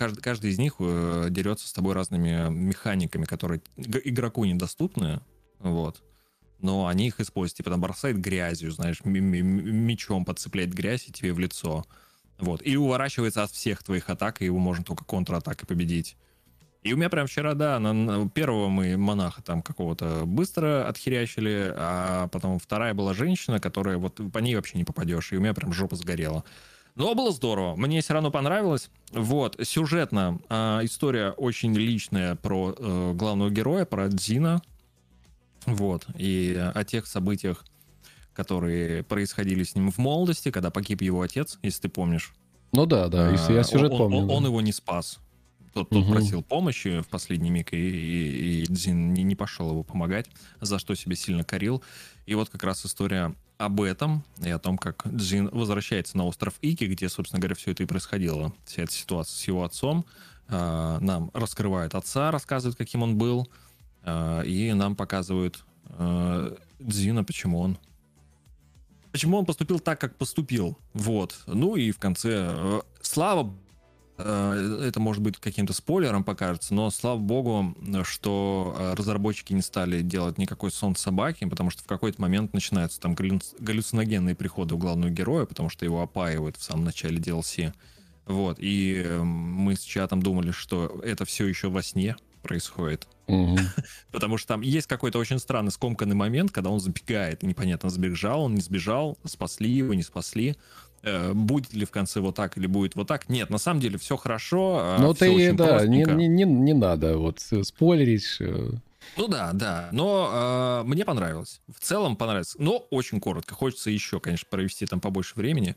дерется с тобой разными механиками, которые игроку недоступны. Вот. Но они их используют. Типа там бросает грязью, знаешь, мечом подцепляет грязь и тебе в лицо. Вот. И уворачивается от всех твоих атак, и его можно только контратакой победить. И у меня прям вчера, да, первого мы монаха там какого-то быстро отхерячили, а потом вторая была женщина, которая вот по ней вообще не попадешь, и у меня прям жопа сгорела. Но было здорово, мне все равно понравилось. Вот, сюжетно история очень личная про главного героя, про Дзина. Вот, и о тех событиях, которые происходили с ним в молодости, когда погиб его отец, если ты помнишь.
Ну да, если я сюжет помню.
Он
да.
его не спас. Тот
Мгм.
просил помощи в последний миг, и Дзин не пошел его помогать, за что себя сильно корил. И вот как раз история об этом и о том, как Дзин возвращается на остров Ики, где, собственно говоря, все это и происходило. Вся эта ситуация с его отцом. Нам раскрывают отца, рассказывают, каким он был, и нам показывают Дзина, почему он поступил так, как поступил. Вот. Ну и в конце, слава, это может быть каким-то спойлером покажется, но слава богу, что разработчики не стали делать никакой сон собаки, потому что в какой-то момент начинаются там галлюциногенные приходы у главного героя, потому что его опаивают в самом начале DLC. Вот. И мы с чатом думали, что это все еще во сне происходит.
Мгм.
Потому что там есть какой-то очень странный скомканный момент, когда он забегает, и непонятно, сбежал он, не сбежал, спасли его, не спасли. Будет ли в конце вот так или будет вот так? Нет, на самом деле все хорошо.
Ну
всё
ты,
очень
да,
простенько.
не надо вот спойлерить.
Ну да. Но мне понравилось. В целом понравилось. Но очень коротко. Хочется еще, конечно, провести там побольше времени.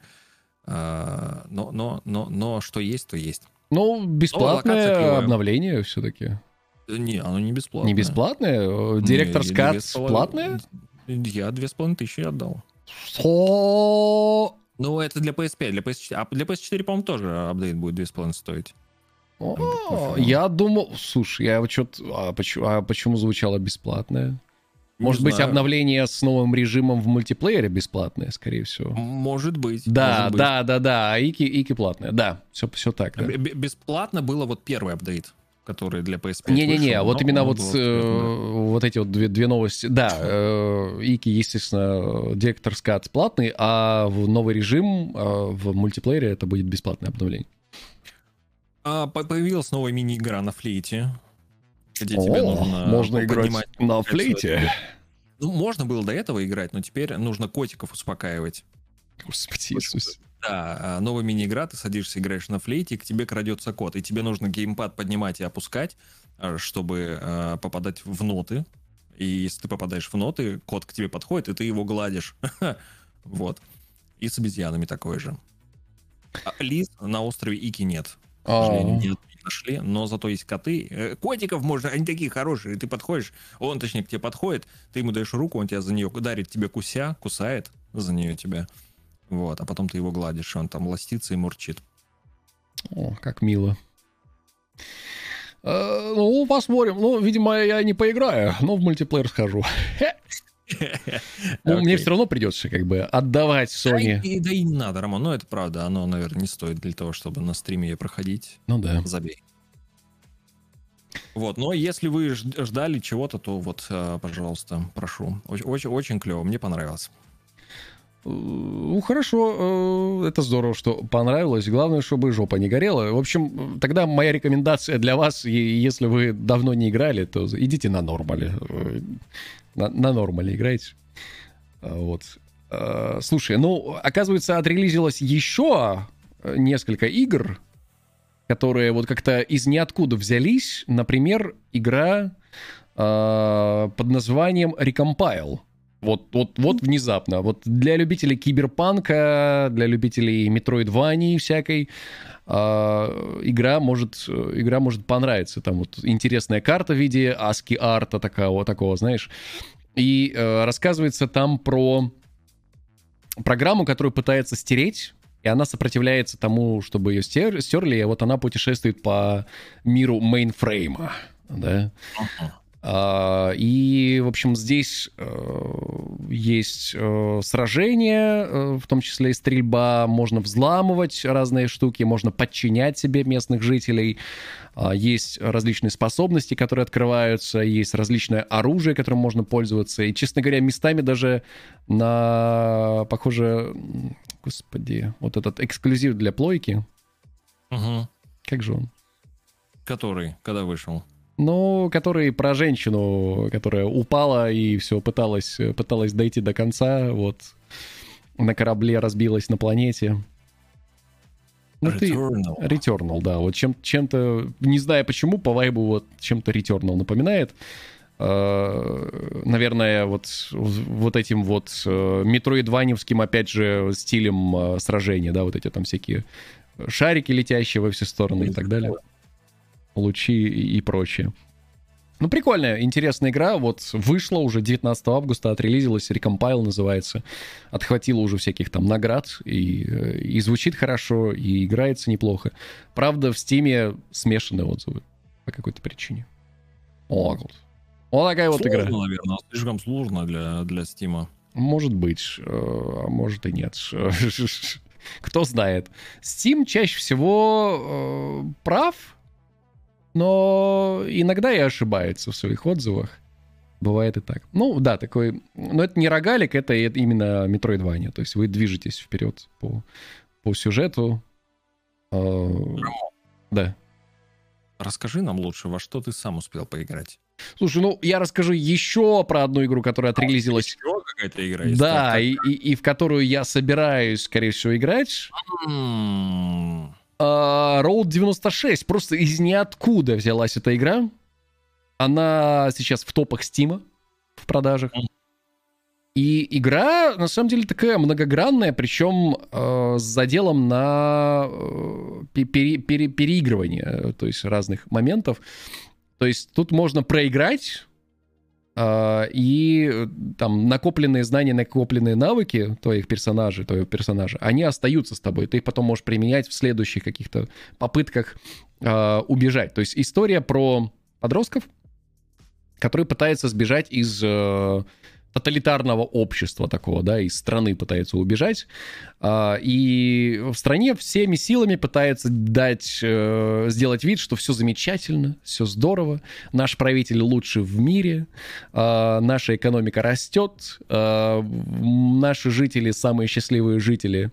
Но что есть, то есть.
Ну,
локация
бесплатное
клевая.
обновление все-таки.
Не, оно не бесплатное.
Не бесплатное? Директорс
Не,
Кат
2,5
платное?
Я 2500 отдал.
О,
Ну, это для PS5, для PS4. А для PS4, по-моему, тоже апдейт будет 2,5 стоить.
Я думал... Слушай, я вот что-то... почему звучало бесплатное? Может
Не
быть,
знаю.
обновление с новым режимом в мультиплеере бесплатное, скорее всего.
Может быть.
Да,
может быть.
да, а Ики платное. Да, все так, да.
Бесплатно было вот первый апдейт, который для PS5
Не-не-не,
вышел,
вот
но
именно
он
вот,
был бесплатный.
вот эти вот две новости. Да, Ики, естественно, Director's Cut платный, а в новый режим в мультиплеере это будет бесплатное обновление.
Появилась новая мини-игра на флейте, где тебе нужно
можно играть
поднимать
на
кольцо.
флейте.
Ну, можно было до этого играть, но теперь нужно котиков успокаивать.
Господи Иисус.
Да, новая мини-игра, ты садишься, играешь на флейте, и к тебе крадется кот, и тебе нужно геймпад поднимать и опускать, чтобы попадать в ноты. И если ты попадаешь в ноты, кот к тебе подходит, и ты его гладишь. Вот. И с обезьянами такое же. Лис на острове Ики нет. К сожалению, не нашли, но зато есть коты. Котиков можно, они такие хорошие. Ты подходишь, он, точнее, к тебе подходит, ты ему даешь руку, он тебя за нее дарит тебе кусает за нее тебя. Вот, а потом ты его гладишь, и он там ластится и мурчит.
О, как мило. Ну, посмотрим. Ну, видимо, я не поиграю, но в мультиплеер схожу. Ну, мне все равно придется как бы отдавать Sony.
Да и не надо, Роман, ну это правда, оно, наверное, не стоит для того, чтобы на стриме ее проходить.
Ну да.
Забей. Вот, но если вы ждали чего-то, то вот, пожалуйста, прошу. Очень клево, мне понравилось.
Ну, хорошо, это здорово, что понравилось. Главное, чтобы жопа не горела. В общем, тогда моя рекомендация для вас, если вы давно не играли, то идите на нормале. На нормале играйте. Вот. Слушай, ну, оказывается, отрелизилось еще несколько игр, которые вот как-то из ниоткуда взялись. Например, игра под названием Recompile. Вот внезапно. Вот для любителей киберпанка, для любителей метроидвании всякой, игра может понравиться. Там вот интересная карта в виде ASCII-арта такого, знаешь. И рассказывается там про программу, которую пытается стереть, и она сопротивляется тому, чтобы ее стерли, и вот она путешествует по миру мейнфрейма, да. И, в общем, здесь есть сражения, в том числе и стрельба, можно взламывать разные штуки, можно подчинять себе местных жителей, есть различные способности, которые открываются, есть различное оружие, которым можно пользоваться, и, честно говоря, местами даже похоже, господи, вот этот эксклюзив для плойки, как же он?
Который, когда вышел?
Ну, который про женщину, которая упала и все, пыталась дойти до конца, вот, на корабле разбилась на планете. Ну, Returnal, да, вот чем-то, не знаю почему, по вайбу вот чем-то Returnal напоминает. Наверное, вот этим вот метроидваневским, опять же, стилем сражения, да, вот эти там всякие шарики, летящие во все стороны и так далее. Лучи и прочее. Ну, прикольная, интересная игра. Вот вышла уже 19 августа, отрелизилась, Recompile называется. Отхватила уже всяких там наград. И звучит хорошо, и играется неплохо. Правда, в Стиме смешанные отзывы по какой-то причине. Вот такая вот игра.
Сложно, наверное, слишком сложно для Стима.
Может быть, а может и нет. Кто знает. Steam чаще всего прав, но иногда и ошибается в своих отзывах. Бывает и так. Ну, да, такой... Но это не рогалик, это именно Metroidvania. То есть вы движетесь вперед по сюжету. Да.
Расскажи нам лучше, во что ты сам успел поиграть.
Слушай, ну, я расскажу еще про одну игру, которая отрелизилась.
Еще какая-то игра есть?
Да, и в которую я собираюсь, скорее всего, играть. Road 96. Просто из ниоткуда взялась эта игра. Она сейчас в топах Стима в продажах. И игра, на самом деле, такая многогранная, причем с заделом на переигрывание, то есть разных моментов. То есть тут можно проиграть, и там накопленные знания, накопленные навыки твоего персонажа, они остаются с тобой. Ты их потом можешь применять в следующих каких-то попытках убежать. То есть история про подростков, которые пытаются сбежать из тоталитарного общества такого, да, из страны пытаются убежать, и в стране всеми силами пытаются сделать вид, что все замечательно, все здорово, наш правитель лучший в мире, наша экономика растет, наши жители самые счастливые жители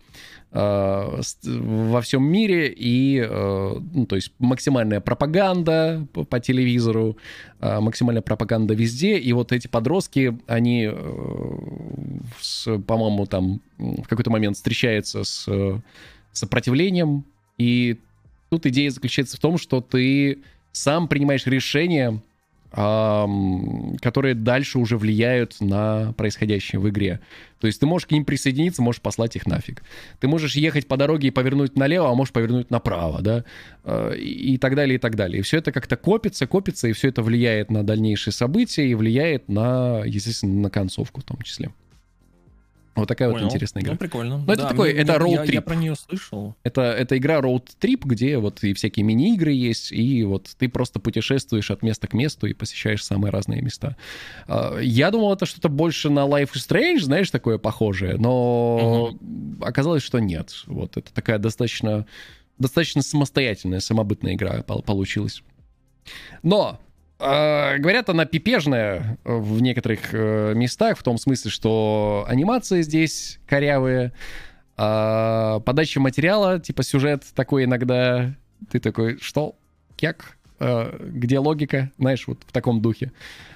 во всем мире, и, ну, то есть максимальная пропаганда по телевизору, максимальная пропаганда везде, и вот эти подростки, они, по-моему, там в какой-то момент встречаются с сопротивлением, и тут идея заключается в том, что ты сам принимаешь решения, которые дальше уже влияют на происходящее в игре. То есть ты можешь к ним присоединиться, можешь послать их нафиг. Ты можешь ехать по дороге и повернуть налево, а можешь повернуть направо, да, и так далее, и так далее. И все это как-то копится, и все это влияет на дальнейшие события и влияет на, естественно, на концовку в том числе. Вот такая вот интересная игра.
Ну, прикольно.
Но это такой, это Road Trip.
Я про нее слышал.
Это игра Road Trip, где вот и всякие мини-игры есть, и вот ты просто путешествуешь от места к месту и посещаешь самые разные места. Я думал, это что-то больше на Life is Strange, знаешь, такое похожее, но оказалось, что нет. Вот это такая достаточно самостоятельная, самобытная игра получилась. Но... говорят, она пипежная в некоторых местах, в том смысле, что анимации здесь корявые, подача материала, типа сюжет такой иногда, ты такой, что? Как? Где логика? Знаешь, вот в таком духе.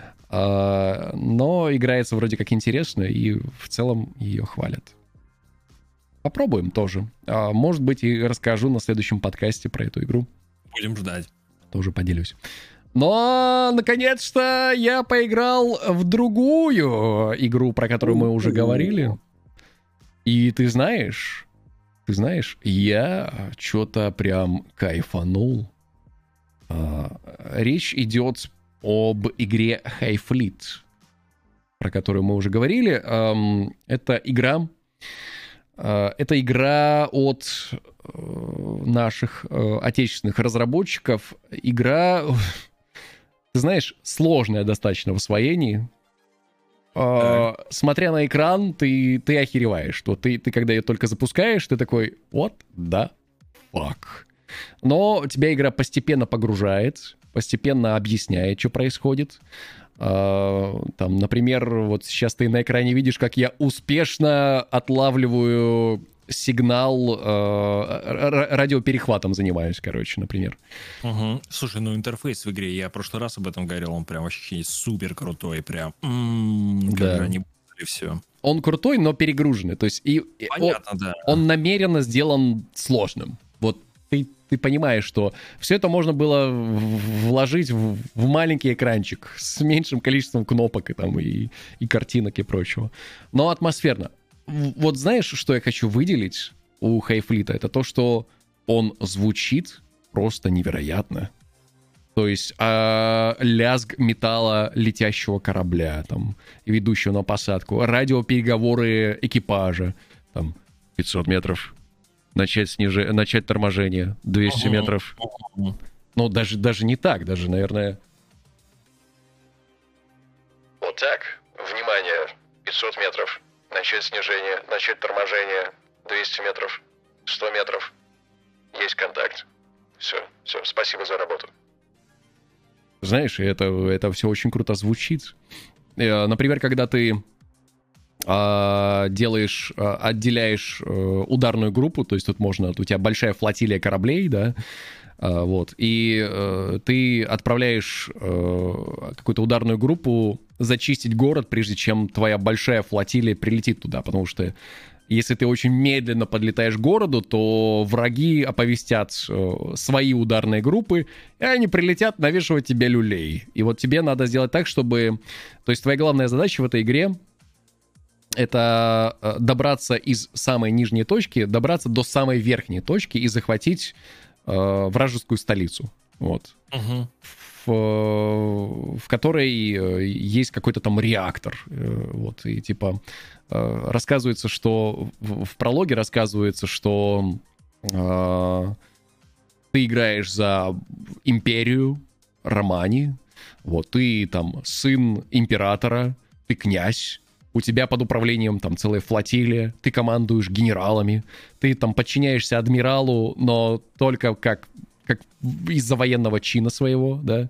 Но играется вроде как интересно, и в целом ее хвалят. Попробуем тоже. Может быть, и расскажу на следующем подкасте про эту игру.
Будем ждать.
Тоже поделюсь. Но, наконец-то, я поиграл в другую игру, про которую мы уже говорили. И ты знаешь, я что-то прям кайфанул. Речь идет об игре High Fleet, про которую мы уже говорили. Это игра от наших отечественных разработчиков. Игра, ты знаешь, сложная достаточно в освоении. Смотря на экран, ты охереваешь. Что ты когда ее только запускаешь, ты такой, what the fuck? Но тебя игра постепенно погружает, постепенно объясняет, что происходит. Там, например, вот сейчас ты на экране видишь, как я успешно отлавливаю сигнал, радиоперехватом занимаюсь, короче, например.
Угу. Слушай, ну интерфейс в игре, я в прошлый раз об этом говорил, он прям вообще супер крутой, прям,
да.
Они все.
Он крутой, но перегруженный, то есть
понятно,
он намеренно сделан сложным. Вот ты понимаешь, что все это можно было вложить в маленький экранчик с меньшим количеством кнопок и картинок и прочего. Но атмосферно. Вот знаешь, что я хочу выделить у High Fleet? Это то, что он звучит просто невероятно. То есть лязг металла летящего корабля, там, ведущего на посадку, радиопереговоры экипажа, там, 500 метров, начать торможение, 200 метров. Ну, даже не так, даже, наверное... Вот так, внимание, 500 метров. Начать снижение, начать торможение, 200 метров, 100 метров. Есть контакт. Все, спасибо за работу. Знаешь, это все очень круто звучит. Например, когда ты отделяешь ударную группу, то есть тут у тебя большая флотилия кораблей, да, вот, и ты отправляешь какую-то ударную группу зачистить город, прежде чем твоя большая флотилия прилетит туда, потому что если ты очень медленно подлетаешь к городу, то враги оповестят свои ударные группы, и они прилетят навешивать тебе люлей. И вот тебе надо сделать так, чтобы... То есть твоя главная задача в этой игре — это добраться из самой нижней точки, добраться до самой верхней точки и захватить вражескую столицу. Вот. В которой есть какой-то там реактор. Вот, и типа рассказывается, что в прологе рассказывается, что ты играешь за империю Романи, вот, ты там сын императора, ты князь, у тебя под управлением там целая флотилия, ты командуешь генералами, ты там подчиняешься адмиралу, но только как из-за военного чина своего, да.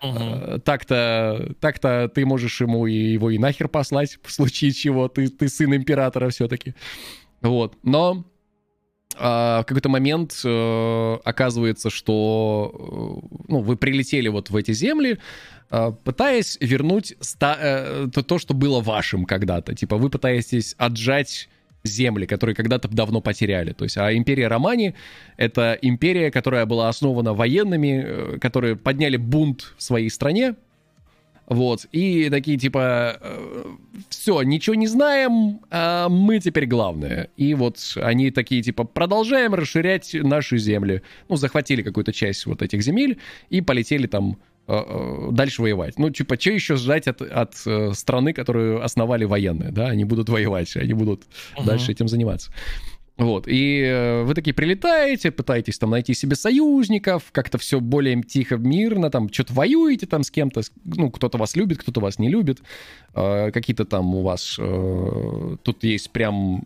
Так-то ты можешь его и нахер послать, в случае чего, ты сын императора все-таки. Вот. Но в какой-то момент оказывается, что вы прилетели вот в эти земли, пытаясь вернуть то, что было вашим когда-то. Типа вы пытаетесь отжать земли, которые когда-то давно потеряли. То есть, а империя Романи — это империя, которая была основана военными, которые подняли бунт в своей стране. Вот. И такие типа, все, ничего не знаем, а мы теперь главное. И вот они такие типа, продолжаем расширять наши земли. Захватили какую-то часть вот этих земель и полетели там дальше воевать. Типа, что еще ждать от страны, которую основали военные, да? Они будут воевать, они будут дальше этим заниматься. Вот, и вы такие прилетаете, пытаетесь там найти себе союзников, как-то все более тихо, мирно, там что-то воюете там с кем-то, кто-то вас любит, кто-то вас не любит, какие-то там у вас, тут есть прям...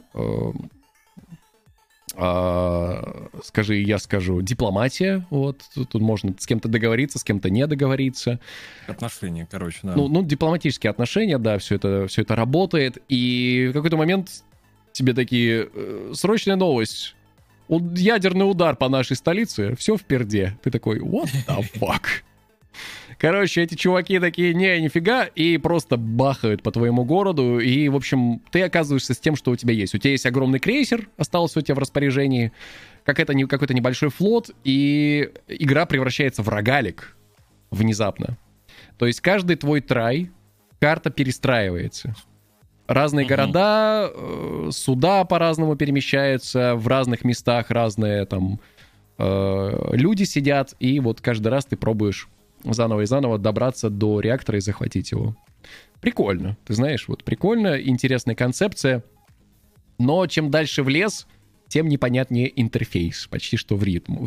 скажи, я скажу, дипломатия, вот, тут можно с кем-то договориться, с кем-то не договориться.
Отношения, короче, да.
Дипломатические отношения, да, все это работает, и в какой-то момент тебе такие, срочная новость, ядерный удар по нашей столице, все в перде. Ты такой, what the fuck? Короче, эти чуваки такие, нифига, и просто бахают по твоему городу, и, в общем, ты оказываешься с тем, что у тебя есть. У тебя есть огромный крейсер, остался у тебя в распоряжении, какой-то небольшой флот, и игра превращается в рогалик. внезапно. То есть каждый твой трай, карта перестраивается. Разные города, суда по-разному перемещаются, в разных местах разные там люди сидят, и вот каждый раз ты пробуешь заново и заново добраться до реактора и захватить его. Прикольно, ты знаешь, вот прикольно, интересная концепция, но чем дальше в лес, тем непонятнее интерфейс, почти что в ритму.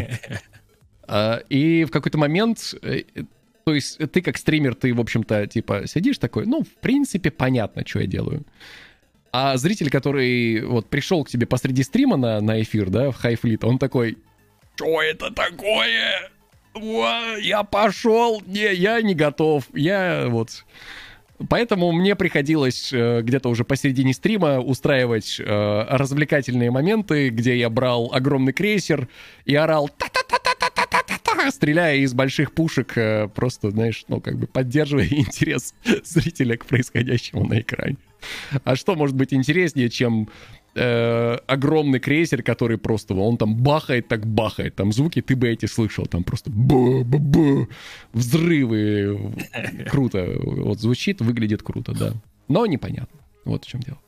И в какой-то момент... То есть ты как стример, ты, в общем-то, типа, сидишь такой, ну, в принципе, понятно, что я делаю. А зритель, который вот пришел к тебе посреди стрима на эфир, да, в Хайфлит, он такой, что это такое? Я пошел, не, я не готов, я вот... Поэтому мне приходилось где-то уже посередине стрима устраивать развлекательные моменты, где я брал огромный крейсер и орал та-та-та-та-та-та-та-та, стреляя из больших пушек, просто, знаешь, ну, как бы поддерживая интерес зрителя к происходящему на экране. А что может быть интереснее, чем огромный крейсер, который просто, он там бахает, так бахает, там звуки ты бы эти слышал, там просто ба-ба-ба, взрывы, круто, вот звучит, выглядит круто, да, но непонятно, вот в чем дело.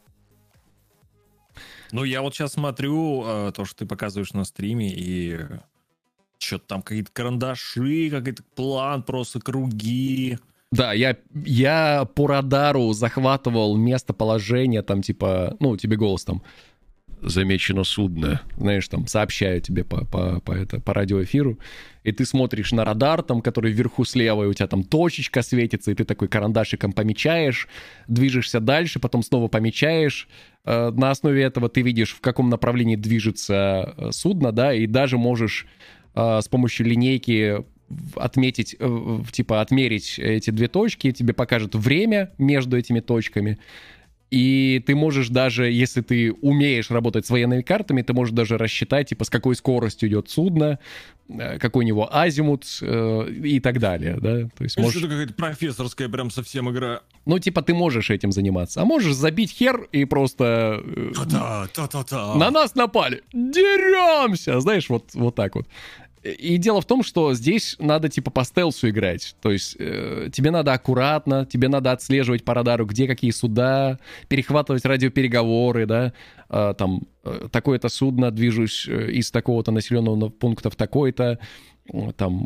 Ну, я вот сейчас смотрю то, что ты показываешь на стриме, и что-то там какие-то карандаши, какой-то план, просто круги.
Да, я по радару захватывал местоположение, там, типа, ну, тебе голос там, замечено судно, знаешь, там, сообщаю тебе по радиоэфиру, и ты смотришь на радар, там, который вверху слева, и у тебя там точечка светится, и ты такой карандашиком помечаешь, движешься дальше, потом снова помечаешь, на основе этого ты видишь, в каком направлении движется судно, да, и даже можешь с помощью линейки отметить, типа отмерить эти две точки, тебе покажет время между этими точками, и ты можешь даже, если ты умеешь работать с военными картами, ты можешь даже рассчитать, типа, с какой скоростью идет судно, какой у него азимут и так далее, да, то есть можешь...
Это какая-то профессорская прям совсем игра.
Ну, типа, ты можешь этим заниматься, а можешь забить хер и просто... На нас напали! Деремся! Знаешь, вот так вот. И дело в том, что здесь надо типа по стелсу играть. То есть тебе надо аккуратно, тебе надо отслеживать по радару, где какие суда, перехватывать радиопереговоры, да, там такое-то судно, движусь из такого-то населенного пункта в такой-то, там,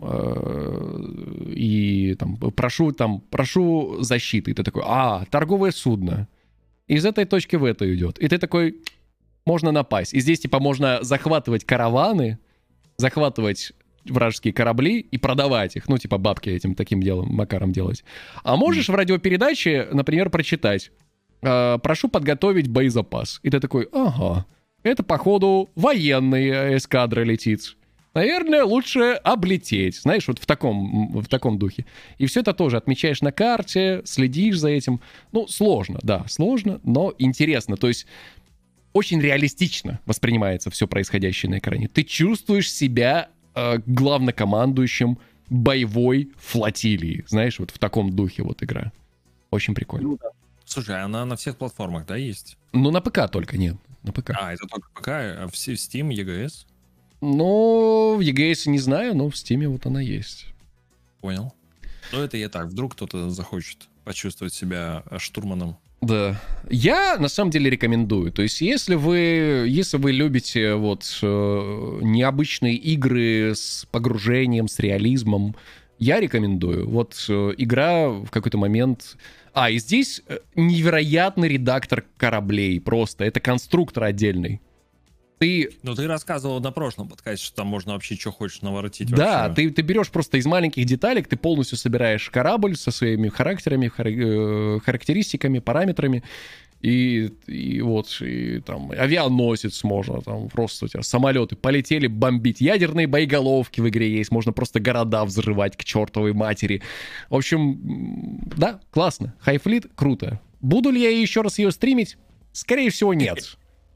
и там прошу защиты. И ты такой, торговое судно. Из этой точки в эту идет. И ты такой, можно напасть. И здесь типа можно захватывать караваны, захватывать вражеские корабли и продавать их. Ну, типа бабки этим таким делом, макаром делать. А можешь в радиопередаче, например, прочитать: прошу подготовить боезапас. И ты такой, ага, это, походу, военные эскадра летит. Наверное, лучше облететь. Знаешь, вот в таком духе. И все это тоже отмечаешь на карте, следишь за этим. Ну, сложно, да, сложно, но интересно. То есть очень реалистично воспринимается все происходящее на экране. Ты чувствуешь себя главнокомандующим боевой флотилии. Знаешь, вот в таком духе вот игра. Очень прикольно.
Ну, да. Слушай, она на всех платформах, да, есть?
Ну, на ПК только нет. На ПК.
Это только ПК, а в Steam, EGS?
Ну, в EGS не знаю, но в Steam вот она есть.
Понял. Ну, это я так. Вдруг кто-то захочет почувствовать себя штурманом.
Да. Я, на самом деле, рекомендую. То есть, если вы любите вот необычные игры с погружением, с реализмом, я рекомендую. Вот игра в какой-то момент... и здесь невероятный редактор кораблей просто. Это конструктор отдельный.
Ну, ты рассказывал на прошлом подкасте, что там можно вообще что хочешь наворотить.
Да,
вообще.
ты берешь просто из маленьких деталек, ты полностью собираешь корабль со своими характерами, характеристиками, параметрами, и там авианосец можно, там просто у тебя самолеты полетели бомбить, ядерные боеголовки в игре есть, можно просто города взрывать к чертовой матери. В общем, да, классно. Хайфлит круто. Буду ли я еще раз ее стримить? Скорее всего, нет.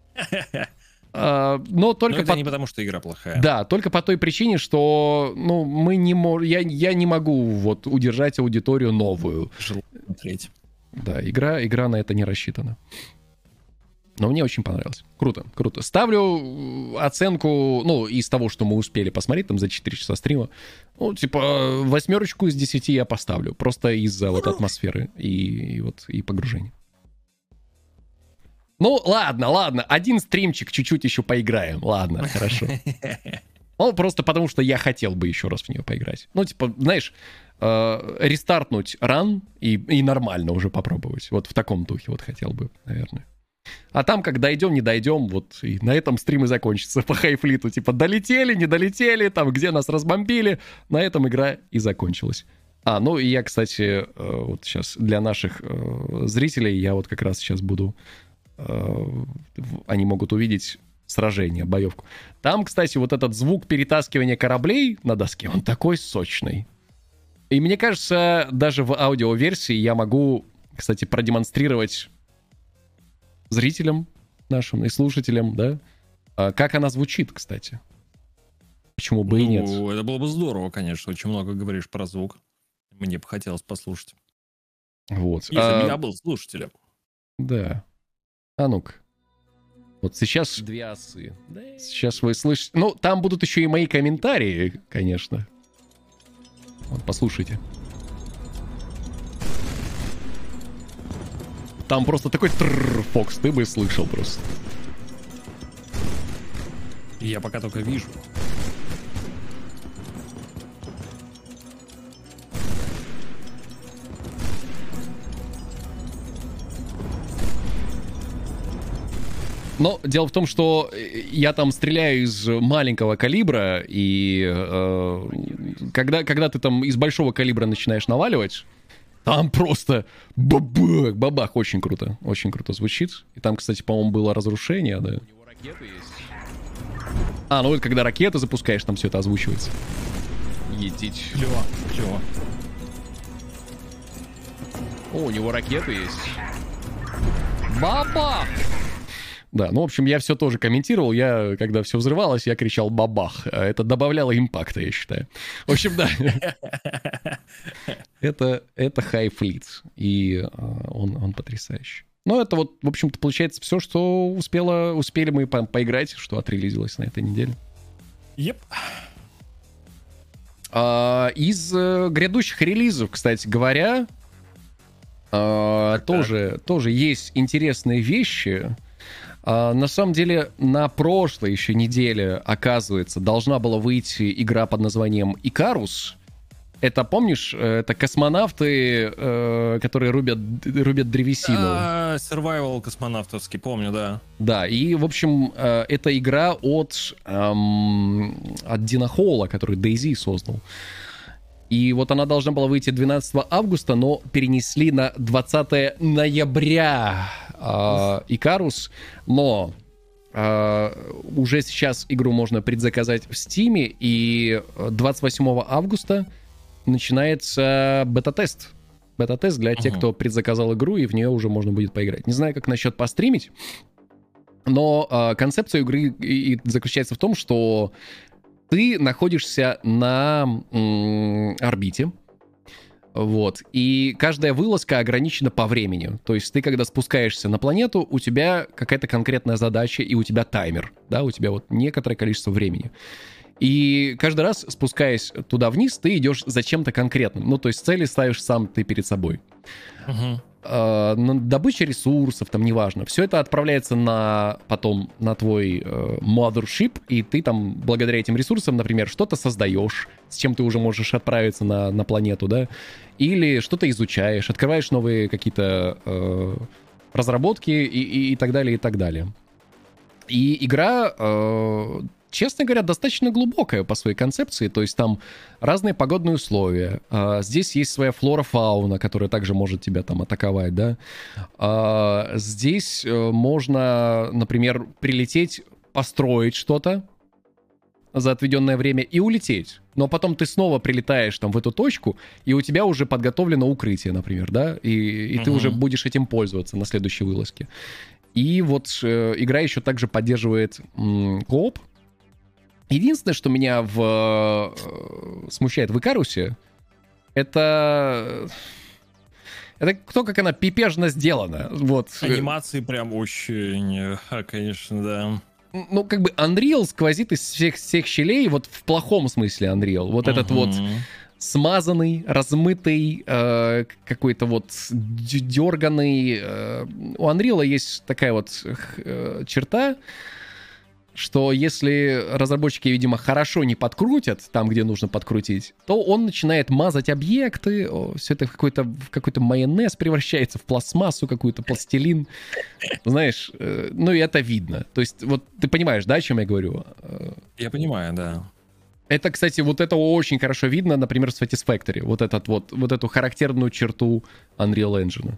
Но только
это не потому, что игра плохая.
Да, только по той причине, что мы не я не могу вот удержать аудиторию новую.
Смотреть.
Да, игра на это не рассчитана. Но мне очень понравилось. Круто, круто. Ставлю оценку, ну, из того, что мы успели посмотреть там за 4 часа стрима, ну, типа 8 из 10 я поставлю. Просто из-за вот атмосферы и погружения. Ну, ладно. Один стримчик чуть-чуть еще поиграем. Ладно, хорошо. Ну, просто потому, что я хотел бы еще раз в нее поиграть. Ну, типа, знаешь, рестартнуть ран и нормально уже попробовать. Вот в таком духе вот хотел бы, наверное. А там, как дойдем, не дойдем, вот и на этом стрим и закончится по хайфлиту. Типа, долетели, не долетели, там, где нас разбомбили. На этом игра и закончилась. Ну и я, кстати, вот сейчас для наших зрителей, я вот как раз сейчас буду... Они могут увидеть сражение, боевку. Там, кстати, вот этот звук перетаскивания кораблей на доске, он такой сочный. И мне кажется, даже в аудиоверсии я могу, кстати, продемонстрировать зрителям нашим и слушателям, да, как она звучит, кстати. Почему бы и нет?
Это было бы здорово, конечно. Очень много говоришь про звук. Мне бы хотелось послушать.
Вот.
Если бы я был слушателем.
Да. А ну-ка. Вот сейчас... Две осы. Сейчас вы слышите... Ну, там будут еще и мои комментарии, конечно. Вот, послушайте. Там просто такой Фокс, ты бы слышал просто.
Я пока только вижу.
Но дело в том, что я там стреляю из маленького калибра, и когда ты там из большого калибра начинаешь наваливать, там просто бабах, очень круто звучит. И там, кстати, по-моему, было разрушение, да. У него ракеты есть. Ну вот когда ракеты запускаешь, там все это озвучивается. Етить.
Клево.
У него ракеты есть. Бабах! Да, ну, в общем, я все тоже комментировал. Я, когда все взрывалось, я кричал «бабах». Это добавляло импакта, я считаю. В общем, да. Это Hive Fleet. И он потрясающий. Ну, это вот, в общем-то, получается все, что успели мы поиграть, что отрелизилось на этой неделе.
Yep.
Из грядущих релизов, кстати говоря, тоже есть интересные вещи. На самом деле, на прошлой еще неделе, оказывается, должна была выйти игра под названием «Икарус». Это, помнишь, это космонавты, которые рубят древесину.
Survival космонавтовский, помню, да.
Да, и, в общем, это игра от Дина Хоула, который DayZ создал. И вот она должна была выйти 12 августа, но перенесли на 20 ноября Икарус. Но уже сейчас игру можно предзаказать в Стиме, и 28 августа начинается бета-тест. Бета-тест для тех, кто предзаказал игру, и в нее уже можно будет поиграть. Не знаю, как насчет постримить, но концепция игры и заключается в том, что ты находишься на орбите, вот, и каждая вылазка ограничена по времени. То есть ты, когда спускаешься на планету, у тебя какая-то конкретная задача, и у тебя таймер, да, у тебя вот некоторое количество времени. И каждый раз, спускаясь туда вниз, ты идешь за чем-то конкретным. Ну, то есть цели ставишь сам ты перед собой. Добыча ресурсов, там, неважно. Все это отправляется потом на твой mothership, и ты там, благодаря этим ресурсам, например, что-то создаешь, с чем ты уже можешь отправиться на планету, да, или что-то изучаешь, открываешь новые какие-то разработки и так далее, и так далее. И игра... честно говоря, достаточно глубокая по своей концепции, то есть там разные погодные условия. Здесь есть своя флора-фауна, которая также может тебя там атаковать, да. Здесь можно, например, прилететь, построить что-то за отведенное время и улететь. Но потом ты снова прилетаешь там в эту точку, и у тебя уже подготовлено укрытие, например, да, и ты уже будешь этим пользоваться на следующей вылазке. И вот игра еще также поддерживает кооп. Единственное, что меня смущает в Икарусе, это Это кто, как она пипежно сделана. Вот.
Анимации прям очень, конечно, да.
Ну, как бы Unreal сквозит из всех щелей, вот в плохом смысле Unreal. Вот этот вот смазанный, размытый, какой-то вот дерганый. У Unreal есть такая вот черта, что если разработчики, видимо, хорошо не подкрутят там, где нужно подкрутить, то он начинает мазать объекты, все это в какой-то майонез превращается, в пластмассу какую-то, пластилин. Знаешь, ну и это видно. То есть вот ты понимаешь, да, о чем я говорю?
Я понимаю, да.
Это, кстати, вот это очень хорошо видно, например, в Satisfactory. Вот эту характерную черту Unreal Engine.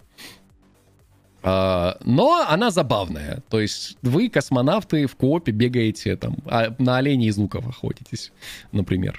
Но она забавная. То есть вы, космонавты, в коопе бегаете, там, на оленей из луков охотитесь, например.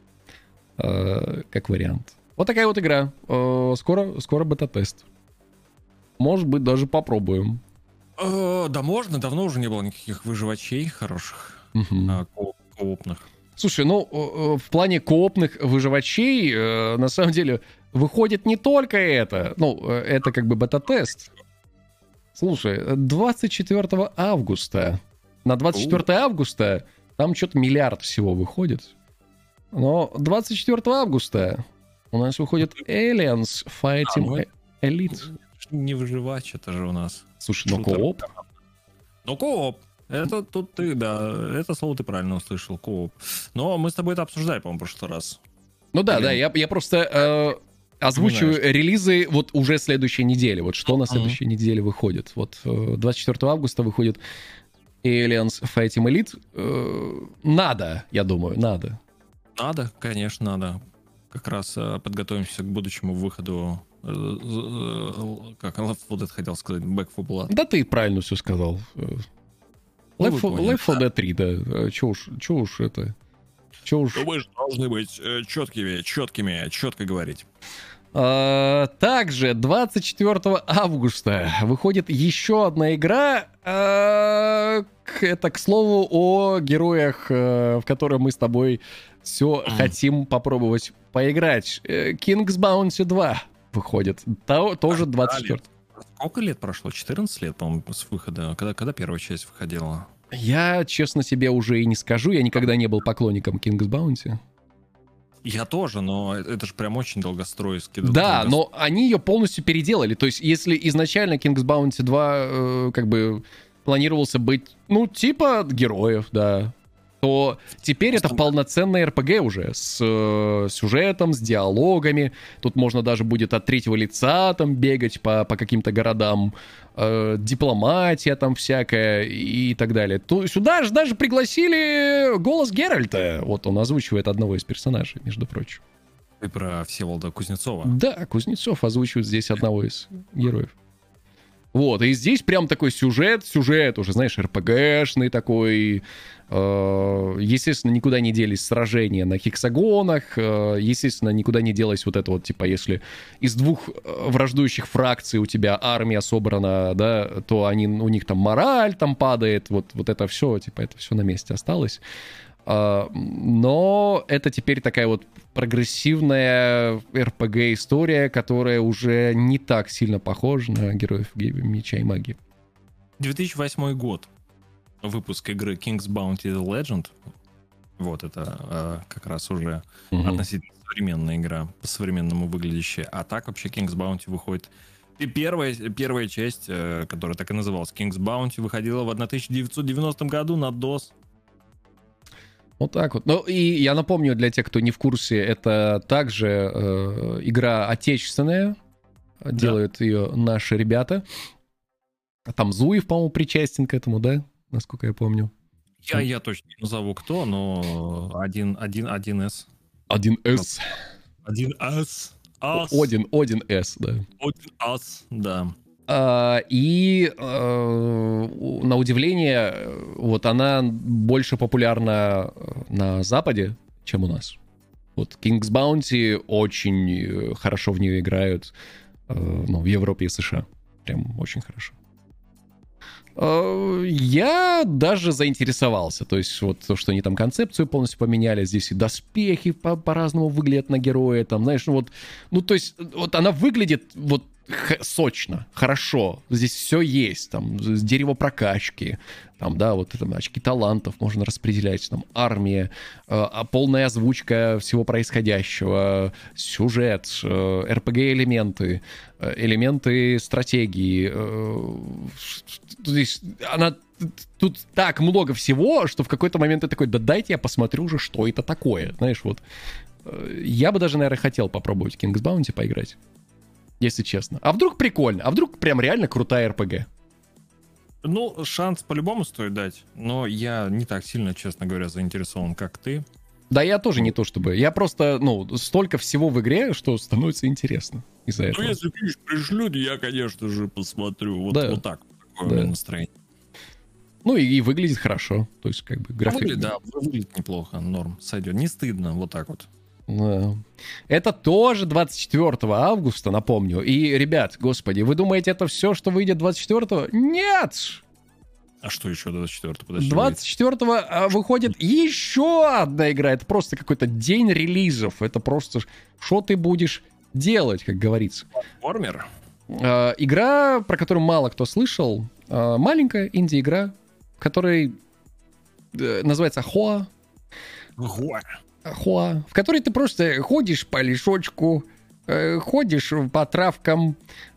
Как вариант. Вот такая вот игра. Скоро бета-тест. Может быть, даже попробуем.
Да можно, давно уже не было никаких выживачей хороших, коопных.
Слушай, ну, в плане коопных выживачей, на самом деле, выходит не только это. Ну, это как бы бета-тест. Слушай, 24 августа. На 24 августа там что-то миллиард всего выходит. Но 24 августа у нас выходит Aliens Fighting Elite.
Не выживач, это же у нас.
Слушай, ну кооп.
Ну кооп. Это тут ты, да, это слово ты правильно услышал, кооп. Но мы с тобой это обсуждали, по-моему, в прошлый раз.
Ну да, да, я просто... озвучиваю релизы вот уже следующей недели. Вот что на следующей неделе выходит. Вот 24 августа выходит Aliens Fighting Elite. Надо, я думаю, надо.
Надо, конечно, надо. Как раз подготовимся к будущему выходу. Как Left 4 Dead хотел сказать, Back 4 Blood.
Да ты правильно все сказал. Left 4 Dead 3, да. Че уж это...
Вы же должны быть четко говорить.
Также 24 августа выходит еще одна игра. Это, к слову, о героях, в которые мы с тобой все хотим попробовать поиграть. King's Bounty 2 выходит. Тоже 24.
Сколько лет прошло? 14 лет, по-моему, с выхода. Когда первая часть выходила?
Я, честно себе, уже и не скажу. Я никогда не был поклонником King's Bounty.
Я тоже, но это же прям очень долгостройский.
Да, но они ее полностью переделали. То есть, если изначально King's Bounty 2 как бы планировался быть, ну, типа героев, да, то теперь это полноценная РПГ уже с сюжетом, с диалогами. Тут можно даже будет от третьего лица там бегать по каким-то городам. Дипломатия там всякая и так далее. То сюда же даже пригласили голос Геральта. Вот он озвучивает одного из персонажей, между прочим.
Ты про Всеволода Кузнецова?
Да, Кузнецов озвучивает здесь одного из героев. Вот, и здесь прям такой сюжет уже, знаешь, РПГшный такой. Естественно, никуда не делись сражения на хексагонах. Естественно, никуда не делось вот это вот, типа, если из двух враждующих фракций у тебя армия собрана, да, то у них там мораль там падает. Вот это все, типа, это все на месте осталось. Но это теперь такая вот прогрессивная RPG-история, которая уже не так сильно похожа на героев Меча и Магии.
2008 год. Выпуск игры King's Bounty The Legend. Вот это как раз уже относительно современная игра, по-современному выглядящая. А так вообще King's Bounty выходит... И первая часть, которая так и называлась King's Bounty, выходила в 1990 году на DOS.
Вот так вот. Ну, и я напомню, для тех, кто не в курсе, это также игра отечественная. Делают ее наши ребята. Там Зуев, по-моему, причастен к этому, да? Насколько я помню.
Я точно не назову кто, но 1С.
1С.
1С.
Один С, да.
Один Ас, да.
И на удивление, вот она больше популярна на Западе, чем у нас. Вот King's Bounty очень хорошо в нее играют, в Европе и США. Прям очень хорошо. Я даже заинтересовался. То есть вот то, что они там концепцию полностью поменяли. Здесь и доспехи по-разному выглядят на героя. Там, знаешь, то есть вот она выглядит вот сочно, хорошо. Здесь все есть. Там дерево прокачки, там, да, вот там, очки талантов можно распределять, там армия, полная озвучка всего происходящего, сюжет, RPG-элементы, элементы стратегии. Здесь тут так много всего, что в какой-то момент ты такой, да дайте я посмотрю уже, что это такое. Знаешь, вот. Я бы даже, наверное, хотел попробовать King's Bounty поиграть. Если честно. А вдруг прикольно? А вдруг прям реально крутая РПГ?
Ну, шанс по-любому стоит дать. Но я не так сильно, честно говоря, заинтересован, как ты.
Да, я тоже не то чтобы. Я просто, столько всего в игре, что становится интересно из-за этого.
Ну, если пишешь, пришлют, я, конечно же, посмотрю. Вот,
да.
Вот так. Такое у меня настроение.
Ну, и выглядит хорошо. То есть, как бы, график...
Выглядит неплохо, норм, сойдет. Не стыдно, вот так вот.
Да. Это тоже 24 августа, напомню. И, ребят, господи, вы думаете, это все, что выйдет 24-го? Нет!
А что еще 24-го? Подожди,
24-го выходит еще одна игра. Это просто какой-то день релизов. Это просто, что ты будешь делать, как говорится.
Платформер?
Игра, про которую мало кто слышал. Маленькая инди-игра, которая называется Hoa. Hoa, в которой ты просто ходишь по лесочку, ходишь по травкам,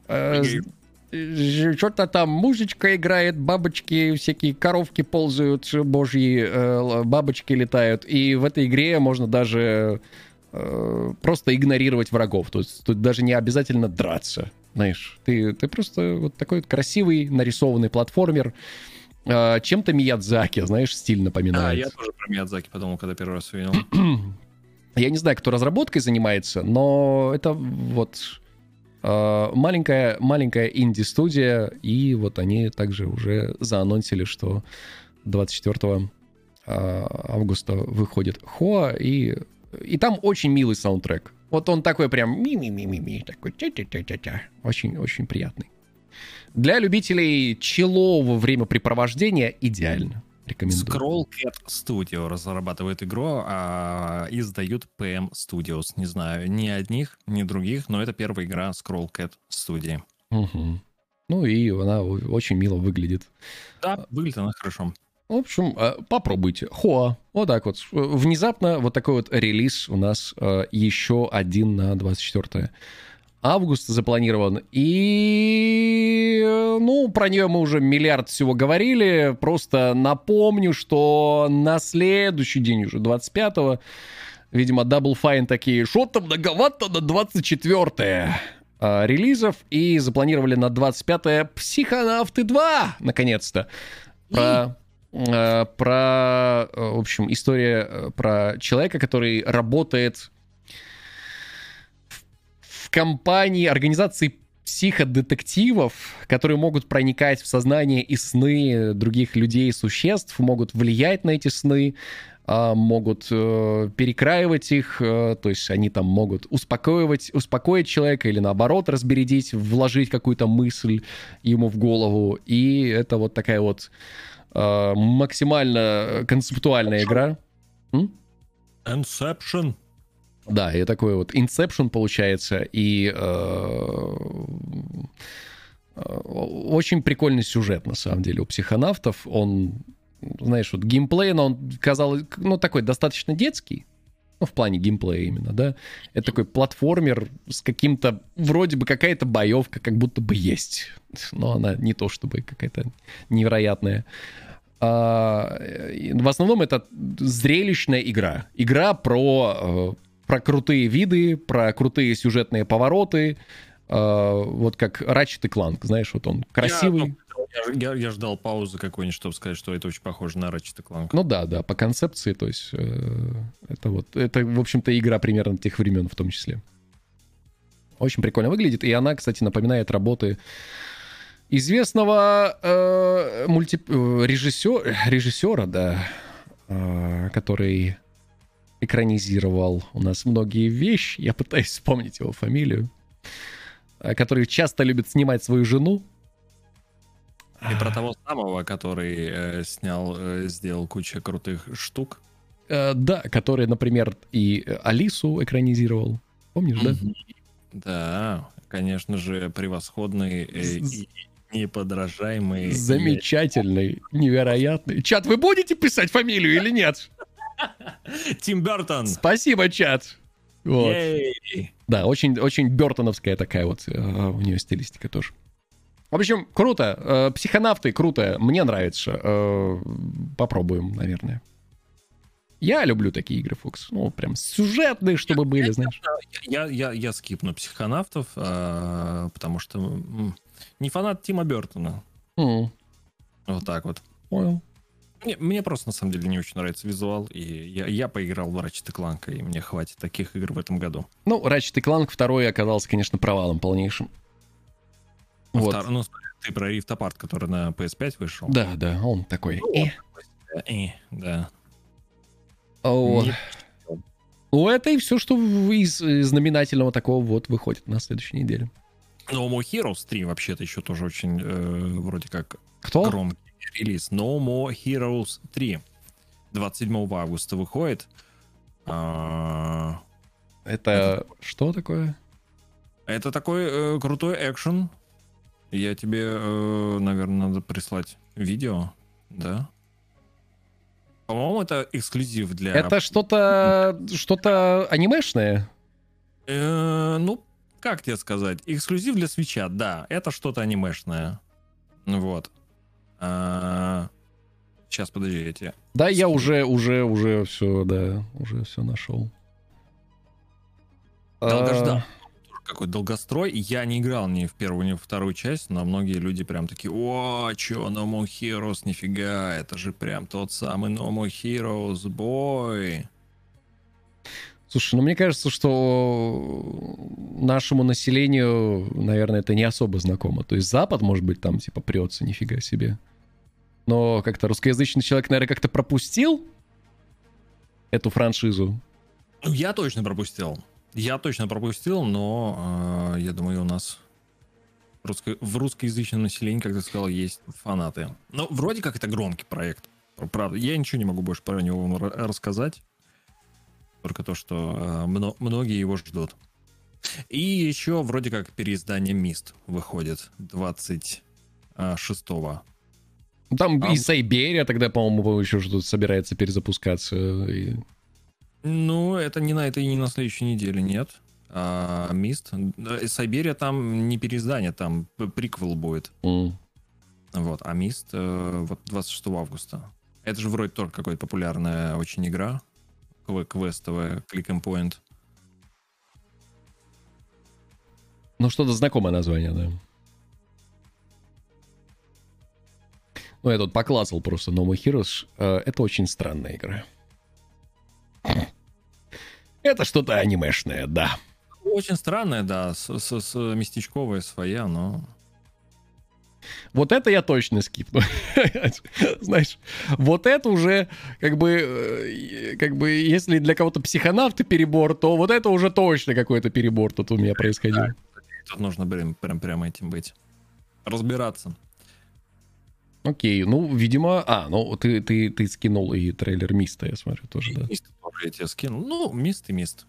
что-то там музычка играет, бабочки, всякие коровки ползают, божьи бабочки летают. И в этой игре можно даже просто игнорировать врагов. То есть тут даже не обязательно драться. Знаешь, ты просто вот такой вот красивый нарисованный платформер. Чем-то Миядзаки, знаешь, стиль напоминает.
Я тоже про Миядзаки подумал, когда первый раз увидел.
Я не знаю, кто разработкой занимается, но это вот маленькая инди-студия, и вот они также уже заанонсили, что 24 августа выходит Hoa, и там очень милый саундтрек. Вот он такой прям ми-ми-ми-ми-ми, такой тя-тя-тя-тя-тя. Очень-очень приятный. Для любителей чиллового времяпрепровождения идеально. Рекомендую.
Scroll Cat Studio разрабатывает игру, а издают PM Studios. Не знаю ни одних, ни других, но это первая игра Scroll Cat Studio.
Угу. Ну и она очень мило выглядит.
Да, выглядит она хорошо.
В общем, попробуйте. Hoa. Вот так вот. Внезапно вот такой вот релиз у нас еще один на 24 августа запланирован. И, про нее мы уже миллиард всего говорили. Просто напомню, что на следующий день, уже 25-го, видимо, Double Fine такие, что-то многовато на 24-е релизов. И запланировали на 25-е Психонавты 2, наконец-то. В общем, история про человека, который работает в компании, организации психодетективов, которые могут проникать в сознание и сны других людей и существ, могут влиять на эти сны, могут перекраивать их, то есть они там могут успокоить человека или наоборот разбередить, вложить какую-то мысль ему в голову. И это вот такая вот максимально концептуальная игра.
Inception.
Да, и такой вот Inception получается, и очень прикольный сюжет, на самом деле, у Психонавтов. Он, знаешь, вот геймплей, он казалось, такой достаточно детский, в плане геймплея именно, да. Это такой платформер с каким-то, вроде бы какая-то боевка, как будто бы есть, но она не то чтобы какая-то невероятная. В основном это зрелищная игра. Игра про крутые виды, про крутые сюжетные повороты, вот как Ratchet & Clank, знаешь, вот он красивый.
Я ждал паузы какой-нибудь, чтобы сказать, что это очень похоже на Ratchet & Clank.
Ну да, по концепции, то есть это, в общем-то, игра примерно тех времен в том числе. Очень прикольно выглядит, и она, кстати, напоминает работы известного режиссера, да, который экранизировал у нас многие вещи. Я пытаюсь вспомнить его фамилию. Который часто любит снимать свою жену.
И про того самого, который сделал кучу крутых штук.
Да, который, например, и Алису экранизировал. Помнишь, да?
Да, конечно же, превосходный и неподражаемый.
Замечательный, невероятный. Чат, вы будете писать фамилию или нет?
Тим Бёртон.
Спасибо, чат. Вот.
Ей.
Да, очень, очень бёртоновская такая вот у нее стилистика тоже. В общем, круто. Психонавты, круто. Мне нравится. Попробуем, наверное. Я люблю такие игры, Фокс. Ну, прям сюжетные, чтобы были, знаешь.
Я скипну психонавтов, потому что не фанат Тима Бёртона. Вот так вот.
Понял.
Мне просто, на самом деле, не очень нравится визуал, и я поиграл в Ratchet & Clank, и мне хватит таких игр в этом году.
Ну, Ratchet & Clank 2 оказался, конечно, провалом полнейшим. Вот.
Ну, ты про Rift Apart, который на PS5 вышел?
Да, он такой.
Да.
Ну, это и все, что из знаменательного такого вот выходит на следующей неделе.
No More Heroes 3 вообще-то еще тоже очень вроде как
Кто?
громкий релиз. No More Heroes 3. 27 августа выходит.
Это что такое?
Это такой крутой экшен. Я тебе, наверное, надо прислать видео, да? По-моему, это эксклюзив для...
Это что-то анимешное?
Ну, как тебе сказать? Эксклюзив для Свитча, да. Это что-то анимешное. Вот. Сейчас, подожди, я тебе...
Да, я уже все, да, уже все нашел.
Долгождан. Какой долгострой. Я не играл ни в первую, ни в вторую часть, но многие люди прям такие: о, чё, No More Heroes, нифига, это же прям тот самый No More Heroes, бой.
Слушай, ну мне кажется, что нашему населению, наверное, это не особо знакомо. То есть Запад, может быть, там типа прется, нифига себе. Но как-то русскоязычный человек, наверное, как-то пропустил эту франшизу.
Ну, я точно пропустил. Но я думаю, у нас в русскоязычном населении, как ты сказал, есть фанаты. Но вроде как это громкий проект. Правда, я ничего не могу больше про него вам рассказать. Только то, что многие его ждут. И еще вроде как переиздание Myst выходит 26-го.
Там и Сайберия тогда, по-моему, еще что-то собирается перезапускаться.
Ну, это не на этой и не на следующей неделе, нет. Мист. Сайберия там не переиздание, там приквел будет. Вот, а Мист вот 26 августа. Это же вроде тоже какая-то популярная очень игра. Квестовая, Click and Point.
Ну, что-то знакомое название, да. Ну, я тут поклацал просто No More Heroes. Это очень странная игра. Это что-то анимешное, да.
Очень странная, да, с местечковая своя, но...
Вот это я точно скипну. Знаешь, вот это уже, как бы, если для кого-то психонавты перебор, то вот это уже точно какой-то перебор тут у меня происходил.
Тут нужно, прямо этим быть. Разбираться.
Окей, ну, видимо... ну, ты скинул и трейлер Миста, я смотрю, тоже, да?
Мист тоже я тебе скинул. Ну, Мист и Мист.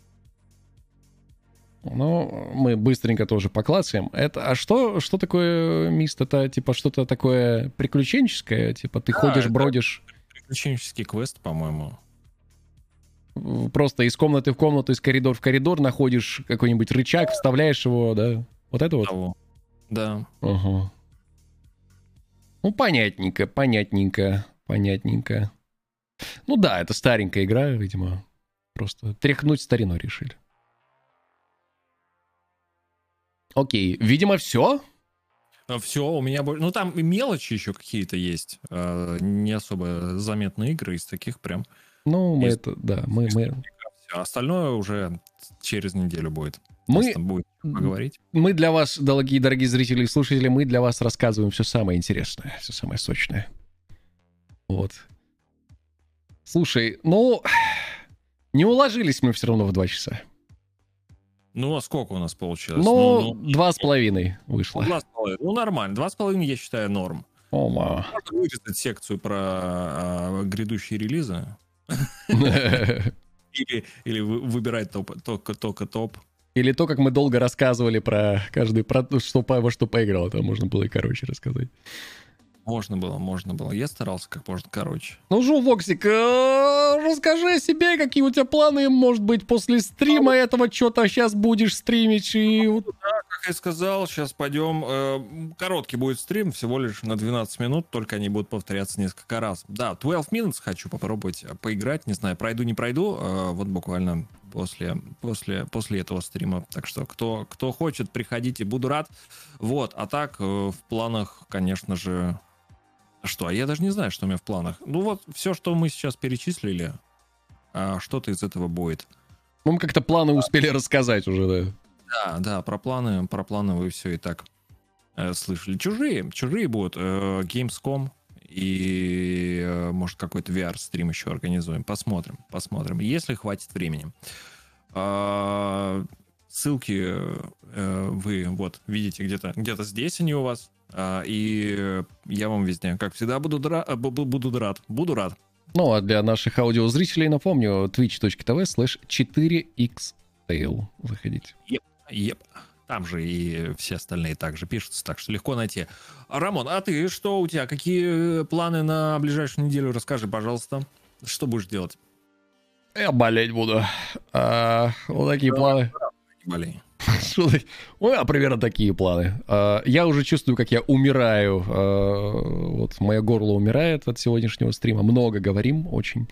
Ну, мы быстренько тоже поклацаем. А что такое Мист? Это, типа, что-то такое приключенческое? Типа, ты ходишь, бродишь...
Приключенческий квест, по-моему.
Просто из комнаты в комнату, из коридора в коридор находишь какой-нибудь рычаг, вставляешь его, да? Вот это вот?
Того. Да.
Ага. Ну, понятненько. Ну да, это старенькая игра, видимо. Просто тряхнуть стариной решили. Окей, видимо, все.
Все, у меня... Ну, там мелочи еще какие-то есть. Не особо заметные игры из таких прям.
Ну, мы
есть...
это... Да, мы...
Все, остальное уже через неделю будет. Будет поговорить.
Мы для вас, дорогие зрители и слушатели, мы для вас рассказываем все самое интересное, все самое сочное. Вот. Слушай, ну... Не уложились мы все равно в 2 часа.
Ну, а сколько у нас получилось?
Ну, 2,5 вышло.
2,5. Ну, нормально. 2,5, я считаю, норм.
Можно
вырезать секцию про грядущие релизы. Или выбирать только топ.
Или то, как мы долго рассказывали про каждый, во что поиграл. Там можно было и короче рассказать.
Можно было. Я старался как можно короче.
Ну что, Воксик, расскажи о себе, какие у тебя планы, может быть, после стрима этого что-то сейчас будешь стримить. И...
Да, как я сказал, сейчас пойдем. Короткий будет стрим, всего лишь на 12 минут, только они будут повторяться несколько раз. Да, 12 minutes хочу попробовать поиграть, не знаю, пройду, не пройду, вот буквально после этого стрима. Так что, кто хочет, приходите, буду рад. Вот, а так, в планах, конечно же... Что? Я даже не знаю, что у меня в планах. Ну вот, все, что мы сейчас перечислили, что-то из этого будет.
Мы как-то планы успели рассказать уже, да.
Да, про планы вы все и так слышали. Чужие будут. Gamescom и, может, какой-то VR-стрим еще организуем. Посмотрим, если хватит времени. Ссылки вы вот видите где-то здесь они у вас. И я вам везде, как всегда, буду рад.
Ну, а для наших аудиозрителей напомню, twitch.tv/4xtail. Заходите.
Еп. Там же и все остальные также пишутся, так что легко найти. Рамон, а ты что у тебя? Какие планы на ближайшую неделю? Расскажи, пожалуйста. Что будешь делать?
Я болеть буду. Вот такие планы.
Не болей.
У меня примерно такие планы. Я уже чувствую, как я умираю. Вот мое горло умирает от сегодняшнего стрима. Много говорим, очень.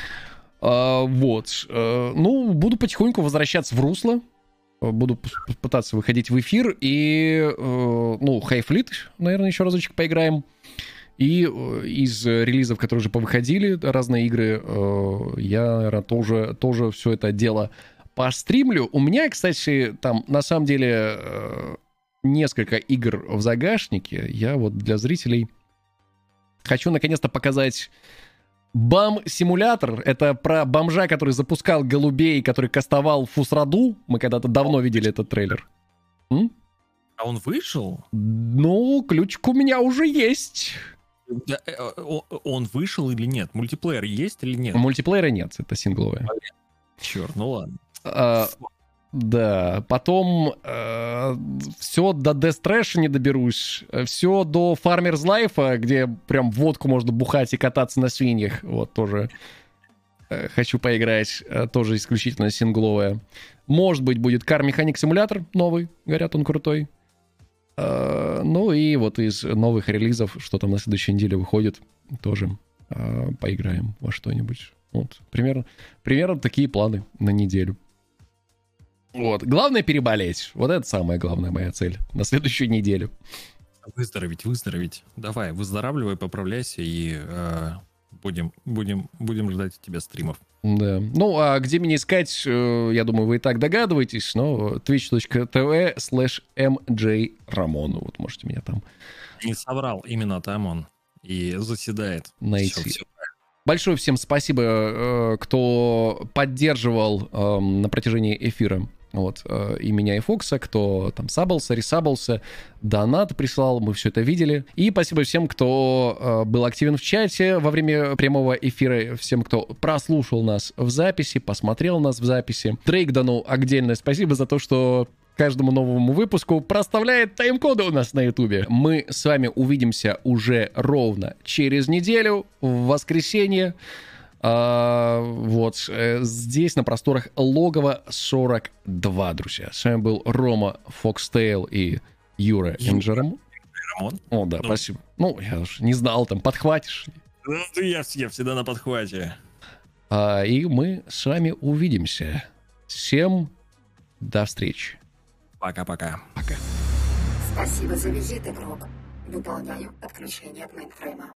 Вот. Ну, буду потихоньку возвращаться в русло. Буду пытаться выходить в эфир. И, ну, Highfleet, наверное, еще разочек поиграем. И из релизов, которые уже повыходили, разные игры, я, наверное, тоже все это дело постримлю. У меня, кстати, там, на самом деле, несколько игр в загашнике. Я вот для зрителей хочу наконец-то показать Бам-симулятор. Это про бомжа, который запускал голубей, который кастовал Фусраду. Мы когда-то давно видели этот трейлер.
А он вышел?
Ну, ключик у меня уже есть.
Он вышел или нет? Мультиплеер есть или нет?
Мультиплеера нет, это сингловая.
Черт, ну ладно.
Да, потом все до Death Trash не доберусь, все до Farmer's Life, где прям водку можно бухать и кататься на свиньях, вот тоже хочу поиграть, тоже исключительно сингловая. Может быть, будет Car Mechanic Simulator новый, говорят, он крутой. Ну и вот из новых релизов, что там на следующей неделе выходит, тоже поиграем во что-нибудь. Вот, примерно такие планы на неделю. Вот. Главное переболеть. Вот это самая главная моя цель на следующую неделю.
Выздороветь. Давай, выздоравливай, поправляйся и будем ждать от тебя стримов.
Да. Ну, а где меня искать, я думаю, вы и так догадываетесь, но twitch.tv/mjramon. Вот можете меня там...
Не соврал, именно там он и заседает.
Найти.
Все.
Большое всем спасибо, кто поддерживал на протяжении эфира. Вот, и меня, и Фокса, кто там сабался, ресабался, донат прислал, мы все это видели. И спасибо всем, кто был активен в чате во время прямого эфира, всем, кто прослушал нас в записи, посмотрел нас в записи. Дрейкдану отдельное спасибо за то, что каждому новому выпуску проставляет тайм-коды у нас на Ютубе. Мы с вами увидимся уже ровно через неделю, в воскресенье. Вот здесь, на просторах Логова 42, друзья. С вами был Рома Фокстейл и Юра Инжерам. О, да, спасибо. Ну, я уж не знал, там, подхватишь.
Я всегда на подхвате.
И мы с вами увидимся. Всем до встречи.
Пока-пока.
Пока.
Спасибо за визит, игрок. Выполняю отключение от мейнфрейма.